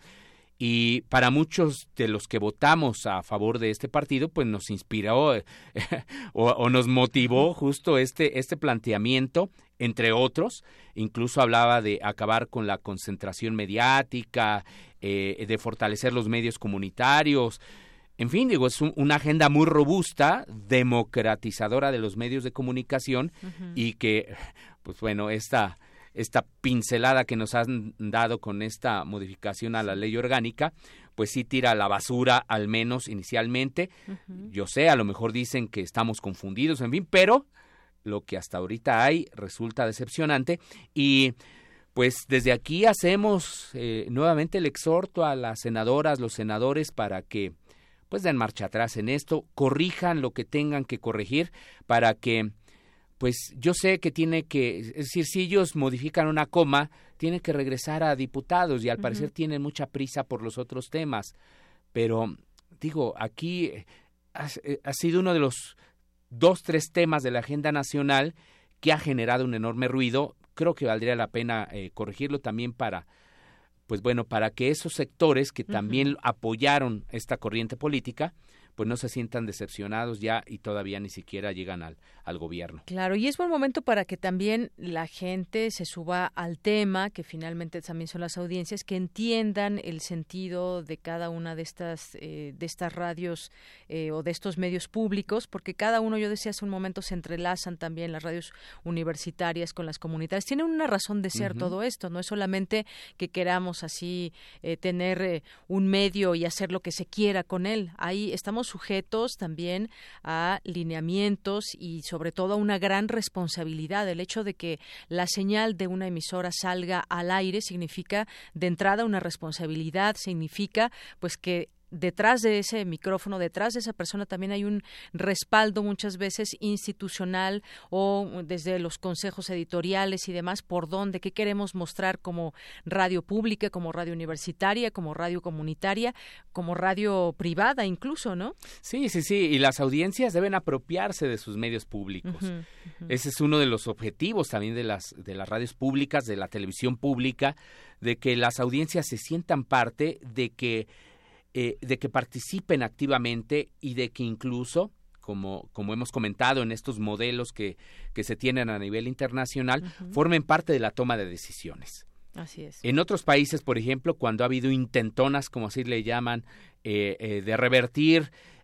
Y para muchos de los que votamos a favor de este partido, pues nos inspiró eh, o, o nos motivó justo este, este planteamiento, entre otros. Incluso hablaba de acabar con la concentración mediática, eh, de fortalecer los medios comunitarios. En fin, digo, es un, una agenda muy robusta, democratizadora de los medios de comunicación uh-huh. y que, pues bueno, esta... esta pincelada que nos han dado con esta modificación a la ley orgánica, pues sí tira a la basura, al menos inicialmente. Uh-huh. Yo sé, a lo mejor dicen que estamos confundidos, en fin, pero lo que hasta ahorita hay resulta decepcionante. Y pues desde aquí hacemos eh, nuevamente el exhorto a las senadoras, los senadores, para que pues den marcha atrás en esto, corrijan lo que tengan que corregir para que pues yo sé que tiene que, es decir, si ellos modifican una coma, tienen que regresar a diputados y al uh-huh. parecer tienen mucha prisa por los otros temas. Pero, digo, aquí ha, ha sido uno de los dos, tres temas de la agenda nacional que ha generado un enorme ruido. Creo que valdría la pena eh, corregirlo también para, pues bueno, para que esos sectores que uh-huh. también apoyaron esta corriente política, pues no se sientan decepcionados ya y todavía ni siquiera llegan al, al gobierno. Claro, y es buen momento para que también la gente se suba al tema, que finalmente también son las audiencias, que entiendan el sentido de cada una de estas eh, de estas radios eh, o de estos medios públicos, porque cada uno, yo decía hace un momento, se entrelazan también las radios universitarias con las comunitarias. Tienen una razón de ser uh-huh. todo esto, no es solamente que queramos así eh, tener eh, un medio y hacer lo que se quiera con él. Ahí estamos sujetos también a lineamientos y sobre todo a una gran responsabilidad. El hecho de que la señal de una emisora salga al aire significa de entrada una responsabilidad, significa pues que detrás de ese micrófono, detrás de esa persona también hay un respaldo muchas veces institucional o desde los consejos editoriales y demás, por dónde, qué queremos mostrar como radio pública, como radio universitaria, como radio comunitaria, como radio privada incluso, ¿no? Sí, sí, sí, y las audiencias deben apropiarse de sus medios públicos. Uh-huh, uh-huh. Ese es uno de los objetivos también de las, de las radios públicas, de la televisión pública, de que las audiencias se sientan parte, de que Eh, de que participen activamente y de que incluso, como, como hemos comentado en estos modelos que, que se tienen a nivel internacional, uh-huh. formen parte de la toma de decisiones. Así es. En otros países, por ejemplo, cuando ha habido intentonas, como así le llaman, eh, eh, de revertir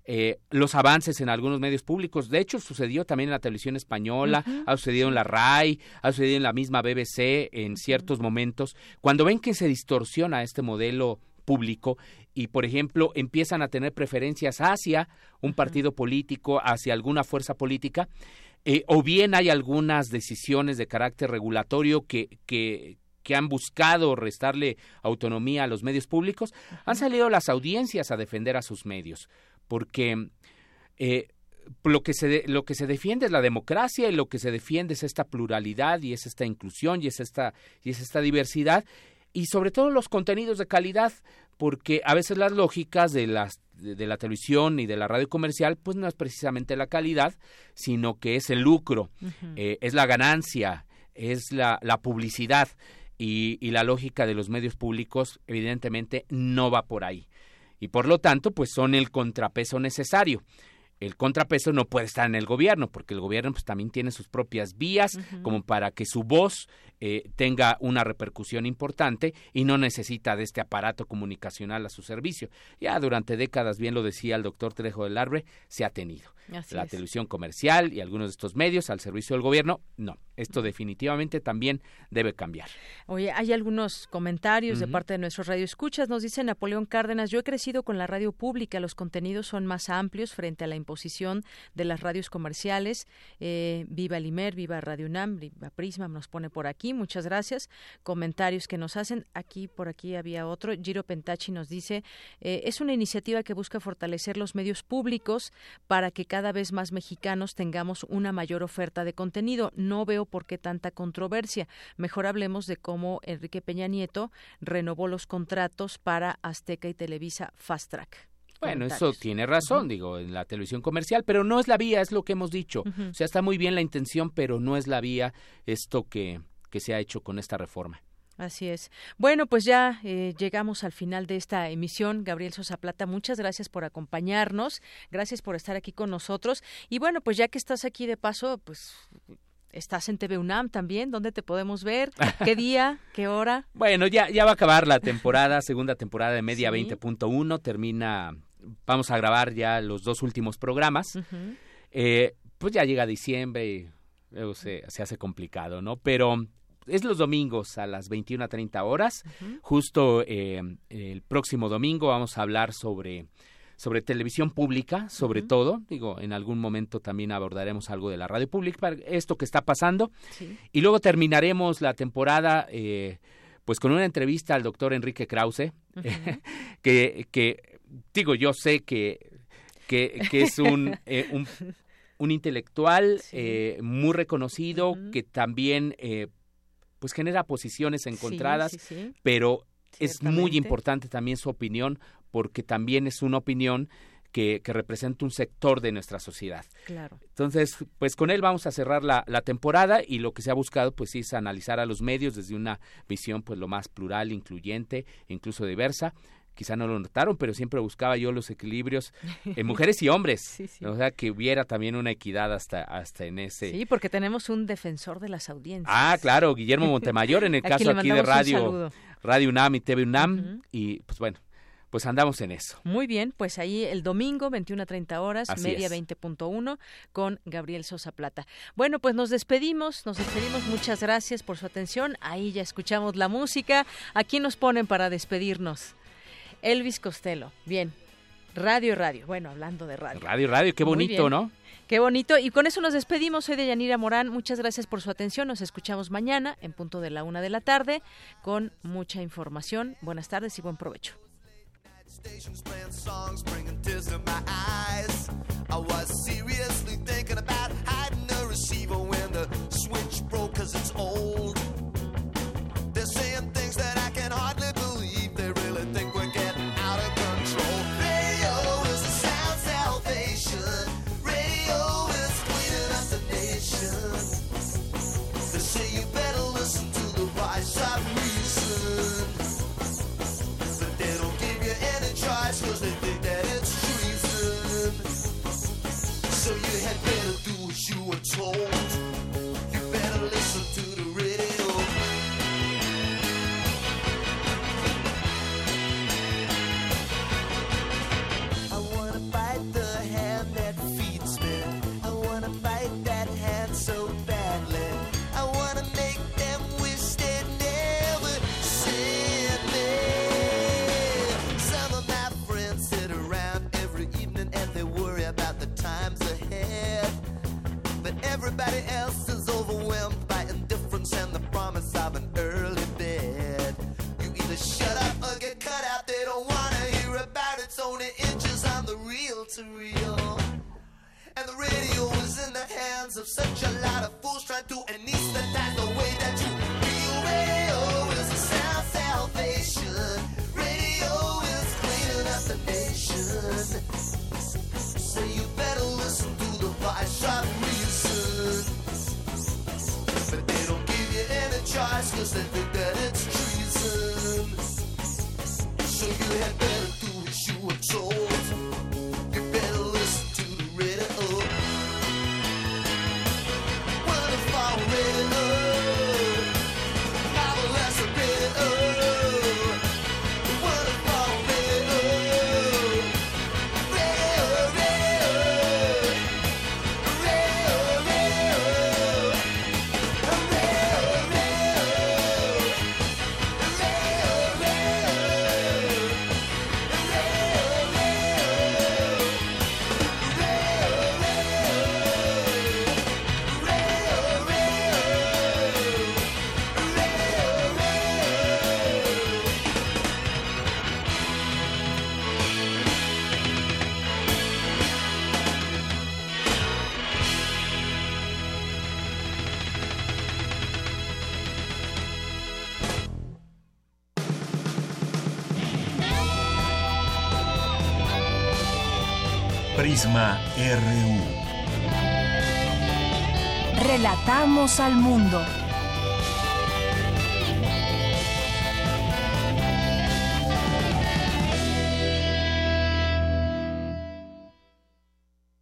eh, los avances en algunos medios públicos. De hecho, sucedió también en la televisión española, uh-huh. ha sucedido en la R A I, ha sucedido en la misma B B C en ciertos uh-huh. momentos. Cuando ven que se distorsiona este modelo público y, por ejemplo, empiezan a tener preferencias hacia un partido político, hacia alguna fuerza política, eh, o bien hay algunas decisiones de carácter regulatorio que, que, que han buscado restarle autonomía a los medios públicos, uh-huh. han salido las audiencias a defender a sus medios, porque eh, lo que se de, lo que se defiende es la democracia y lo que se defiende es esta pluralidad y es esta inclusión y es esta y es esta diversidad. Y sobre todo los contenidos de calidad, porque a veces las lógicas de, las, de, de la televisión y de la radio comercial, pues no es precisamente la calidad, sino que es el lucro, uh-huh. eh, es la ganancia, es la, la publicidad, y, y la lógica de los medios públicos evidentemente no va por ahí. Y por lo tanto, pues son el contrapeso necesario. El contrapeso no puede estar en el gobierno, porque el gobierno pues también tiene sus propias vías, uh-huh. como para que su voz eh, tenga una repercusión importante y no necesita de este aparato comunicacional a su servicio. Ya durante décadas, bien lo decía el doctor Trejo del Arbre, se ha tenido. Así la es. Televisión comercial y algunos de estos medios al servicio del gobierno, no. Esto uh-huh. definitivamente también debe cambiar. Oye, hay algunos comentarios uh-huh. de parte de nuestros radioescuchas. Nos dice Napoleón Cárdenas: yo he crecido con la radio pública, los contenidos son más amplios frente a la imposición de las radios comerciales. Eh, viva el Imer, viva Radio UNAM, viva Prisma, nos pone por aquí. Muchas gracias. Comentarios que nos hacen. Aquí, por aquí había otro. Giro Pentachi nos dice, eh, es una iniciativa que busca fortalecer los medios públicos para que cada vez más mexicanos tengamos una mayor oferta de contenido. No veo por qué tanta controversia. Mejor hablemos de cómo Enrique Peña Nieto renovó los contratos para Azteca y Televisa Fast Track. Bueno, eso tiene razón, uh-huh. digo, en la televisión comercial, pero no es la vía, es lo que hemos dicho. Uh-huh. O sea, está muy bien la intención, pero no es la vía esto que, que se ha hecho con esta reforma. Así es. Bueno, pues ya eh, llegamos al final de esta emisión. Gabriel Sosa Plata, muchas gracias por acompañarnos, gracias por estar aquí con nosotros. Y bueno, pues ya que estás aquí de paso, pues estás en T V UNAM también. ¿Dónde te podemos ver? ¿Qué día? ¿Qué hora? Bueno, ya, ya va a acabar la temporada, segunda temporada de Media ¿Sí? veinte punto uno. Termina, vamos a grabar ya los dos últimos programas. Uh-huh. Eh, pues ya llega diciembre y luego se, se hace complicado, ¿no? Pero es los domingos a las veintiuna a treinta horas. Uh-huh. Justo eh, el próximo domingo vamos a hablar sobre, sobre televisión pública, sobre uh-huh. todo. Digo, en algún momento también abordaremos algo de la radio pública, para esto que está pasando. Sí. Y luego terminaremos la temporada eh, pues con una entrevista al doctor Enrique Krause, uh-huh. que, que, digo, yo sé que, que, que es un... Eh, un, un intelectual sí. eh, muy reconocido, uh-huh. que también... Eh, pues genera posiciones encontradas, sí, sí, sí. pero es muy importante también su opinión, porque también es una opinión que, que representa un sector de nuestra sociedad. Claro. Entonces, pues con él vamos a cerrar la, la temporada, y lo que se ha buscado pues es analizar a los medios desde una visión pues lo más plural, incluyente, incluso diversa. Quizá no lo notaron, pero siempre buscaba yo los equilibrios en mujeres y hombres. Sí, sí. O sea, que hubiera también una equidad hasta, hasta en ese... Sí, porque tenemos un defensor de las audiencias. Ah, claro, Guillermo Montemayor, en el aquí caso aquí de Radio, Radio UNAM y T V UNAM. Uh-huh. Y pues bueno, pues andamos en eso. Muy bien, pues ahí el domingo, veintiuna a treinta horas, Así Media veinte punto uno, con Gabriel Sosa Plata. Bueno, pues nos despedimos, nos despedimos. Muchas gracias por su atención. Ahí ya escuchamos la música. Aquí nos ponen para despedirnos. Elvis Costello, bien, radio, radio, bueno, hablando de radio. Radio, radio, qué bonito, ¿no? Qué bonito, y con eso nos despedimos. Soy Deyanira Morán, muchas gracias por su atención, nos escuchamos mañana en punto de la una de la tarde con mucha información. Buenas tardes y buen provecho. Cause they think that it's treason. So you had better do to real. And the radio is in the hands of such a lot of fools trying to anesthetize the way that you feel. Radio is a sound salvation. Radio is cleaning up the nation. So you better listen to the voice of reason. But they don't give you any choice, cause they think that it's treason. So you had better do as you were told. You better listen to the radio. What if I'm radio? Now the less of radio. What if I'm radio? Radio, radio. Radio, radio. Radio, radio. Radio, radio. Prisma R U. Relatamos al mundo.